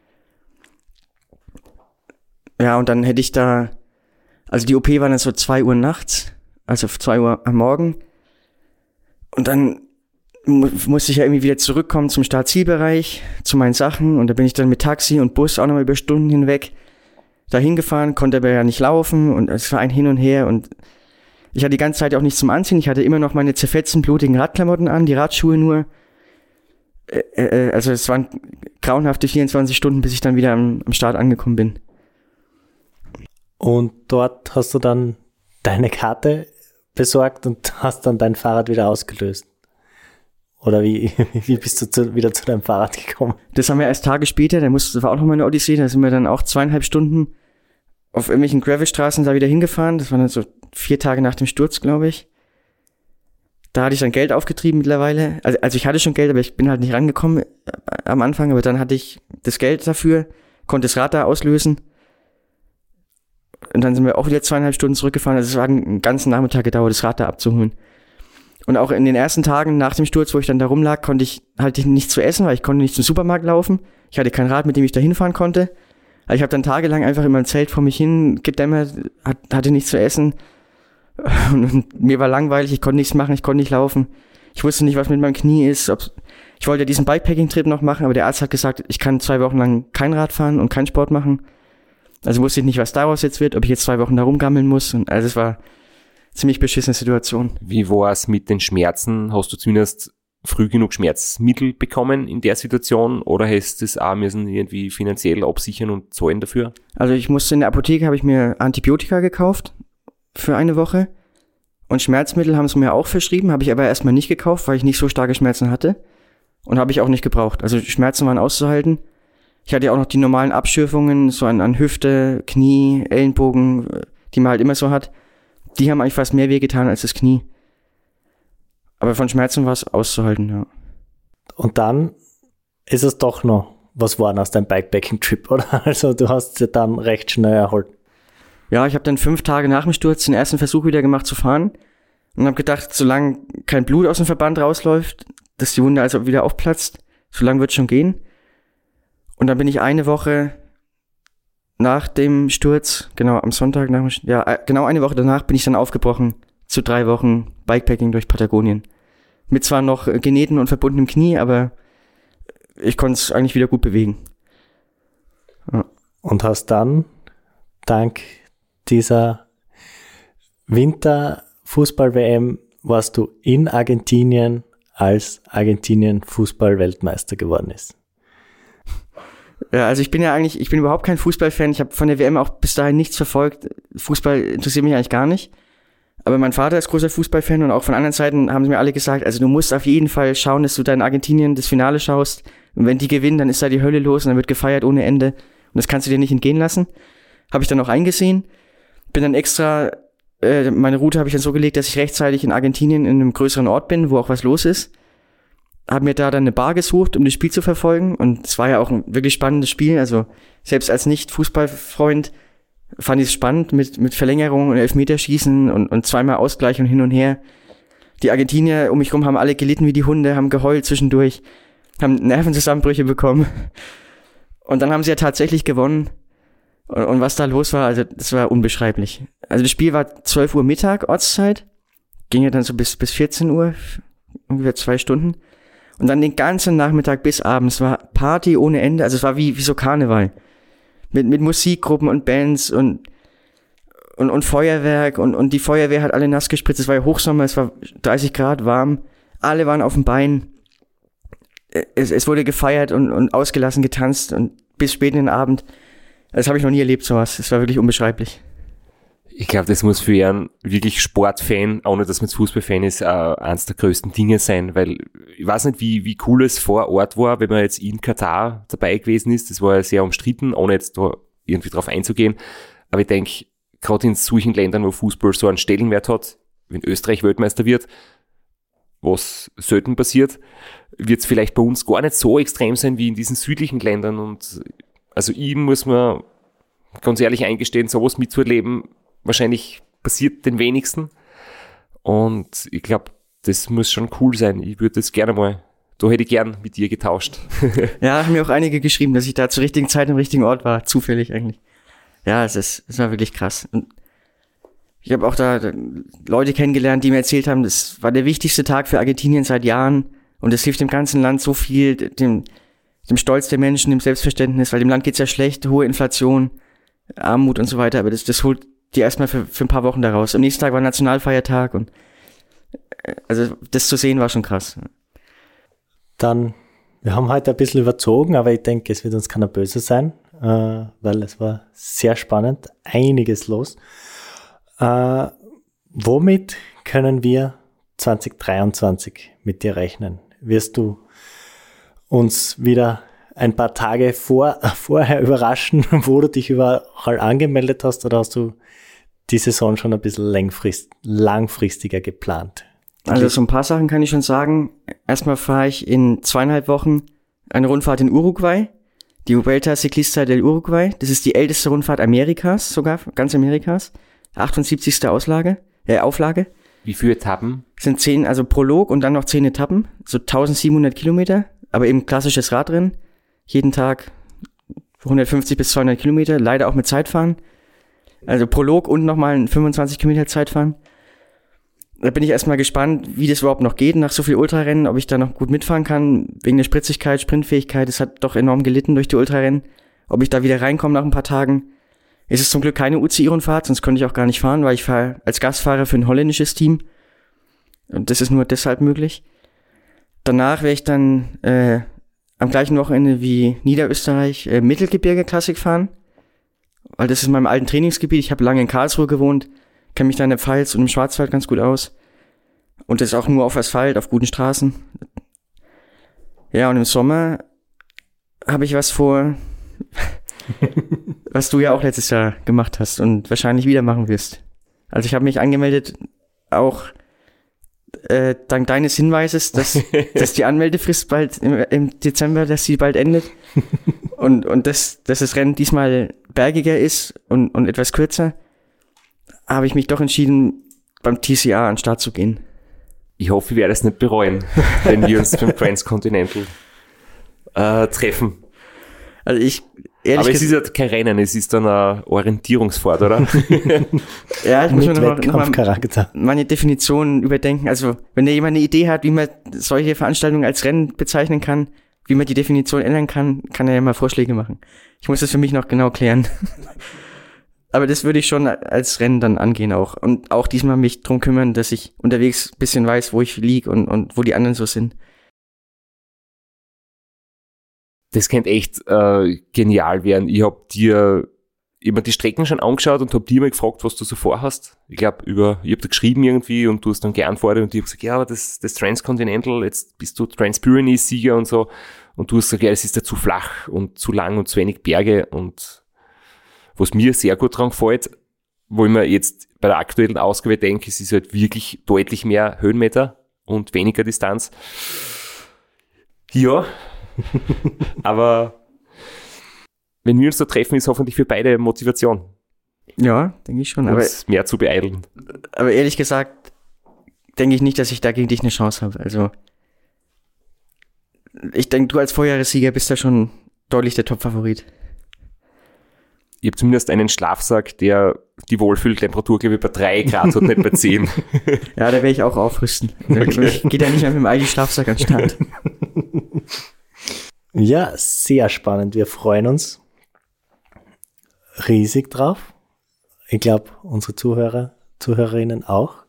Ja, und dann hätte ich da, also die O P war dann so zwei Uhr nachts, also zwei Uhr am Morgen. Und dann mu- musste ich ja irgendwie wieder zurückkommen zum Start-Zielbereich, zu meinen Sachen. Und da bin ich dann mit Taxi und Bus auch nochmal über Stunden hinweg dahin gefahren, konnte aber ja nicht laufen. Und es war ein Hin und Her. Und ich hatte die ganze Zeit auch nichts zum Anziehen. Ich hatte immer noch meine zerfetzten, blutigen Radklamotten an, die Radschuhe nur. Äh, äh, also es waren grauenhafte vierundzwanzig Stunden, bis ich dann wieder am, am Start angekommen bin. Und dort hast du dann deine Karte besorgt und hast dann dein Fahrrad wieder ausgelöst. Oder wie, wie bist du zu, wieder zu deinem Fahrrad gekommen? Das haben wir erst Tage später, da musste, das war auch nochmal eine Odyssee, da sind wir dann auch zweieinhalb Stunden auf irgendwelchen Gravelstraßen da wieder hingefahren. Das war dann so vier Tage nach dem Sturz, glaube ich. Da hatte ich dann Geld aufgetrieben mittlerweile. Also, also ich hatte schon Geld, aber ich bin halt nicht rangekommen am Anfang. Aber dann hatte ich das Geld dafür, konnte das Rad da auslösen. Und dann sind wir auch wieder zweieinhalb Stunden zurückgefahren. Also es war einen ganzen Nachmittag gedauert, das Rad da abzuholen. Und auch in den ersten Tagen nach dem Sturz, wo ich dann da rumlag, konnte ich halt nichts zu essen, weil ich konnte nicht zum Supermarkt laufen. Ich hatte kein Rad, mit dem ich da hinfahren konnte. Also ich habe dann tagelang einfach in meinem Zelt vor mich hin gedämmert, hat, hatte nichts zu essen. Und, und mir war langweilig, ich konnte nichts machen, ich konnte nicht laufen. Ich wusste nicht, was mit meinem Knie ist. Ob, ich wollte ja diesen Bikepacking-Trip noch machen, aber der Arzt hat gesagt, ich kann zwei Wochen lang kein Rad fahren und keinen Sport machen. Also wusste ich nicht, was daraus jetzt wird, ob ich jetzt zwei Wochen da rumgammeln muss. Und also es war eine ziemlich beschissene Situation. Wie war es mit den Schmerzen? Hast du zumindest früh genug Schmerzmittel bekommen in der Situation, oder hast du es auch müssen irgendwie finanziell absichern und zahlen dafür? Also ich musste in der Apotheke, habe ich mir Antibiotika gekauft für eine Woche, und Schmerzmittel haben sie mir auch verschrieben, habe ich aber erstmal nicht gekauft, weil ich nicht so starke Schmerzen hatte, und habe ich auch nicht gebraucht. Also Schmerzen waren auszuhalten. Ich hatte ja auch noch die normalen Abschürfungen, so an, an Hüfte, Knie, Ellenbogen, die man halt immer so hat. Die haben eigentlich fast mehr wehgetan als das Knie. Aber von Schmerzen war es auszuhalten, ja. Und dann ist es doch noch was geworden aus deinem Bikepacking-Trip, oder? Also du hast es dann recht schnell erholt. Ja, ich habe dann fünf Tage nach dem Sturz den ersten Versuch wieder gemacht zu fahren und habe gedacht, solange kein Blut aus dem Verband rausläuft, dass die Wunde also wieder aufplatzt, solange wird es schon gehen. Und dann bin ich eine Woche nach dem Sturz, genau am Sonntag, nach dem, ja, genau eine Woche danach bin ich dann aufgebrochen zu drei Wochen Bikepacking durch Patagonien. Mit zwar noch genähten und verbundenem Knie, aber ich konnte es eigentlich wieder gut bewegen. Ja. Und hast dann, dank dieser Winterfußball-W M, warst du in Argentinien, als Argentinien Fußball-Weltmeister geworden ist. Ja, also ich bin ja eigentlich, ich bin überhaupt kein Fußballfan. Ich habe von der W M auch bis dahin nichts verfolgt. Fußball interessiert mich eigentlich gar nicht. Aber mein Vater ist großer Fußballfan, und auch von anderen Seiten haben sie mir alle gesagt, also du musst auf jeden Fall schauen, dass du da in Argentinien das Finale schaust. Und wenn die gewinnen, dann ist da die Hölle los und dann wird gefeiert ohne Ende. Und das kannst du dir nicht entgehen lassen. Habe ich dann auch eingesehen. Bin dann extra, äh, meine Route habe ich dann so gelegt, dass ich rechtzeitig in Argentinien in einem größeren Ort bin, wo auch was los ist. habe mir da dann eine Bar gesucht, um das Spiel zu verfolgen. Und es war ja auch ein wirklich spannendes Spiel. Also selbst als Nicht-Fußballfreund fand ich es spannend mit, mit Verlängerung und Elfmeterschießen und, und zweimal Ausgleich und hin und her. Die Argentinier um mich rum haben alle gelitten wie die Hunde, haben geheult zwischendurch, haben Nervenzusammenbrüche bekommen. Und dann haben sie ja tatsächlich gewonnen. Und, und was da los war, also das war unbeschreiblich. Also das Spiel war zwölf Uhr Mittag, Ortszeit. Ging ja dann so bis, bis vierzehn Uhr, ungefähr zwei Stunden. Und dann den ganzen Nachmittag bis abends war Party ohne Ende. Also es war wie, wie so Karneval. Mit, mit Musikgruppen und Bands und, und, und Feuerwerk. Und, und die Feuerwehr hat alle nass gespritzt. Es war ja Hochsommer, es war dreißig Grad warm. Alle waren auf dem Bein. Es, es wurde gefeiert und, und ausgelassen getanzt und bis spät in den Abend. Das habe ich noch nie erlebt, sowas. Es war wirklich unbeschreiblich. Ich glaube, das muss für einen wirklich Sportfan, ohne dass man jetzt Fußballfan ist, äh, eines der größten Dinge sein, weil ich weiß nicht, wie, wie cool es vor Ort war, wenn man jetzt in Katar dabei gewesen ist. Das war ja sehr umstritten, ohne jetzt da irgendwie drauf einzugehen. Aber ich denke, gerade in solchen Ländern, wo Fußball so einen Stellenwert hat, wenn Österreich Weltmeister wird, was selten passiert, wird es vielleicht bei uns gar nicht so extrem sein wie in diesen südlichen Ländern. Und also ihm muss man ganz ehrlich eingestehen, sowas mitzuerleben, wahrscheinlich passiert den wenigsten. Und ich glaube, das muss schon cool sein. Ich würde das gerne mal, da hätte ich gern mit dir getauscht. Ja, haben mir auch einige geschrieben, dass ich da zur richtigen Zeit am richtigen Ort war. Zufällig eigentlich. Ja, es ist, es war wirklich krass. Und ich habe auch da Leute kennengelernt, die mir erzählt haben, das war der wichtigste Tag für Argentinien seit Jahren. Und es hilft dem ganzen Land so viel, dem, dem Stolz der Menschen, dem Selbstverständnis, weil dem Land geht's ja schlecht, hohe Inflation, Armut und so weiter. Aber das, das holt die erstmal für, für ein paar Wochen daraus. Am nächsten Tag war Nationalfeiertag und also das zu sehen war schon krass. Dann, wir haben heute ein bisschen überzogen, aber ich denke, es wird uns keiner böse sein, äh, weil es war sehr spannend, einiges los. Äh, womit können wir zwanzig dreiundzwanzig mit dir rechnen? Wirst du uns wieder ein paar Tage vor, vorher überraschen, wo du dich überall angemeldet hast, oder hast du die Saison schon ein bisschen langfrist, langfristiger geplant? Also so ein paar Sachen kann ich schon sagen. Erstmal fahre ich in zweieinhalb Wochen eine Rundfahrt in Uruguay, die Vuelta Ciclista del Uruguay. Das ist die älteste Rundfahrt Amerikas, sogar ganz Amerikas. achtundsiebzigste Auslage, äh, Auflage. Wie viele Etappen? Sind zehn, also Prolog und dann noch zehn Etappen, so eintausendsiebenhundert Kilometer, aber eben klassisches Radrennen. Jeden Tag hundertfünfzig bis zweihundert Kilometer, leider auch mit Zeitfahren. Also Prolog und nochmal ein fünfundzwanzig Kilometer Zeitfahren. Da bin ich erstmal gespannt, wie das überhaupt noch geht nach so viel Ultrarennen, ob ich da noch gut mitfahren kann, wegen der Spritzigkeit, Sprintfähigkeit. Es hat doch enorm gelitten durch die Ultrarennen. Ob ich da wieder reinkomme nach ein paar Tagen. Es ist zum Glück keine U C I-Rundfahrt, sonst könnte ich auch gar nicht fahren, weil ich fahre als Gastfahrer für ein holländisches Team. Und das ist nur deshalb möglich. Danach werde ich dann äh, am gleichen Wochenende wie Niederösterreich äh, Mittelgebirge-Klassik fahren, weil das ist mein alten Trainingsgebiet. Ich habe lange in Karlsruhe gewohnt, kenne mich da in der Pfalz und im Schwarzwald ganz gut aus. Und das ist auch nur auf Asphalt, auf guten Straßen. Ja, und im Sommer habe ich was vor, was du ja auch letztes Jahr gemacht hast und wahrscheinlich wieder machen wirst. Also ich habe mich angemeldet, auch äh, dank deines Hinweises, dass, dass die Anmeldefrist bald im, im Dezember, dass sie bald endet. Und, und dass, dass das Rennen diesmal bergiger ist und, und etwas kürzer, habe ich mich doch entschieden, beim T C R an den Start zu gehen. Ich hoffe, ich werde es nicht bereuen, wenn wir uns beim Transcontinental äh, treffen. Also ich, ehrlich Aber es ist ja kein Rennen, es ist dann eine Orientierungsfahrt, oder? Ja, ich muss mir noch, noch mal meine Definition überdenken. Also, wenn da jemand eine Idee hat, wie man solche Veranstaltungen als Rennen bezeichnen kann, wie man die Definition ändern kann, kann er ja mal Vorschläge machen. Ich muss das für mich noch genau klären. Aber das würde ich schon als Rennen dann angehen auch. Und auch diesmal mich drum kümmern, dass ich unterwegs ein bisschen weiß, wo ich lieg und, und wo die anderen so sind. Das könnte echt äh, genial werden. Ich habe dir immer die Strecken schon angeschaut und habe dir mal gefragt, was du so vorhast. Ich glaube, über, ich habe da geschrieben irgendwie und du hast dann geantwortet und ich habe gesagt, ja, aber das, das Transcontinental, jetzt bist du Trans-Pyrenees-Sieger und so. Und du hast gesagt, ja, es ist ja zu flach und zu lang und zu wenig Berge. Und was mir sehr gut dran gefällt, wo ich mir jetzt bei der aktuellen Ausgabe denke, es ist halt wirklich deutlich mehr Höhenmeter und weniger Distanz. Ja, aber wenn wir uns da treffen, ist hoffentlich für beide Motivation. Ja, denke ich schon. Aber, uns mehr zu beeilen. aber ehrlich gesagt, denke ich nicht, dass ich da gegen dich eine Chance habe. Also, ich denke, du als Vorjahressieger bist da schon deutlich der Top-Favorit. Ich habe zumindest einen Schlafsack, der die Wohlfühltemperatur, glaube ich, bei drei Grad hat, nicht bei zehn. Ja, da werde ich auch aufrüsten. Okay. Ich gehe da nicht mehr mit dem eigenen Schlafsack an den Start. Ja, sehr spannend. Wir freuen uns riesig drauf. Ich glaube, unsere Zuhörer, Zuhörerinnen auch.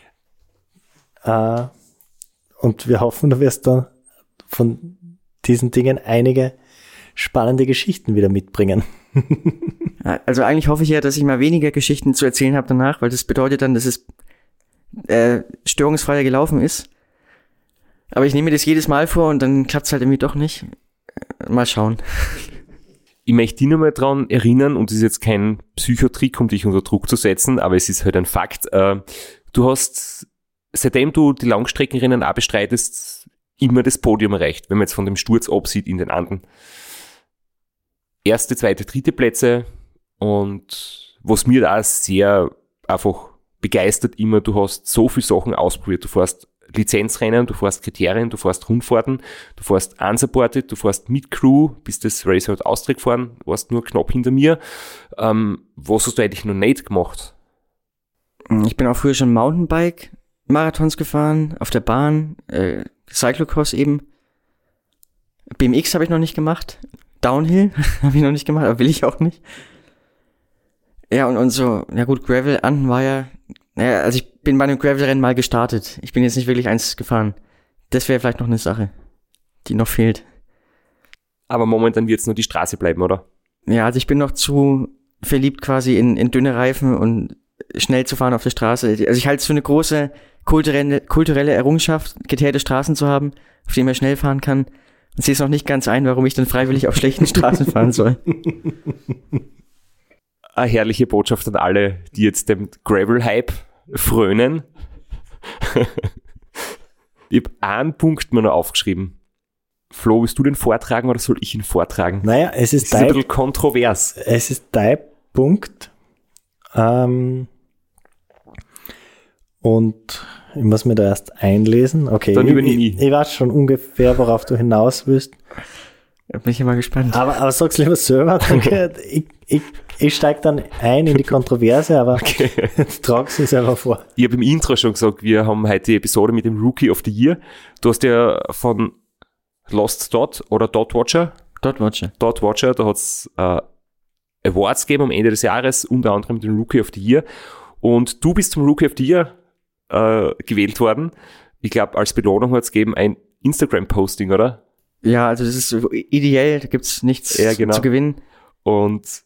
Äh, und wir hoffen, du wirst da von diesen Dingen einige spannende Geschichten wieder mitbringen. Also eigentlich hoffe ich ja, dass ich mal weniger Geschichten zu erzählen habe danach, weil das bedeutet dann, dass es äh, störungsfreier gelaufen ist. Aber ich nehme mir das jedes Mal vor und dann klappt es halt irgendwie doch nicht. Mal schauen. Ich möchte dich nochmal daran erinnern, und das ist jetzt kein Psychotrick, um dich unter Druck zu setzen, aber es ist halt ein Fakt. Äh, du hast, seitdem du die Langstreckenrennen auch bestreitest, immer das Podium erreicht, wenn man jetzt von dem Sturz absieht in den anderen. Erste, zweite, dritte Plätze, und was mir da sehr einfach begeistert immer, du hast so viele Sachen ausprobiert. Du fährst Lizenzrennen, du fährst Kriterien, du fährst Rundfahrten, du fährst unsupported, du fährst mit Crew, bist das Race Round Austria gefahren, warst nur knapp hinter mir. Ähm, was hast du eigentlich noch nicht gemacht? Ich bin auch früher schon Mountainbike-Marathons gefahren, auf der Bahn, äh, Cyclocross eben. B M X habe ich noch nicht gemacht. Downhill habe ich noch nicht gemacht, aber will ich auch nicht. Ja, und, und so, ja gut, Gravel, Anden war ja, naja, also ich bin bei einem Gravel-Rennen mal gestartet. Ich bin jetzt nicht wirklich eins gefahren. Das wäre vielleicht noch eine Sache, die noch fehlt. Aber momentan wird es nur die Straße bleiben, oder? Ja, also ich bin noch zu verliebt quasi in, in dünne Reifen und schnell zu fahren auf der Straße. Also ich halte es für eine große kulturelle, kulturelle Errungenschaft, geteerte Straßen zu haben, auf denen man schnell fahren kann. Und sehe es noch nicht ganz ein, warum ich dann freiwillig auf schlechten Straßen fahren soll. Eine herrliche Botschaft an alle, die jetzt dem Gravel-Hype frönen. Ich habe einen Punkt mir noch aufgeschrieben. Flo, willst du den vortragen oder soll ich ihn vortragen? Naja, es ist, ist ein bisschen kontrovers. Es ist dein Punkt. Ähm, und ich muss mir da erst einlesen. Okay, Dann ich, übernehme ich, ich. ich weiß schon ungefähr, worauf du hinaus willst. Da bin ich immer gespannt. Aber, aber sag's lieber selber. Danke. ich ich, ich steige dann ein in die Kontroverse, aber okay. Jetzt trag's es einfach vor. Ich habe im Intro schon gesagt, wir haben heute die Episode mit dem Rookie of the Year. Du hast ja von Lost Dot oder Dot Watcher. Dot Watcher. Dot Watcher, da hat's äh, Awards gegeben am Ende des Jahres, unter anderem den Rookie of the Year. Und du bist zum Rookie of the Year äh, gewählt worden. Ich glaube, als Belohnung hat's gegeben ein Instagram-Posting, oder? Ja, also das ist ideell, da gibt's nichts ja, genau. zu gewinnen. Und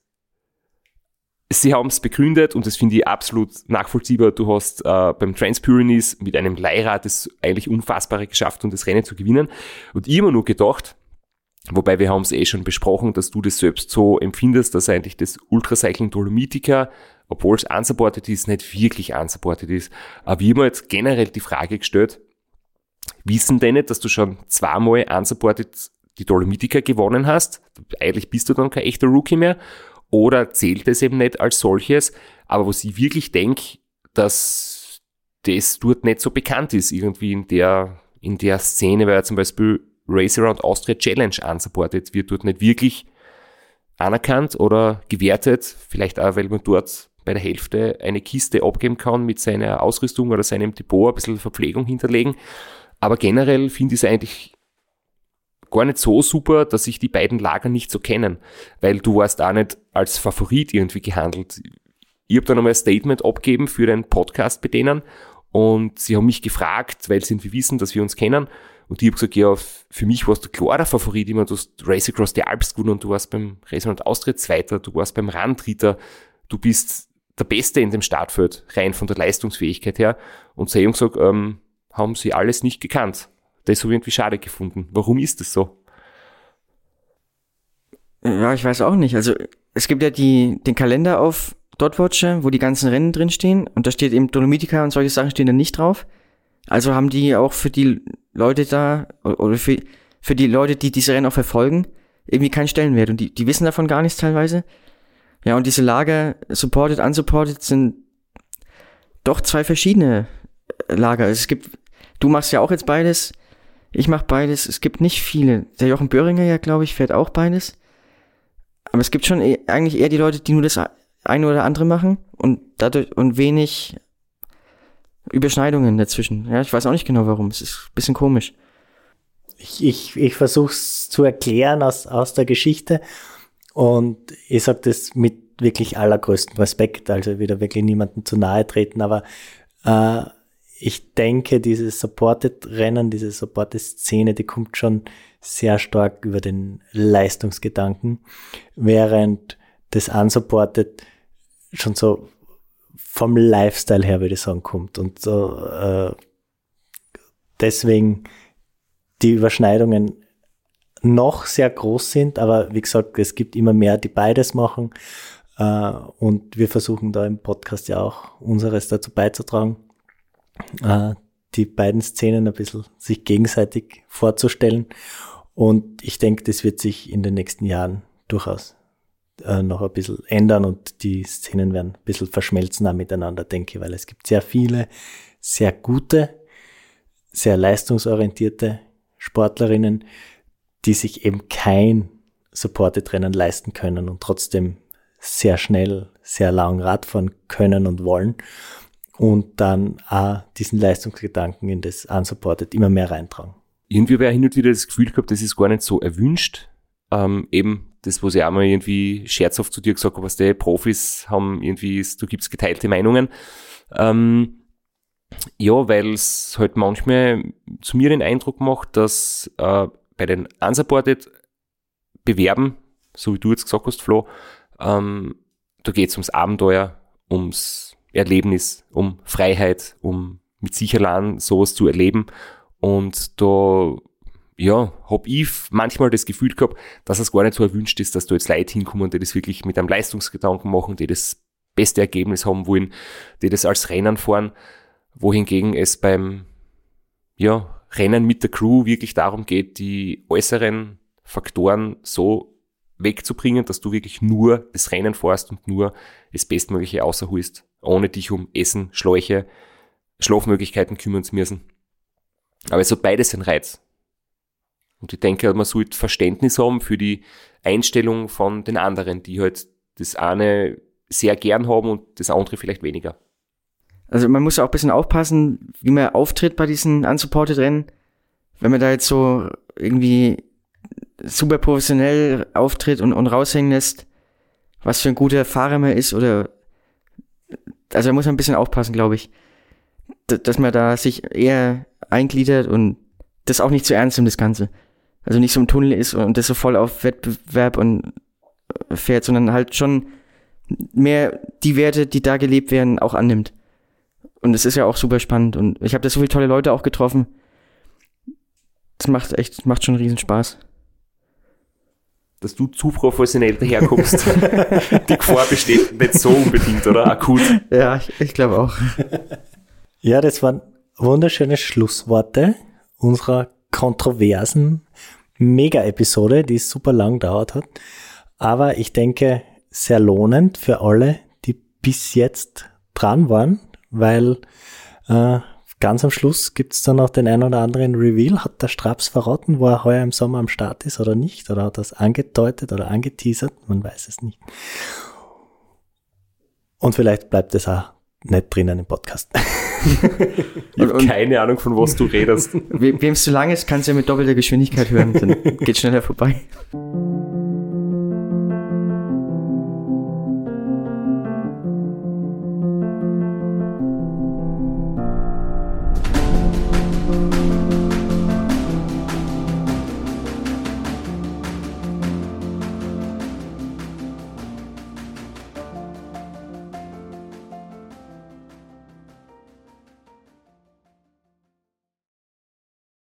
sie haben es begründet, und das finde ich absolut nachvollziehbar. Du hast äh, beim Transpyrenees mit einem Leihrad das eigentlich Unfassbare geschafft, um das Rennen zu gewinnen. Und ich immer nur gedacht, wobei wir haben es eh schon besprochen, dass du das selbst so empfindest, dass eigentlich das Ultracycling Dolomitica, obwohl es unsupported ist, nicht wirklich unsupported ist. Aber wir haben jetzt generell die Frage gestellt, wissen denn nicht, dass du schon zweimal unsupported die Dolomitica gewonnen hast? Eigentlich bist du dann kein echter Rookie mehr. Oder zählt es eben nicht als solches? Aber was ich wirklich denke, dass das dort nicht so bekannt ist, irgendwie in der, in der Szene, weil zum Beispiel Race Around Austria Challenge unsupported wird dort nicht wirklich anerkannt oder gewertet. Vielleicht auch, weil man dort bei der Hälfte eine Kiste abgeben kann mit seiner Ausrüstung oder seinem Depot, ein bisschen Verpflegung hinterlegen. Aber generell finde ich es eigentlich gar nicht so super, dass sich die beiden Lager nicht so kennen, weil du warst auch nicht als Favorit irgendwie gehandelt. Ich habe dann einmal ein Statement abgegeben für den Podcast bei denen, und sie haben mich gefragt, weil sie irgendwie wissen, dass wir uns kennen, und ich habe gesagt, ja, für mich warst du klar der Favorit, ich meine, du hast Race Across the Alps gewonnen und du warst beim Race Around Austria Zweiter, du warst beim Run Dritter, du bist der Beste in dem Startfeld, rein von der Leistungsfähigkeit her, und sie haben gesagt, ähm, haben sie alles nicht gekannt. Das habe ich irgendwie schade gefunden. Warum ist das so? Ja, ich weiß auch nicht. Also es gibt ja die, den Kalender auf Dotwatcher, wo die ganzen Rennen drinstehen, und da steht eben Dolomitica und solche Sachen stehen da nicht drauf. Also haben die auch für die Leute da, oder für, für die Leute, die diese Rennen auch verfolgen, irgendwie keinen Stellenwert. Und die, die wissen davon gar nichts teilweise. Ja, und diese Lager, supported, unsupported, sind doch zwei verschiedene Lager. Es gibt, du machst ja auch jetzt beides, ich mach beides. Es gibt nicht viele. Der Jochen Böhringer ja, glaube ich, fährt auch beides. Aber es gibt schon e- eigentlich eher die Leute, die nur das eine oder andere machen und dadurch und wenig Überschneidungen dazwischen. Ja, ich weiß auch nicht genau warum. Es ist ein bisschen komisch. Ich, ich, ich versuche es zu erklären aus, aus der Geschichte und ich sage das mit wirklich allergrößtem Respekt, also wieder wirklich niemandem zu nahe treten, aber äh, ich denke, dieses Supported-Rennen, diese Supported-Szene, die kommt schon sehr stark über den Leistungsgedanken, während das Unsupported schon so vom Lifestyle her, würde ich sagen, kommt. Und so äh, deswegen die Überschneidungen noch sehr groß sind, aber wie gesagt, es gibt immer mehr, die beides machen. Äh, und wir versuchen da im Podcast ja auch unseres dazu beizutragen, äh, die beiden Szenen ein bisschen sich gegenseitig vorzustellen. Und ich denke, das wird sich in den nächsten Jahren durchaus äh, noch ein bisschen ändern und die Szenen werden ein bisschen verschmelzen auch miteinander, denke ich, weil es gibt sehr viele, sehr gute, sehr leistungsorientierte Sportlerinnen, die sich eben kein Supported-Rennen leisten können und trotzdem sehr schnell, sehr lang Radfahren können und wollen und dann auch diesen Leistungsgedanken in das Unsupported immer mehr reintragen. Irgendwie habe ich hin und wieder das Gefühl gehabt, das ist gar nicht so erwünscht. Ähm, eben das, was ich auch mal irgendwie scherzhaft zu dir gesagt habe, was die Profis haben irgendwie, da gibt's geteilte Meinungen. Ähm, ja, weil es halt manchmal zu mir den Eindruck macht, dass äh, bei den Unsupported Bewerben, so wie du jetzt gesagt hast, Flo, ähm, da geht's ums Abenteuer, ums Erlebnis, um Freiheit, um mit sich allein sowas zu erleben. Und da, ja, hab ich manchmal das Gefühl gehabt, dass es gar nicht so erwünscht ist, dass da jetzt Leute hinkommen, die das wirklich mit einem Leistungsgedanken machen, die das beste Ergebnis haben wollen, die das als Rennen fahren, wohingegen es beim, ja, Rennen mit der Crew wirklich darum geht, die äußeren Faktoren so wegzubringen, dass du wirklich nur das Rennen fährst und nur das Bestmögliche außerholst, ohne dich um Essen, Schläuche, Schlafmöglichkeiten kümmern zu müssen. Aber es hat beides einen Reiz. Und ich denke, man sollte Verständnis haben für die Einstellung von den anderen, die halt das eine sehr gern haben und das andere vielleicht weniger. Also man muss auch ein bisschen aufpassen, wie man auftritt bei diesen unsupported Rennen. Wenn man da jetzt so irgendwie super professionell auftritt und, und raushängen lässt, was für ein guter Fahrer man ist oder, also da muss man ein bisschen aufpassen, glaube ich, D- dass man da sich eher eingliedert und das auch nicht zu ernst nimmt, das Ganze. Also nicht so im Tunnel ist und das so voll auf Wettbewerb und fährt, sondern halt schon mehr die Werte, die da gelebt werden, auch annimmt. Und es ist ja auch super spannend und ich habe da so viele tolle Leute auch getroffen. Das macht echt, macht schon riesen Spaß. Dass du zu professionell daherkommst. Die Gefahr besteht nicht so unbedingt, oder? Akut. Ja, ich, ich glaube auch. Ja, das waren wunderschöne Schlussworte unserer kontroversen Mega-Episode, die super lang gedauert hat. Aber ich denke, sehr lohnend für alle, die bis jetzt dran waren, weil äh, ganz am Schluss gibt es dann noch den ein oder anderen Reveal. Hat der Straps verraten, wo er heuer im Sommer am Start ist oder nicht? Oder hat er es angedeutet oder angeteasert? Man weiß es nicht. Und vielleicht bleibt es auch nicht drinnen im Podcast. Ich habe keine Ahnung, von was du redest. Wem es zu lang ist, kannst du ja mit doppelter Geschwindigkeit hören, dann geht schneller vorbei.